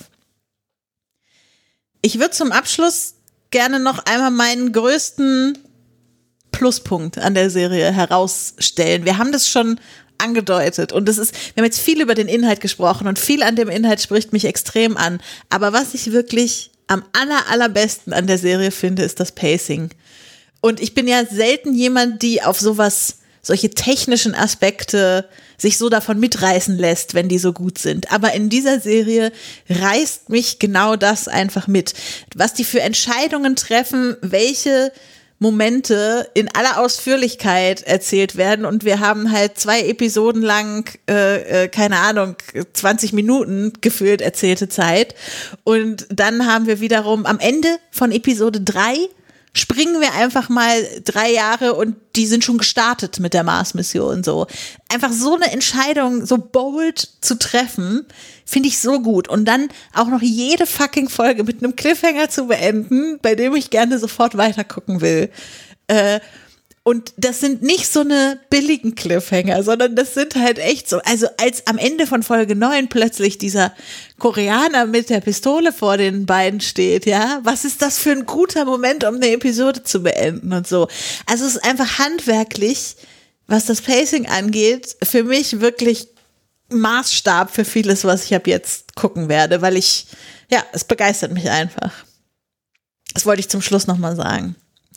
Ich würde zum Abschluss gerne noch einmal meinen größten Pluspunkt an der Serie herausstellen. Wir haben das schon angedeutet und das ist, wir haben jetzt viel über den Inhalt gesprochen und viel an dem Inhalt spricht mich extrem an. Aber was ich wirklich am aller, allerbesten an der Serie finde, ist das Pacing. Und ich bin ja selten jemand, die auf sowas, solche technischen Aspekte sich so davon mitreißen lässt, wenn die so gut sind. Aber in dieser Serie reißt mich genau das einfach mit. Was die für Entscheidungen treffen, welche Momente in aller Ausführlichkeit erzählt werden und wir haben halt zwei Episoden lang, äh, äh, keine Ahnung, zwanzig Minuten gefühlt erzählte Zeit und dann haben wir wiederum am Ende von Episode drei springen wir einfach mal drei Jahre und die sind schon gestartet mit der Mars-Mission. So. Einfach so eine Entscheidung, so bold zu treffen, finde ich so gut. Und dann auch noch jede fucking Folge mit einem Cliffhanger zu beenden, bei dem ich gerne sofort weitergucken will. Äh, Und das sind nicht so eine billigen Cliffhanger, sondern das sind halt echt so, also als am Ende von Folge neun plötzlich dieser Koreaner mit der Pistole vor den beiden steht, ja, was ist das für ein guter Moment, um eine Episode zu beenden und so. Also es ist einfach handwerklich, was das Pacing angeht, für mich wirklich Maßstab für vieles, was ich ab jetzt gucken werde, weil ich, ja, es begeistert mich einfach. Das wollte ich zum Schluss nochmal sagen.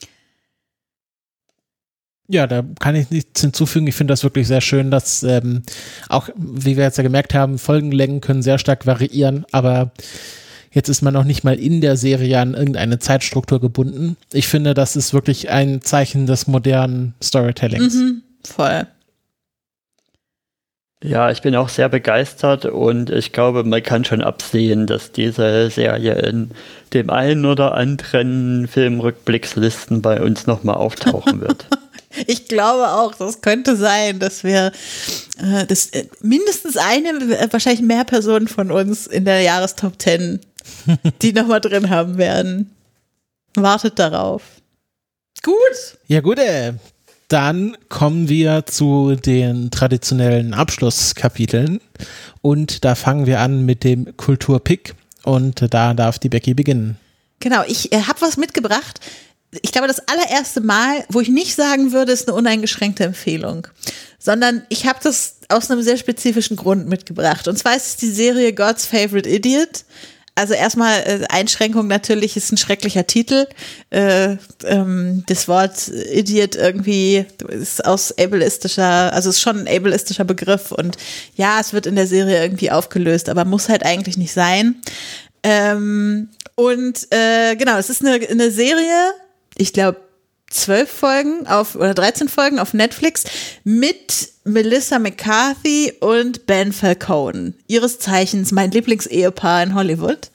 Ja, da kann ich nichts hinzufügen. Ich finde das wirklich sehr schön, dass ähm, auch, wie wir jetzt ja gemerkt haben, Folgenlängen können sehr stark variieren, aber jetzt ist man noch nicht mal in der Serie an irgendeine Zeitstruktur gebunden. Ich finde, das ist wirklich ein Zeichen des modernen Storytellings. Mhm, voll. Ja, ich bin auch sehr begeistert und ich glaube, man kann schon absehen, dass diese Serie in dem einen oder anderen Filmrückblickslisten bei uns nochmal auftauchen wird. Ich glaube auch, das könnte sein, dass wir äh, das, äh, mindestens eine, äh, wahrscheinlich mehr Personen von uns in der Jahrestop zehn, die nochmal drin haben werden. Wartet darauf. Gut. Ja gut, äh, Dann kommen wir zu den traditionellen Abschlusskapiteln und da fangen wir an mit dem Kulturpick und da darf die Becky beginnen. Genau, ich äh, habe was mitgebracht. Ich glaube, das allererste Mal, wo ich nicht sagen würde, ist eine uneingeschränkte Empfehlung, sondern ich habe das aus einem sehr spezifischen Grund mitgebracht. Und zwar ist es die Serie God's Favorite Idiot. Also erstmal äh, Einschränkung natürlich, ist ein schrecklicher Titel. Äh, ähm, das Wort Idiot irgendwie ist aus ableistischer, also ist schon ein ableistischer Begriff und ja, es wird in der Serie irgendwie aufgelöst, aber muss halt eigentlich nicht sein. Ähm, und äh, genau, es ist eine, eine Serie, ich glaube zwölf Folgen auf oder dreizehn Folgen auf Netflix mit Melissa McCarthy und Ben Falcone. Ihres Zeichens mein Lieblingsehepaar in Hollywood.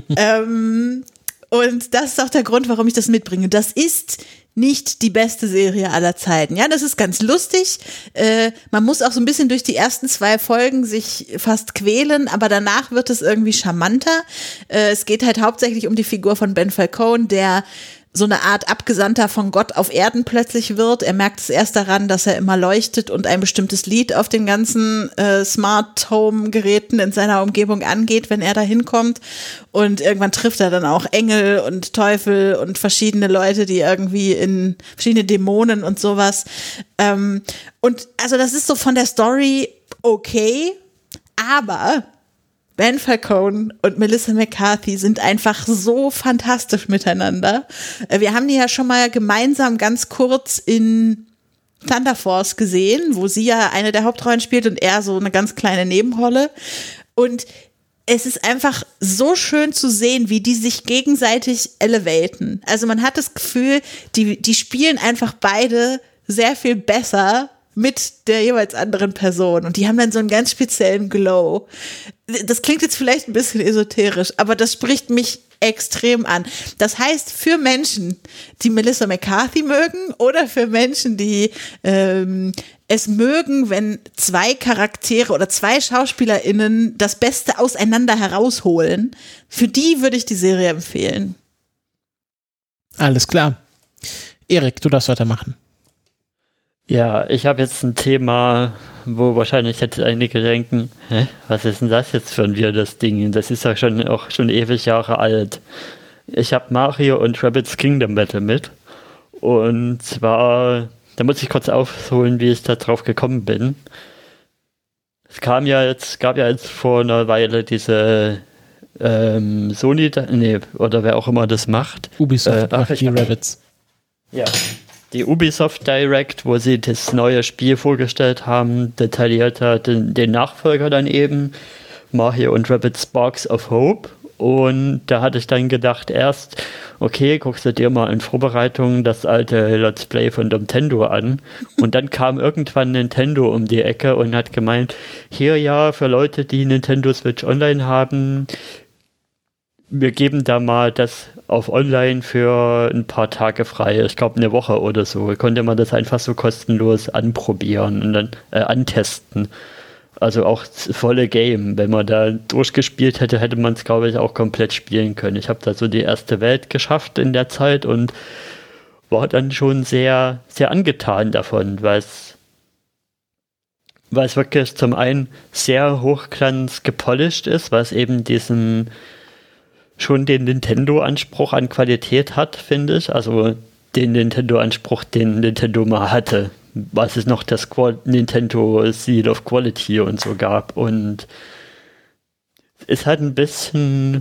ähm, und das ist auch der Grund, warum ich das mitbringe. Das ist nicht die beste Serie aller Zeiten. Ja, das ist ganz lustig. Äh, man muss auch so ein bisschen durch die ersten zwei Folgen sich fast quälen, aber danach wird es irgendwie charmanter. Äh, es geht halt hauptsächlich um die Figur von Ben Falcone, der so eine Art Abgesandter von Gott auf Erden plötzlich wird. Er merkt es erst daran, dass er immer leuchtet und ein bestimmtes Lied auf den ganzen äh, Smart Home Geräten in seiner Umgebung angeht, wenn er da hinkommt. Und irgendwann trifft er dann auch Engel und Teufel und verschiedene Leute, die irgendwie in verschiedene Dämonen und sowas. Ähm, und also das ist so von der Story okay, aber Ben Falcone und Melissa McCarthy sind einfach so fantastisch miteinander. Wir haben die ja schon mal gemeinsam ganz kurz in Thunder Force gesehen, wo sie ja eine der Hauptrollen spielt und er so eine ganz kleine Nebenrolle. Und es ist einfach so schön zu sehen, wie die sich gegenseitig elevaten. Also man hat das Gefühl, die, die spielen einfach beide sehr viel besser mit der jeweils anderen Person und die haben dann so einen ganz speziellen Glow. Das klingt jetzt vielleicht ein bisschen esoterisch, aber das spricht mich extrem an. Das heißt, für Menschen, die Melissa McCarthy mögen oder für Menschen, die ähm, es mögen, wenn zwei Charaktere oder zwei SchauspielerInnen das Beste auseinander herausholen, für die würde ich die Serie empfehlen. Alles klar. Erik, du darfst weitermachen. Ja, ich habe jetzt ein Thema, wo wahrscheinlich jetzt einige denken, hä, was ist denn das jetzt für ein weirdes Ding? Das ist ja schon auch schon ewig Jahre alt. Ich habe Mario und Rabbids Kingdom Battle mit. Und zwar, da muss ich kurz aufholen, wie ich da drauf gekommen bin. Es kam ja jetzt, gab ja jetzt vor einer Weile diese ähm, Sony, nee, oder wer auch immer das macht. Ubisoft äh, macht die Rabbids. Ja. Die Ubisoft Direct, wo sie das neue Spiel vorgestellt haben, detaillierter den, den Nachfolger dann eben, Mario und Rabbids Sparks of Hope. Und da hatte ich dann gedacht erst, okay, guckst du dir mal in Vorbereitung das alte Let's Play von Nintendo an. Und dann kam irgendwann Nintendo um die Ecke und hat gemeint, hier ja, für Leute, die Nintendo Switch Online haben, wir geben da mal das auf Online für ein paar Tage frei. Ich glaube, eine Woche oder so. Konnte man das einfach so kostenlos anprobieren und dann äh, antesten. Also auch das volle Game. Wenn man da durchgespielt hätte, hätte man es, glaube ich, auch komplett spielen können. Ich habe da so die erste Welt geschafft in der Zeit und war dann schon sehr, sehr angetan davon, weil es weil es wirklich zum einen sehr hochglanz gepolished ist, weil es eben diesen schon den Nintendo-Anspruch an Qualität hat, finde ich. Also den Nintendo-Anspruch, den Nintendo mal hatte. Was es noch das Qual- Nintendo Seal of Quality und so gab. Und ist halt ein bisschen,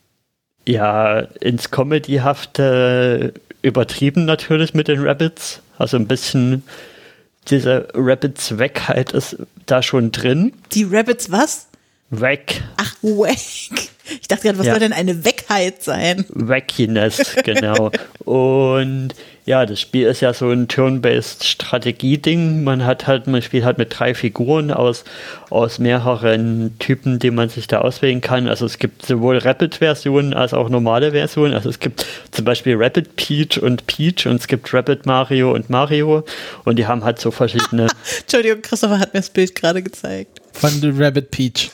ja, ins Comedyhafte übertrieben natürlich mit den Rabbids. Also ein bisschen diese Rabbids-Wackheit ist da schon drin. Die Rabbids was? Wack. Ach, wack. Ich dachte gerade, was ja. soll denn eine Wackheit sein? Wackiness, genau. Und ja, das Spiel ist ja so ein Turn-based Strategie-Ding. Man hat halt, man spielt halt mit drei Figuren aus, aus mehreren Typen, die man sich da auswählen kann. Also es gibt sowohl Rapid-Versionen als auch normale Versionen. Also es gibt zum Beispiel Rapid Peach und Peach und es gibt Rapid Mario und Mario und die haben halt so verschiedene. Entschuldigung, Christopher hat mir das Bild gerade gezeigt. Von The Rapid Peach.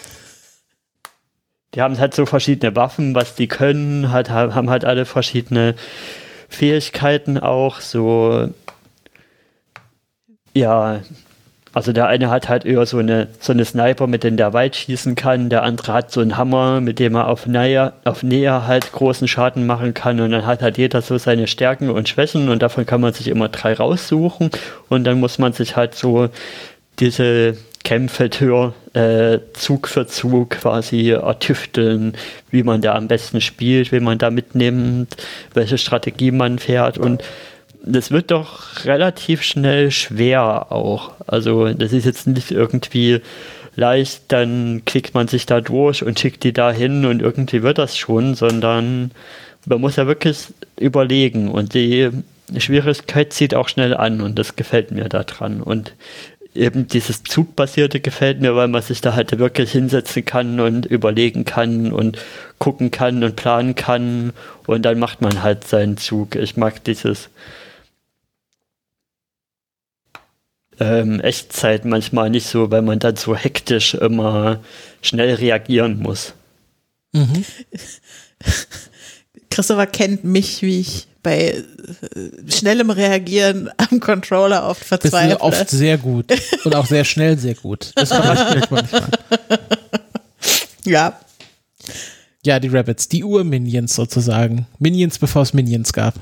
Die haben halt so verschiedene Waffen, was die können, halt, haben halt alle verschiedene Fähigkeiten auch, so Ja, also der eine hat halt eher so eine, so eine Sniper, mit dem der weit schießen kann. Der andere hat so einen Hammer, mit dem er auf Nähe, auf Nähe halt großen Schaden machen kann. Und dann hat halt jeder so seine Stärken und Schwächen und davon kann man sich immer drei raussuchen. Und dann muss man sich halt so diese Kämpfe Tür, äh, Zug für Zug quasi ertüfteln, wie man da am besten spielt, wen man da mitnimmt, welche Strategie man fährt. Und das wird doch relativ schnell schwer auch. Also das ist jetzt nicht irgendwie leicht, dann klickt man sich da durch und schickt die da hin und irgendwie wird das schon, sondern man muss ja wirklich überlegen und die Schwierigkeit zieht auch schnell an und das gefällt mir da dran. Und eben dieses Zugbasierte gefällt mir, weil man sich da halt wirklich hinsetzen kann und überlegen kann und gucken kann und planen kann und dann macht man halt seinen Zug. Ich mag dieses Ähm, Echtzeit manchmal nicht so, weil man dann so hektisch immer schnell reagieren muss. Mhm. Christopher kennt mich, wie ich bei äh, schnellem Reagieren am Controller oft verzweifle. Bist du oft sehr gut und auch sehr schnell sehr gut. Das überrascht mich manchmal. Ja. Ja, die Rabbids, die Ur-Minions sozusagen. Minions, bevor es Minions gab.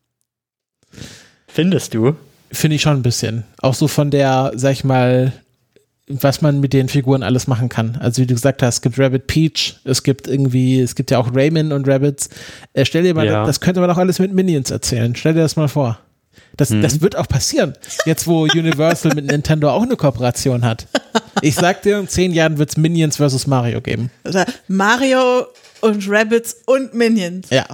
Findest du? Finde ich schon ein bisschen. Auch so von der, sag ich mal, was man mit den Figuren alles machen kann. Also wie du gesagt hast, es gibt Rabbid Peach, es gibt irgendwie, es gibt ja auch Rayman und Rabbids. Äh, stell dir mal, ja. das könnte man auch alles mit Minions erzählen. Stell dir das mal vor. Das, hm. das wird auch passieren. Jetzt, wo Universal mit Nintendo auch eine Kooperation hat. Ich sag dir, in zehn Jahren wird es Minions versus Mario geben. Also Mario und Rabbids und Minions. Ja.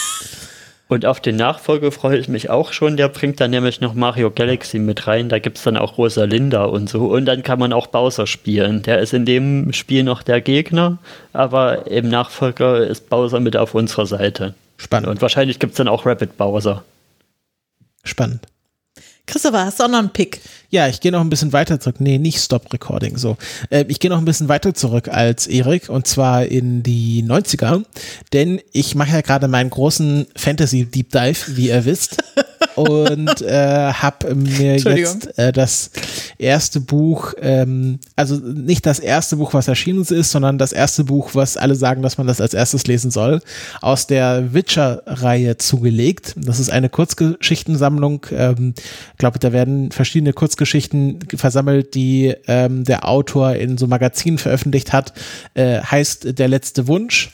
Und auf den Nachfolger freue ich mich auch schon. Der bringt dann nämlich noch Mario Galaxy mit rein. Da gibt es dann auch Rosalinda und so. Und dann kann man auch Bowser spielen. Der ist in dem Spiel noch der Gegner, aber im Nachfolger ist Bowser mit auf unserer Seite. Spannend. Und wahrscheinlich gibt es dann auch Rapid Bowser. Spannend. Christopher, hast du auch noch einen Pick? Ja, ich gehe noch ein bisschen weiter zurück. Nee, nicht Stop Recording, so. Äh, ich gehe noch ein bisschen weiter zurück als Erik und zwar in die neunziger, denn ich mache ja gerade meinen großen Fantasy Deep Dive, wie ihr wisst. Und äh, habe mir jetzt äh, das erste Buch, ähm, also nicht das erste Buch, was erschienen ist, sondern das erste Buch, was alle sagen, dass man das als erstes lesen soll, aus der Witcher-Reihe zugelegt. Das ist eine Kurzgeschichtensammlung. Ähm, ich glaube, da werden verschiedene Kurzgeschichten versammelt, die ähm, der Autor in so Magazinen veröffentlicht hat. Äh, heißt Der letzte Wunsch.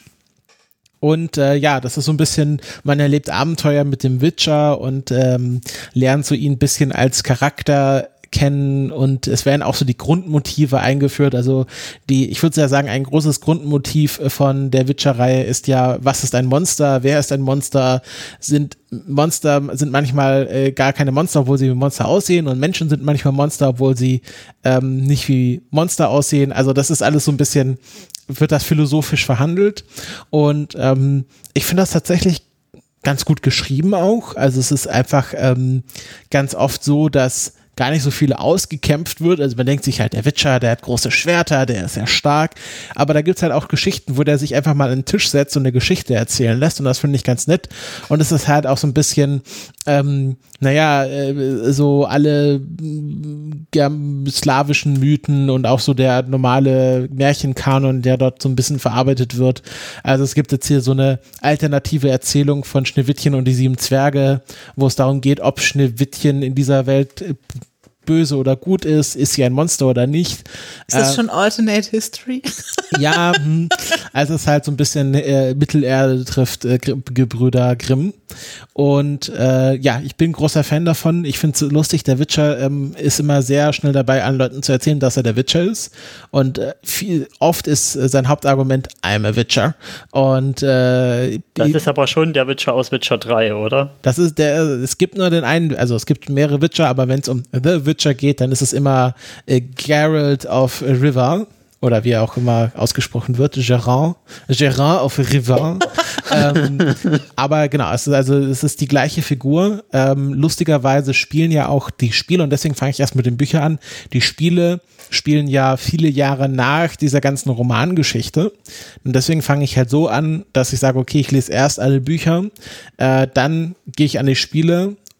Und äh, ja, das ist so ein bisschen, man erlebt Abenteuer mit dem Witcher und ähm, lernt so ihn ein bisschen als Charakter kennen und es werden auch so die Grundmotive eingeführt, also die, ich würde ja sagen, ein großes Grundmotiv von der Witcher-Reihe ist ja, was ist ein Monster, wer ist ein Monster, sind Monster, sind manchmal äh, gar keine Monster, obwohl sie wie Monster aussehen und Menschen sind manchmal Monster, obwohl sie ähm, nicht wie Monster aussehen, also das ist alles so ein bisschen, wird das philosophisch verhandelt und ähm, ich finde das tatsächlich ganz gut geschrieben auch, also es ist einfach ähm, ganz oft so, dass gar nicht so viele ausgekämpft wird, also man denkt sich halt, der Witcher, der hat große Schwerter, der ist sehr stark, aber da gibt's halt auch Geschichten, wo der sich einfach mal an den Tisch setzt und eine Geschichte erzählen lässt und das finde ich ganz nett und es ist halt auch so ein bisschen, ähm, naja, äh, so alle ja, slawischen Mythen und auch so der normale Märchenkanon, der dort so ein bisschen verarbeitet wird, also es gibt jetzt hier so eine alternative Erzählung von Schneewittchen und die sieben Zwerge, wo es darum geht, ob Schneewittchen in dieser Welt äh, böse oder gut ist, ist sie ein Monster oder nicht. Ist das äh, schon Alternate History? Ja, hm, also es ist halt so ein bisschen äh, Mittelerde trifft äh, Gebrüder Grimm und äh, ja, ich bin großer Fan davon. Ich finde es lustig, der Witcher ähm, ist immer sehr schnell dabei, allen Leuten zu erzählen, dass er der Witcher ist und äh, viel, oft ist äh, sein Hauptargument, I'm a Witcher und äh, das ist aber schon der Witcher aus Witcher drei, oder? Das ist der, es gibt nur den einen, also es gibt mehrere Witcher, aber wenn es um The Witcher geht, dann ist es immer äh, Geralt of River oder wie er auch immer ausgesprochen wird, Gerard, Gerard of River. ähm, aber genau, es ist, also es ist die gleiche Figur. Ähm, lustigerweise spielen ja auch die Spiele, und deswegen fange ich erst mit den Büchern an, die Spiele spielen ja viele Jahre nach dieser ganzen Romangeschichte. Und deswegen fange ich halt so an, dass ich sage, okay, ich lese erst alle Bücher, äh, dann gehe ich an die Spiele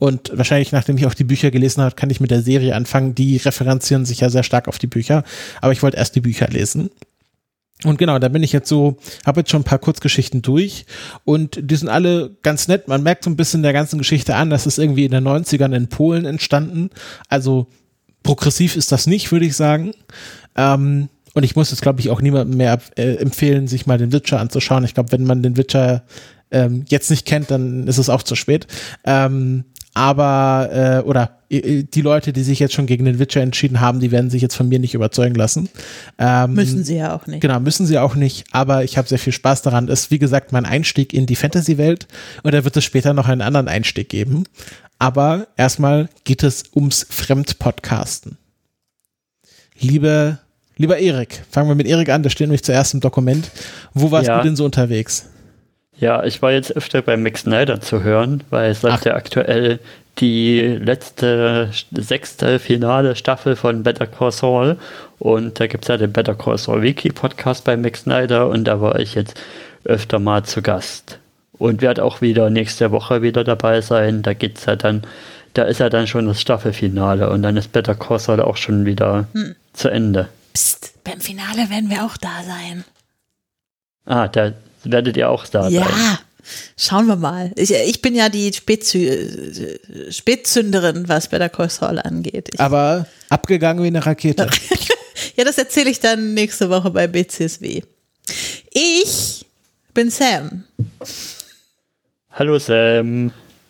Und wahrscheinlich, nachdem ich auch die Bücher gelesen habe, kann ich mit der Serie anfangen. Die referenzieren sich ja sehr stark auf die Bücher. Aber ich wollte erst die Bücher lesen. Und genau, da bin ich jetzt so, habe jetzt schon ein paar Kurzgeschichten durch und die sind alle ganz nett. Man merkt so ein bisschen der ganzen Geschichte an, das ist irgendwie in den neunzigern in Polen entstanden. Also progressiv ist das nicht, würde ich sagen. Ähm, und ich muss jetzt, glaube ich, auch niemandem mehr äh, empfehlen, sich mal den Witcher anzuschauen. Ich glaube, wenn man den Witcher ähm, jetzt nicht kennt, dann ist es auch zu spät. Ähm, aber, äh, oder äh, die Leute, die sich jetzt schon gegen den Witcher entschieden haben, die werden sich jetzt von mir nicht überzeugen lassen. Ähm, müssen sie ja auch nicht. Genau, müssen sie auch nicht, aber ich habe sehr viel Spaß daran. Ist, wie gesagt, mein Einstieg in die Fantasy-Welt und da wird es später noch einen anderen Einstieg geben. Aber erstmal geht es ums Fremdpodcasten. Liebe, lieber Erik, fangen wir mit Erik an, der steht nämlich zuerst im Dokument. Wo warst ja. du denn so unterwegs? Ja, ich war jetzt öfter bei Max Snyder zu hören, weil es läuft ja aktuell die letzte, sechste finale Staffel von Better Call Saul und da gibt es ja den Better Call Saul Wiki Podcast bei Max Snyder und da war ich jetzt öfter mal zu Gast und werde auch wieder nächste Woche wieder dabei sein. Da geht's ja dann, da ist ja dann schon das Staffelfinale und dann ist Better Call Saul auch schon wieder hm. zu Ende. Psst, beim Finale werden wir auch da sein. Ah, da werdet ihr auch da sein. Ja, schauen wir mal. Ich, ich bin ja die Spätzü- Spätzünderin, was Better Call Saul angeht. Ich Aber abgegangen wie eine Rakete. Ja, das erzähle ich dann nächste Woche bei B C S W. Ich bin Sam. Hallo Sam.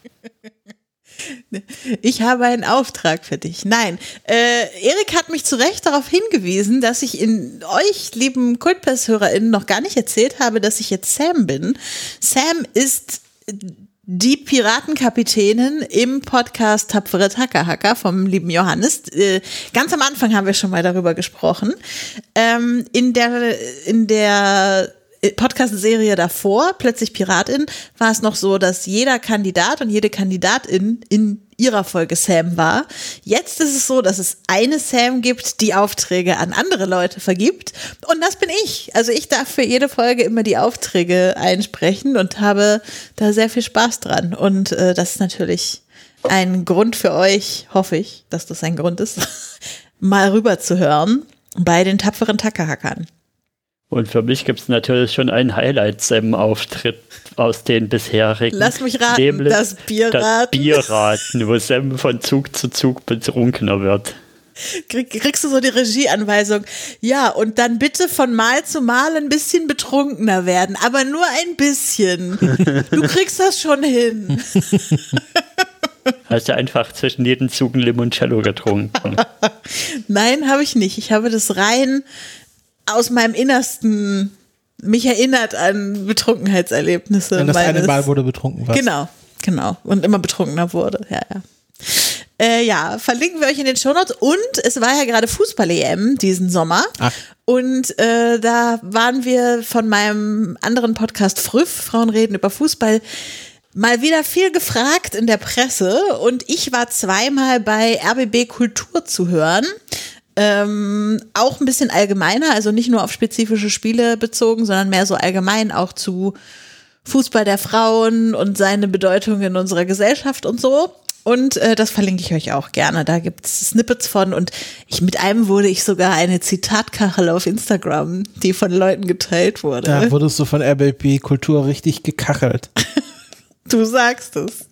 Ich habe einen Auftrag für dich. Nein, äh, Erik hat mich zu Recht darauf hingewiesen, dass ich in euch, lieben Kultpass-HörerInnen, noch gar nicht erzählt habe, dass ich jetzt Sam bin. Sam ist die Piratenkapitänin im Podcast Tapfere Tackerhacker vom lieben Johannes. Äh, ganz am Anfang haben wir schon mal darüber gesprochen. Ähm, in der, in der Podcast-Serie davor, plötzlich Piratin, war es noch so, dass jeder Kandidat und jede Kandidatin in ihrer Folge Sam war. Jetzt ist es so, dass es eine Sam gibt, die Aufträge an andere Leute vergibt. Und das bin ich. Also ich darf für jede Folge immer die Aufträge einsprechen und habe da sehr viel Spaß dran. Und äh, das ist natürlich ein Grund für euch, hoffe ich, dass das ein Grund ist, mal rüber zu hören bei den tapferen Tackerhackern. Und für mich gibt es natürlich schon einen Highlight-Sam-Auftritt aus den bisherigen. Lass mich raten, nämlich das Bierraten. Das Bierraten, wo Sam von Zug zu Zug betrunkener wird. Krieg, kriegst du so die Regieanweisung? Ja, und dann bitte von Mal zu Mal ein bisschen betrunkener werden, aber nur ein bisschen. Du kriegst das schon hin. Hast du einfach zwischen jedem Zug ein Limoncello getrunken? Nein, habe ich nicht. Ich habe das rein aus meinem Innersten mich erinnert an Betrunkenheitserlebnisse. Und das meines, eine Mal wurde betrunken warst. Genau, genau. Und immer betrunkener wurde, ja, ja. Äh, ja, verlinken wir euch in den Shownotes. Und es war ja gerade Fußball-E M diesen Sommer. Ach. Und äh, da waren wir von meinem anderen Podcast Früff, Frauen reden über Fußball, mal wieder viel gefragt in der Presse. Und ich war zweimal bei R B B Kultur zu hören. Ähm, auch ein bisschen allgemeiner, also nicht nur auf spezifische Spiele bezogen, sondern mehr so allgemein auch zu Fußball der Frauen und seine Bedeutung in unserer Gesellschaft und so. Und äh, das verlinke ich euch auch gerne. Da gibt es Snippets von und ich, mit einem wurde ich sogar eine Zitatkachel auf Instagram, die von Leuten geteilt wurde. Da wurdest du von R B B Kultur richtig gekachelt. Du sagst es.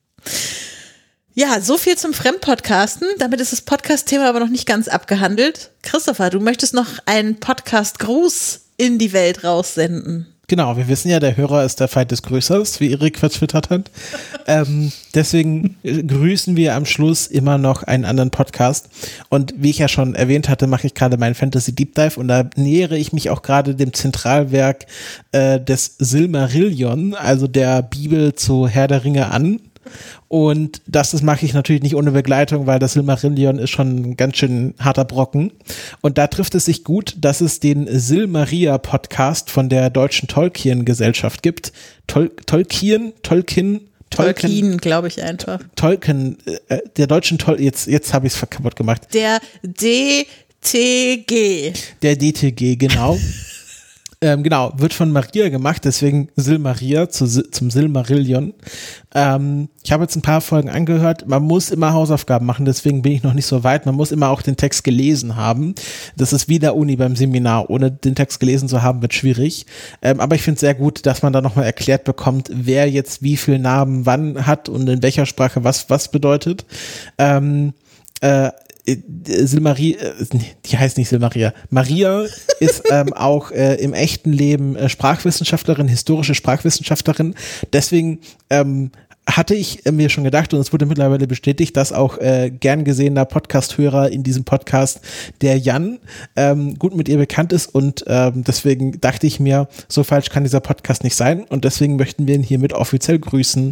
Ja, so viel zum Fremdpodcasten. Damit ist das Podcast-Thema aber noch nicht ganz abgehandelt. Christopher, du möchtest noch einen Podcast-Gruß in die Welt raussenden. Genau, wir wissen ja, der Hörer ist der Feind des Größers, wie Erik vertwittert hat. ähm, deswegen grüßen wir am Schluss immer noch einen anderen Podcast. Und wie ich ja schon erwähnt hatte, mache ich gerade meinen Fantasy Deep Dive und da nähere ich mich auch gerade dem Zentralwerk äh, des Silmarillion, also der Bibel zu Herr der Ringe an. Und das, das mache ich natürlich nicht ohne Begleitung, weil das Silmarillion ist schon ein ganz schön harter Brocken. Und da trifft es sich gut, dass es den Silmaria-Podcast von der Deutschen Tolkien-Gesellschaft gibt. Tol- Tolkien, Tolkien, Tolkien, Tolkien glaube ich einfach. Tolkien, äh, der deutschen Tol- jetzt, jetzt habe ich es kaputt gemacht. Der D T G. Der D T G, genau. Ähm, genau, wird von Maria gemacht, deswegen Silmaria zu, zum Silmarillion. Ähm, ich habe jetzt ein paar Folgen angehört. Man muss immer Hausaufgaben machen, deswegen bin ich noch nicht so weit. Man muss immer auch den Text gelesen haben. Das ist wie der Uni beim Seminar. Ohne den Text gelesen zu haben, wird schwierig. Ähm, aber ich finde es sehr gut, dass man da nochmal erklärt bekommt, wer jetzt wie viel Namen wann hat und in welcher Sprache was was bedeutet. Ähm, äh, Silmaria, die heißt nicht Silmaria. Maria ist ähm, auch äh, im echten Leben äh, Sprachwissenschaftlerin, historische Sprachwissenschaftlerin. Deswegen ähm, hatte ich äh, mir schon gedacht, und es wurde mittlerweile bestätigt, dass auch äh, gern gesehener Podcast-Hörer in diesem Podcast, der Jan, ähm, gut mit ihr bekannt ist. Und ähm, deswegen dachte ich mir, so falsch kann dieser Podcast nicht sein. Und deswegen möchten wir ihn hiermit offiziell grüßen.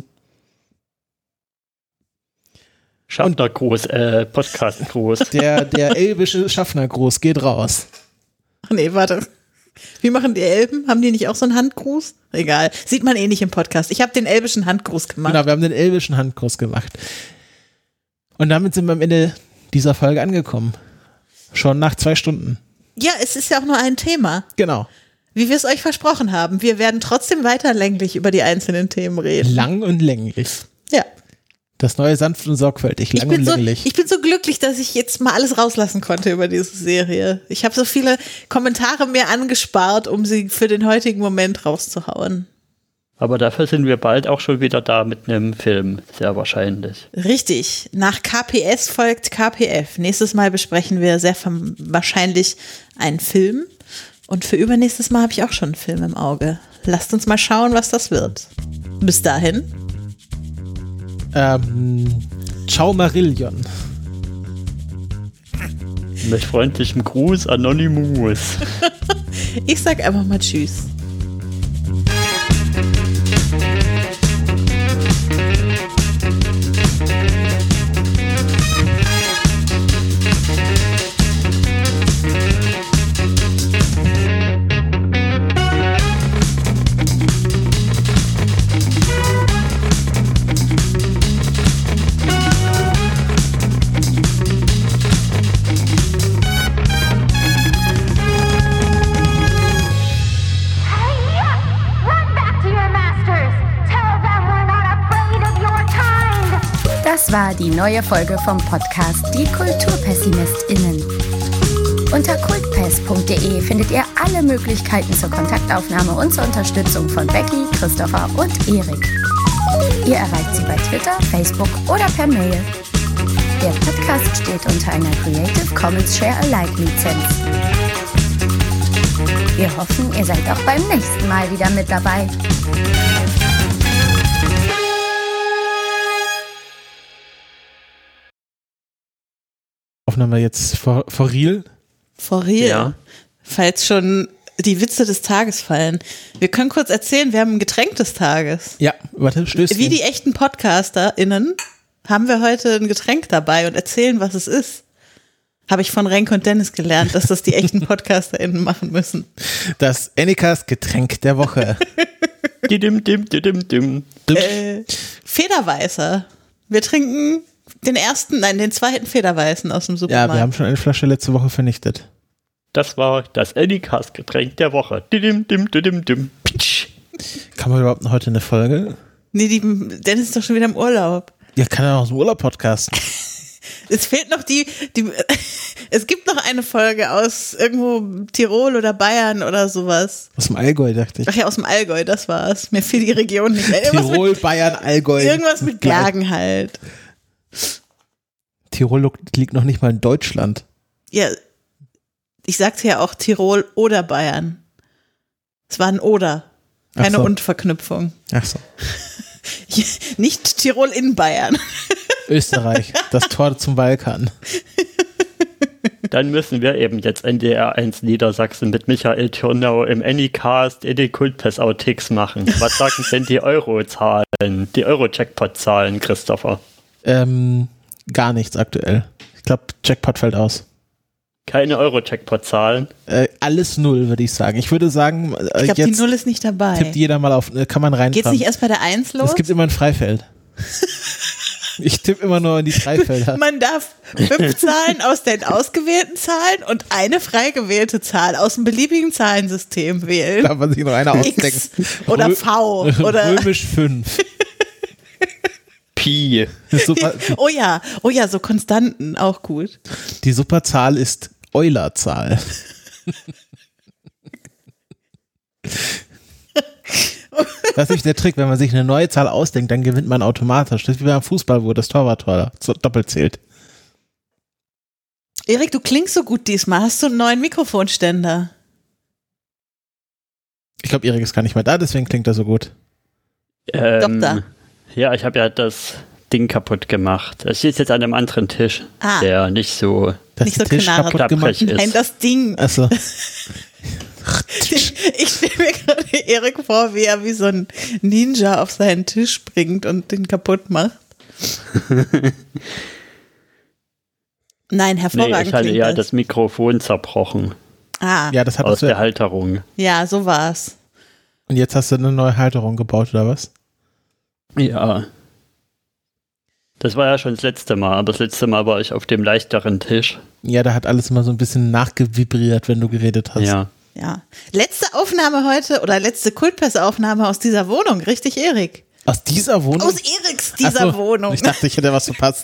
Schaffnergruß, äh, Podcast-Gruß. Der, der elbische Schaffnergruß geht raus. Ach nee, warte. Wie machen die Elben? Haben die nicht auch so einen Handgruß? Egal. Sieht man eh nicht im Podcast. Ich habe den elbischen Handgruß gemacht. Genau, wir haben den elbischen Handgruß gemacht. Und damit sind wir am Ende dieser Folge angekommen. Schon nach zwei Stunden. Ja, es ist ja auch nur ein Thema. Genau. Wie wir es euch versprochen haben. Wir werden trotzdem weiter länglich über die einzelnen Themen reden. Lang und länglich. Ja. Das neue sanft und sorgfältig, lang und so, länglich. Ich bin so glücklich, dass ich jetzt mal alles rauslassen konnte über diese Serie. Ich habe so viele Kommentare mir angespart, um sie für den heutigen Moment rauszuhauen. Aber dafür sind wir bald auch schon wieder da mit einem Film, sehr wahrscheinlich. Richtig. Nach K P S folgt K P F. Nächstes Mal besprechen wir sehr wahrscheinlich einen Film. Und für übernächstes Mal habe ich auch schon einen Film im Auge. Lasst uns mal schauen, was das wird. Bis dahin. Ähm, ciao Marillion. Mit freundlichem Gruß, Anonymous. Ich sag einfach mal Tschüss. Das war die neue Folge vom Podcast Die KulturpessimistInnen. Unter kultpest punkt de findet ihr alle Möglichkeiten zur Kontaktaufnahme und zur Unterstützung von Becky, Christopher und Erik. Ihr erreicht sie bei Twitter, Facebook oder per Mail. Der Podcast steht unter einer Creative Commons Share Alike Lizenz. Wir hoffen, ihr seid auch beim nächsten Mal wieder mit dabei. Aufnahme jetzt for, for real? For real? Ja. Falls schon die Witze des Tages fallen. Wir können kurz erzählen, wir haben ein Getränk des Tages. Ja, warte, Stößchen. Wie die echten PodcasterInnen haben wir heute ein Getränk dabei und erzählen, was es ist. Habe ich von Renke und Dennis gelernt, dass das die echten PodcasterInnen machen müssen. Das Annikas Getränk der Woche. Didim, dim, didim, dim. Äh, Federweißer. Wir trinken den ersten, nein, den zweiten Federweißen aus dem Supermarkt. Ja, wir haben schon eine Flasche letzte Woche vernichtet. Das war das Annikas-Getränk der Woche. Didim, dim, didim, dim. Pitsch. Kann man überhaupt noch heute eine Folge? Nee, die, Dennis ist doch schon wieder im Urlaub. Ja, kann er auch aus dem Urlaub podcasten. Es fehlt noch die, die, es gibt noch eine Folge aus irgendwo Tirol oder Bayern oder sowas. Aus dem Allgäu, dachte ich. Ach ja, aus dem Allgäu, das war's. Mir fiel die Region nicht mehr. Tirol, mit, Bayern, Allgäu. Irgendwas mit Bergen halt. Tirol liegt noch nicht mal in Deutschland. Ja, ich sagte ja auch Tirol oder Bayern. Es war ein Oder, keine Ach so. Und-Verknüpfung. Ach so. Nicht Tirol in Bayern. Österreich, das Tor zum Balkan. Dann müssen wir eben jetzt N D R eins Niedersachsen mit Michael Turnau im Anycast in den Kultpass-Outtakes machen. Was sagen denn die Euro-Zahlen, die Euro-Jackpot-Zahlen, Christopher? Ähm, gar nichts aktuell. Ich glaube, Jackpot fällt aus. Keine Euro-Jackpot-Zahlen? Äh, alles null, würde ich sagen. Ich würde sagen, äh, Ich glaube, die jetzt Null ist nicht dabei. tippt jeder mal auf, äh, kann man reinfahren. Geht's nicht erst bei der Eins los? Es gibt immer ein Freifeld. Ich tippe immer nur in die drei Felder. Man darf fünf Zahlen aus den ausgewählten Zahlen und eine frei gewählte Zahl aus dem beliebigen Zahlensystem wählen. Darf man sich noch einer ausdenken. X oder V oder Römisch fünf. Pi. Super, oh ja, oh ja, so Konstanten, auch gut. die Superzahl ist Eulerzahl. Das ist der Trick, wenn man sich eine neue Zahl ausdenkt, dann gewinnt man automatisch. Das ist wie beim Fußball, wo das Torwart doppelt zählt. Erik, du klingst so gut diesmal. Hast du einen neuen Mikrofonständer? Ich glaube, Erik ist gar nicht mehr da, deswegen klingt er so gut. Ähm, Doktor. Ja, ich habe ja das Ding kaputt gemacht. Es steht jetzt an einem anderen Tisch, Ah. der nicht so Das Nicht so Tisch knarrt. kaputt gemacht. klapprig Nein, ist. das Ding. Achso. Ich stelle mir gerade Erik vor, wie er wie so ein Ninja auf seinen Tisch springt und den kaputt macht. Nein, Nee, hervorragend ich hatte klingt ja das. das Mikrofon zerbrochen Ah, Ja, das aus hattest der du. Halterung. ja, so war's. Und jetzt hast du eine neue Halterung gebaut, oder was? Ja. Das war ja schon das letzte Mal, aber das letzte Mal war ich auf dem leichteren Tisch. Ja, da hat alles immer so ein bisschen nachgevibriert, wenn du geredet hast. Ja. Ja. Letzte Aufnahme heute oder letzte Kultpass-Aufnahme aus dieser Wohnung, richtig, Erik? Aus dieser Wohnung? Aus Eriks dieser Ach so, Wohnung. Ich dachte, ich hätte was verpasst.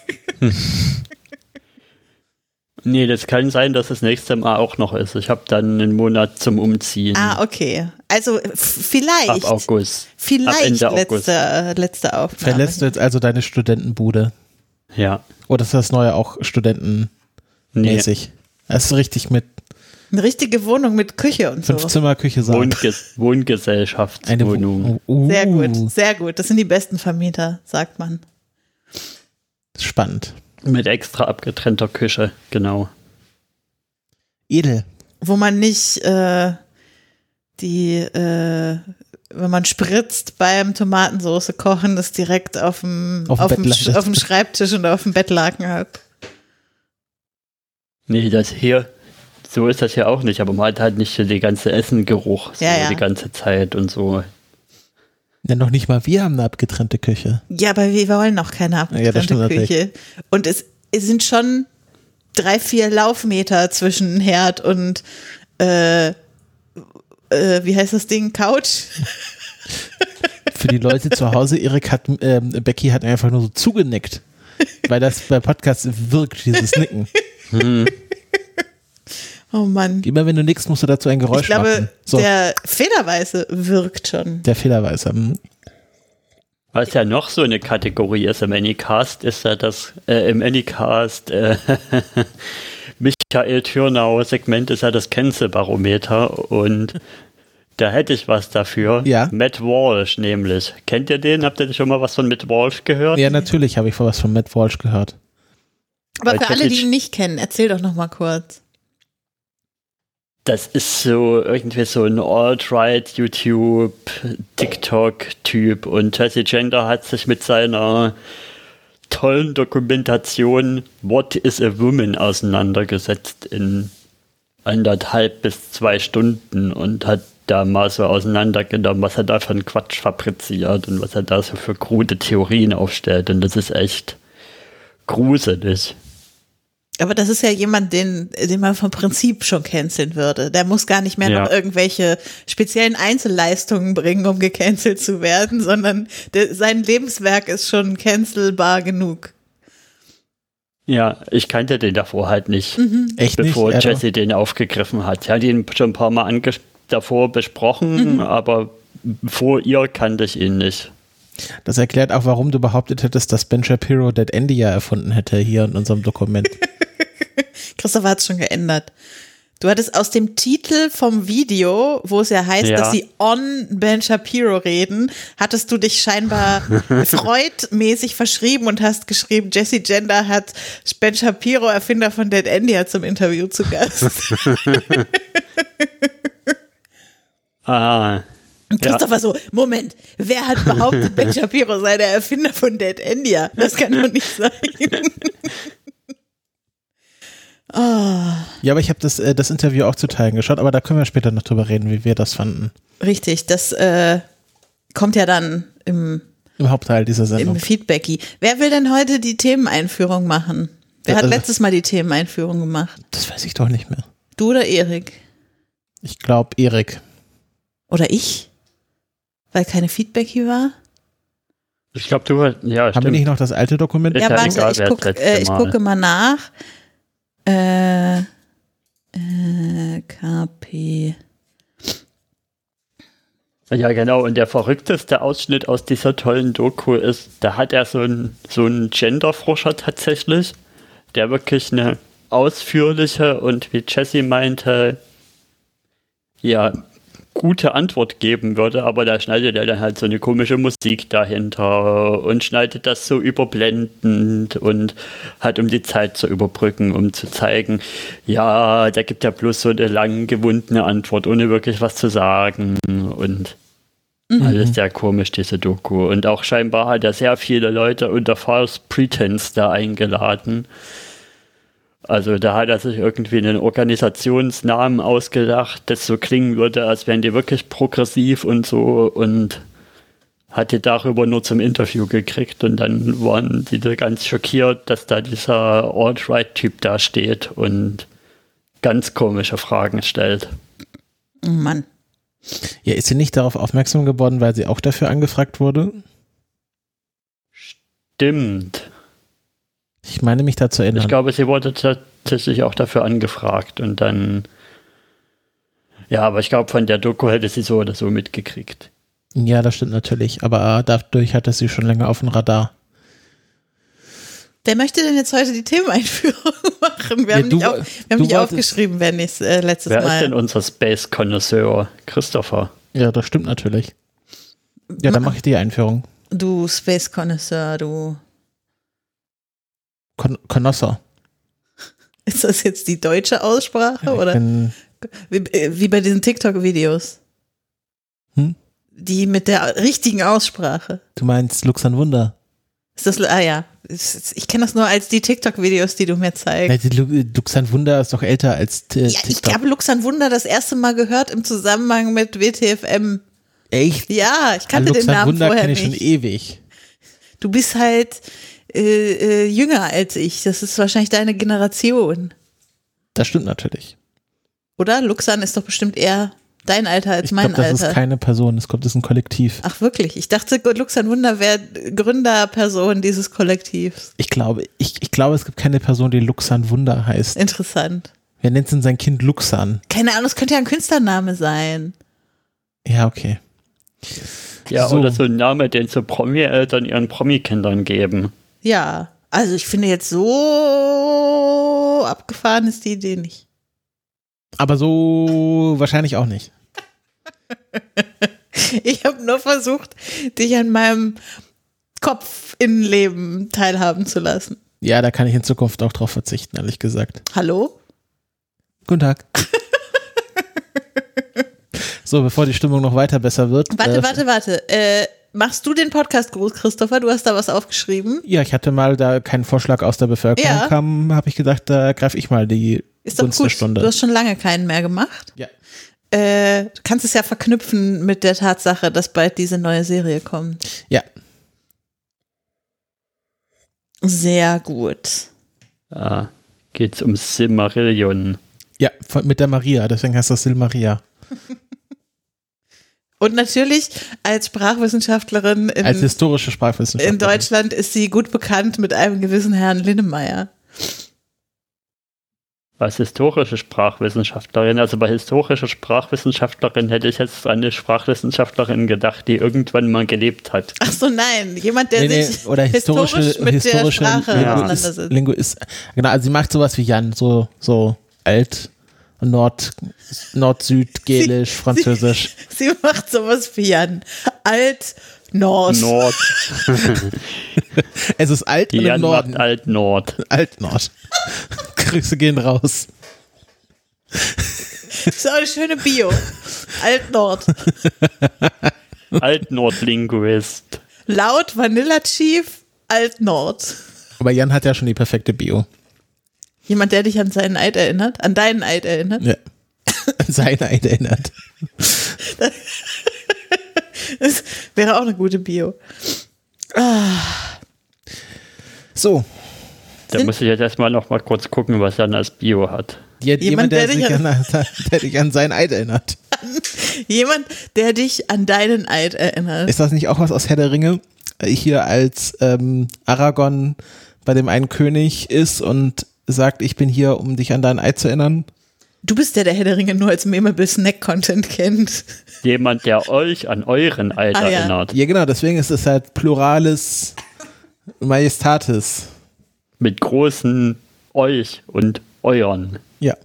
Nee, das kann sein, dass das nächste Mal auch noch ist. Ich habe dann einen Monat zum Umziehen. Ah, okay. Also f- vielleicht. Ab August. Vielleicht Ab Ende August. letzte, letzte Aufnahme. Verlässt du jetzt also deine Studentenbude? Ja. Oder ist das neue auch studentenmäßig? Nee. Das ist richtig mit Eine richtige Wohnung mit Küche und so. fünf Zimmer, Küche, Saal. Wohnges Wohngesellschaftswohnung. Eine Wo- uh, Sehr gut, sehr gut. Das sind die besten Vermieter, sagt man. Spannend. Mit extra abgetrennter Küche, genau. Edel. Wo man nicht äh, die, äh, wenn man spritzt beim Tomatensauce kochen, das direkt auf dem, Auf dem auf dem, Bett Sch- landet. auf dem Schreibtisch und auf dem Bettlaken hat. Nee, das hier, so ist das ja auch nicht, aber man hat halt nicht die ganze Essengeruch so Ja, ja. die ganze Zeit und so. Ja, noch nicht mal wir haben eine abgetrennte Küche. Ja, aber wir wollen noch keine Ja, das abgetrennte stimmt natürlich. Küche. Und es, es sind schon drei, vier Laufmeter zwischen Herd und äh, äh, wie heißt das Ding? Couch? Für die Leute zu Hause, Erik hat, ähm, Becky hat einfach nur so zugenickt. Weil das bei Podcasts wirkt, dieses Nicken. Oh Mann. Immer wenn du nickst, musst du dazu ein Geräusch Ich glaube, machen. So, der, der Federweiße wirkt schon. der Fehlerweise. Hm. Was ja noch so eine Kategorie ist im Anycast, ist ja das, äh, im Anycast, äh, Michael Thürnau Segment ist ja das Cancel-Barometer und da hätte ich was dafür. Ja. Matt Walsh nämlich. Kennt ihr den? Habt ihr schon mal was von Matt Walsh gehört? Ja, natürlich habe ich vor was von Matt Walsh gehört. Aber Weil für alle, Jessica- die ihn nicht kennen, erzähl doch noch mal kurz. Das ist so irgendwie so ein Alt-Right YouTube, TikTok-Typ und Jesse Gender hat sich mit seiner tollen Dokumentation What is a Woman auseinandergesetzt in anderthalb bis zwei Stunden und hat da mal so auseinandergenommen, was er da für einen Quatsch fabriziert und was er da so für krude Theorien aufstellt und das ist echt gruselig. Aber das ist ja jemand, den, den man vom Prinzip schon canceln würde. Der muss gar nicht mehr Ja. noch irgendwelche speziellen Einzelleistungen bringen, um gecancelt zu werden, sondern der, sein Lebenswerk ist schon cancelbar genug. Ja, ich kannte den davor halt nicht. Echt bevor nicht? Jesse den aufgegriffen hat. Ja, den schon ein paar Mal ange davor besprochen, aber vor ihr kannte ich ihn nicht. Das erklärt auch, warum du behauptet hättest, dass Ben Shapiro Dead Andy ja erfunden hätte hier in unserem Dokument. Christopher hat es schon geändert. Du hattest aus dem Titel vom Video, wo es ja heißt, Ja. dass sie on Ben Shapiro reden, hattest du dich scheinbar freudmäßig verschrieben und hast geschrieben, Jesse Gender hat Ben Shapiro, Erfinder von Dead Andy, zum Interview zu Gast. Ah, Und Christopher so, Moment, wer hat behauptet, Ben Shapiro sei der Erfinder von Dead Andy? Das kann doch nicht sein. Ja, aber ich habe das, äh, das Interview auch zu Teilen geschaut, aber da können wir später noch drüber reden, wie wir das fanden. Richtig, das äh, kommt ja dann im, Im Hauptteil dieser Sendung. Im Feedbacky. Wer will denn heute die Themeneinführung machen? Wer hat Also- letztes Mal die Themeneinführung gemacht? Das weiß ich doch nicht mehr. Du oder Erik? Ich glaube, Erik. Oder ich? Weil keine Feedbacky war? Ich glaube, du, ja, Haben wir nicht noch das alte Dokument? Ist Ja, ja warte, egal, ich, wer guck, das letzte äh, ich Mal. gucke mal nach. Äh, äh, K P. Ja, genau. Und der verrückteste Ausschnitt aus dieser tollen Doku ist, da hat er so einen so einen Genderforscher tatsächlich, der wirklich eine ausführliche und, wie Jessie meinte, ja, gute Antwort geben würde, aber da schneidet er dann halt so eine komische Musik dahinter und schneidet das so überblendend und hat, um die Zeit zu überbrücken, um zu zeigen, ja, da gibt er bloß so eine lang gewundene Antwort, ohne wirklich was zu sagen und alles sehr komisch, diese Doku. Und auch scheinbar hat er sehr viele Leute unter False Pretense da eingeladen. Also da hat er sich irgendwie einen Organisationsnamen ausgedacht, das so klingen würde, als wären die wirklich progressiv und so und hat die darüber nur zum Interview gekriegt und dann waren die ganz schockiert, dass da dieser Alt-Right-Typ da steht und ganz komische Fragen stellt. Oh Mann. Ja, ist sie nicht darauf aufmerksam geworden, weil sie auch dafür angefragt wurde? Stimmt. Ich meine mich da zu erinnern. Ich glaube, sie wurde tatsächlich auch dafür angefragt und dann, ja, aber ich glaube, von der Doku hätte sie so oder so mitgekriegt. Ja, das stimmt natürlich, aber dadurch hatte sie schon länger auf dem Radar. Wer möchte denn jetzt heute die Themeneinführung machen? Wir Ja, haben du- nicht, auf, wir haben du nicht wolltest- aufgeschrieben, wer nicht äh, letztes Wer Mal. ist denn unser Space-Connoisseur? Christopher. Ja, das stimmt natürlich. Ja, dann mache ich die Einführung. Du Space Connoisseur, du. Kon Connoisseur. Ist das jetzt die deutsche Aussprache Ich oder bin, wie, äh, wie bei diesen TikTok-Videos? Hm? Die mit der richtigen Aussprache. du meinst Luxemwunder. Ist das, ah ja, ich kenne das nur als die TikTok-Videos, die du mir Ja, zeigst. die Lu- Luxemwunder ist doch älter als äh, Ja, ich TikTok. habe Luxemwunder das erste Mal gehört im Zusammenhang mit W T F M. Echt? Ja, ich kannte Ja, den Namen Luxemwunder vorher kenne ich nicht. schon ewig. Du bist halt äh, äh, jünger als ich. Das ist wahrscheinlich deine Generation. Das stimmt natürlich. Oder? Luxan ist doch bestimmt eher dein Alter als Ich mein glaube, das Alter. ist keine Person, das kommt, das ist ein Kollektiv. Ach wirklich? Ich dachte, Luxan Wunder wäre Gründerperson dieses Kollektivs. Ich glaube, ich, ich glaube, es gibt keine Person, die Luxemwunder heißt. Interessant. Wer nennt denn sein Kind Luxan? Keine Ahnung, es könnte ja ein Künstlername sein. Ja, okay. Ja, So. oder so ein Name, den so Promi-Eltern ihren Promi-Kindern geben. Ja, also ich finde jetzt so abgefahren ist die Idee nicht. Aber so wahrscheinlich auch nicht. Ich habe nur versucht, dich an meinem Kopf-Innenleben teilhaben zu lassen. Ja, da kann ich in Zukunft auch drauf verzichten, ehrlich gesagt. Hallo? Guten Tag. So, bevor die Stimmung noch weiter besser wird. Warte, äh, warte, warte. Äh, machst du den Podcast-Gruß, Christopher? Du hast da was aufgeschrieben. Ja, ich hatte mal, da kein Vorschlag aus der Bevölkerung Ja. kam, habe ich gedacht, da greife ich mal die Ist doch Gunst der gut. Stunde. Du hast schon lange keinen mehr gemacht. Ja. Äh, du kannst es ja verknüpfen mit der Tatsache, dass bald diese neue Serie kommt. Ja. Sehr gut. Da geht's um Silmarillion. Ja, von, mit der Maria, deswegen heißt das Silmaria. Und natürlich als Sprachwissenschaftlerin in, Als historische Sprachwissenschaftlerin. in Deutschland ist sie gut bekannt mit einem gewissen Herrn Linnemeyer. Als historische Sprachwissenschaftlerin, also bei historischer Sprachwissenschaftlerin hätte ich jetzt an eine Sprachwissenschaftlerin gedacht, die irgendwann mal gelebt hat. Ach so, nein. Jemand, der Nee, nee, sich oder historische, historisch mit historische der Sprache Ja. auseinandersetzt. Linguist. Genau, also sie macht sowas wie Jan, so, so alt, Nord, Nord-Süd, Gälisch, Französisch. Sie macht sowas wie Jan. Alt, Nord. Nord, Es ist alt und im Jan Norden. macht Alt-Nord. Alt-Nord. Grüße gehen raus. Das ist auch eine schöne Bio. Alt, Nord. Alt-Nord-Linguist. Laut Vanilla Chief, Alt, Nord. Aber Jan hat ja schon die perfekte Bio. Jemand, der dich an seinen Eid erinnert, an deinen Eid erinnert. Ja. An seine Eid erinnert. Das wäre auch eine gute Bio. So. Da muss ich jetzt erstmal noch mal kurz gucken, was er als Bio hat. Jemand, jemand der, der, sich an, an, der dich an seinen Eid erinnert. Jemand, der dich an deinen Eid erinnert. Ist das nicht auch was aus Herr der Ringe? Hier als ähm, Aragorn bei dem einen König ist und sagt, ich bin hier, um dich an deinen Eid zu erinnern. Du bist der, der Herr der Ringe nur als Memeable Snack-Content kennt. Jemand, der euch an euren Eid ah, erinnert. Ja. ja, genau, deswegen ist es halt Pluralis Majestatis. Mit großen euch und euren. Ja.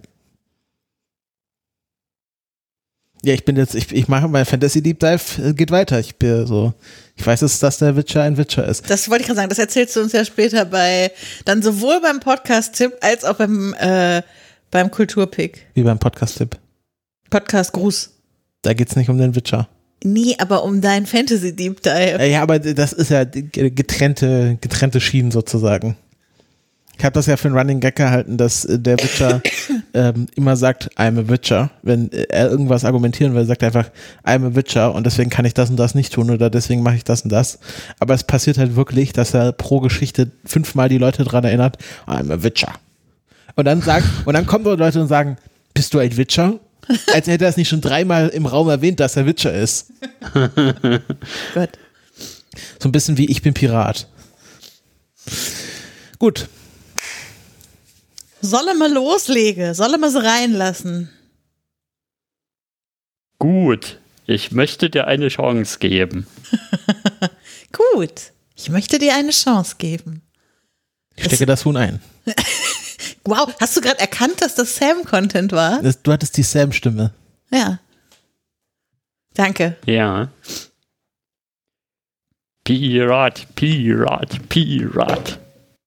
Ja, ich bin jetzt, ich, ich mache mein Fantasy Deep Dive, geht weiter. Ich bin so, ich weiß jetzt, dass der Witcher ein Witcher ist. Das wollte ich gerade sagen, das erzählst du uns ja später bei, dann sowohl beim Podcast-Tipp als auch beim, äh, beim Kulturpick. Wie beim Podcast-Tipp. Podcast-Gruß. Da geht's nicht um den Witcher. Nee, aber um dein Fantasy Deep Dive. Ja, aber das ist ja getrennte, getrennte Schienen sozusagen. Ich habe das ja für einen Running Gag gehalten, dass der Witcher ähm, immer sagt, I'm a Witcher. Wenn er irgendwas argumentieren will, sagt er einfach, I'm a Witcher und deswegen kann ich das und das nicht tun oder deswegen mache ich das und das. Aber es passiert halt wirklich, dass er pro Geschichte fünfmal die Leute dran erinnert, I'm a Witcher. Und dann sagt, und dann kommen Leute und sagen, bist du ein Witcher? Als hätte er es nicht schon dreimal im Raum erwähnt, dass er Witcher ist. Gut. So ein bisschen wie ich bin Pirat. Gut. Soll er mal loslegen? Soll er mal so reinlassen? Gut, ich möchte dir eine Chance geben. Gut, ich möchte dir eine Chance geben. Ich stecke das, das Huhn ein. Wow, hast du gerade erkannt, dass das Sam-Content war? Das, du hattest die Sam-Stimme. Ja. Danke. Ja. Pirat, Pirat, Pirat.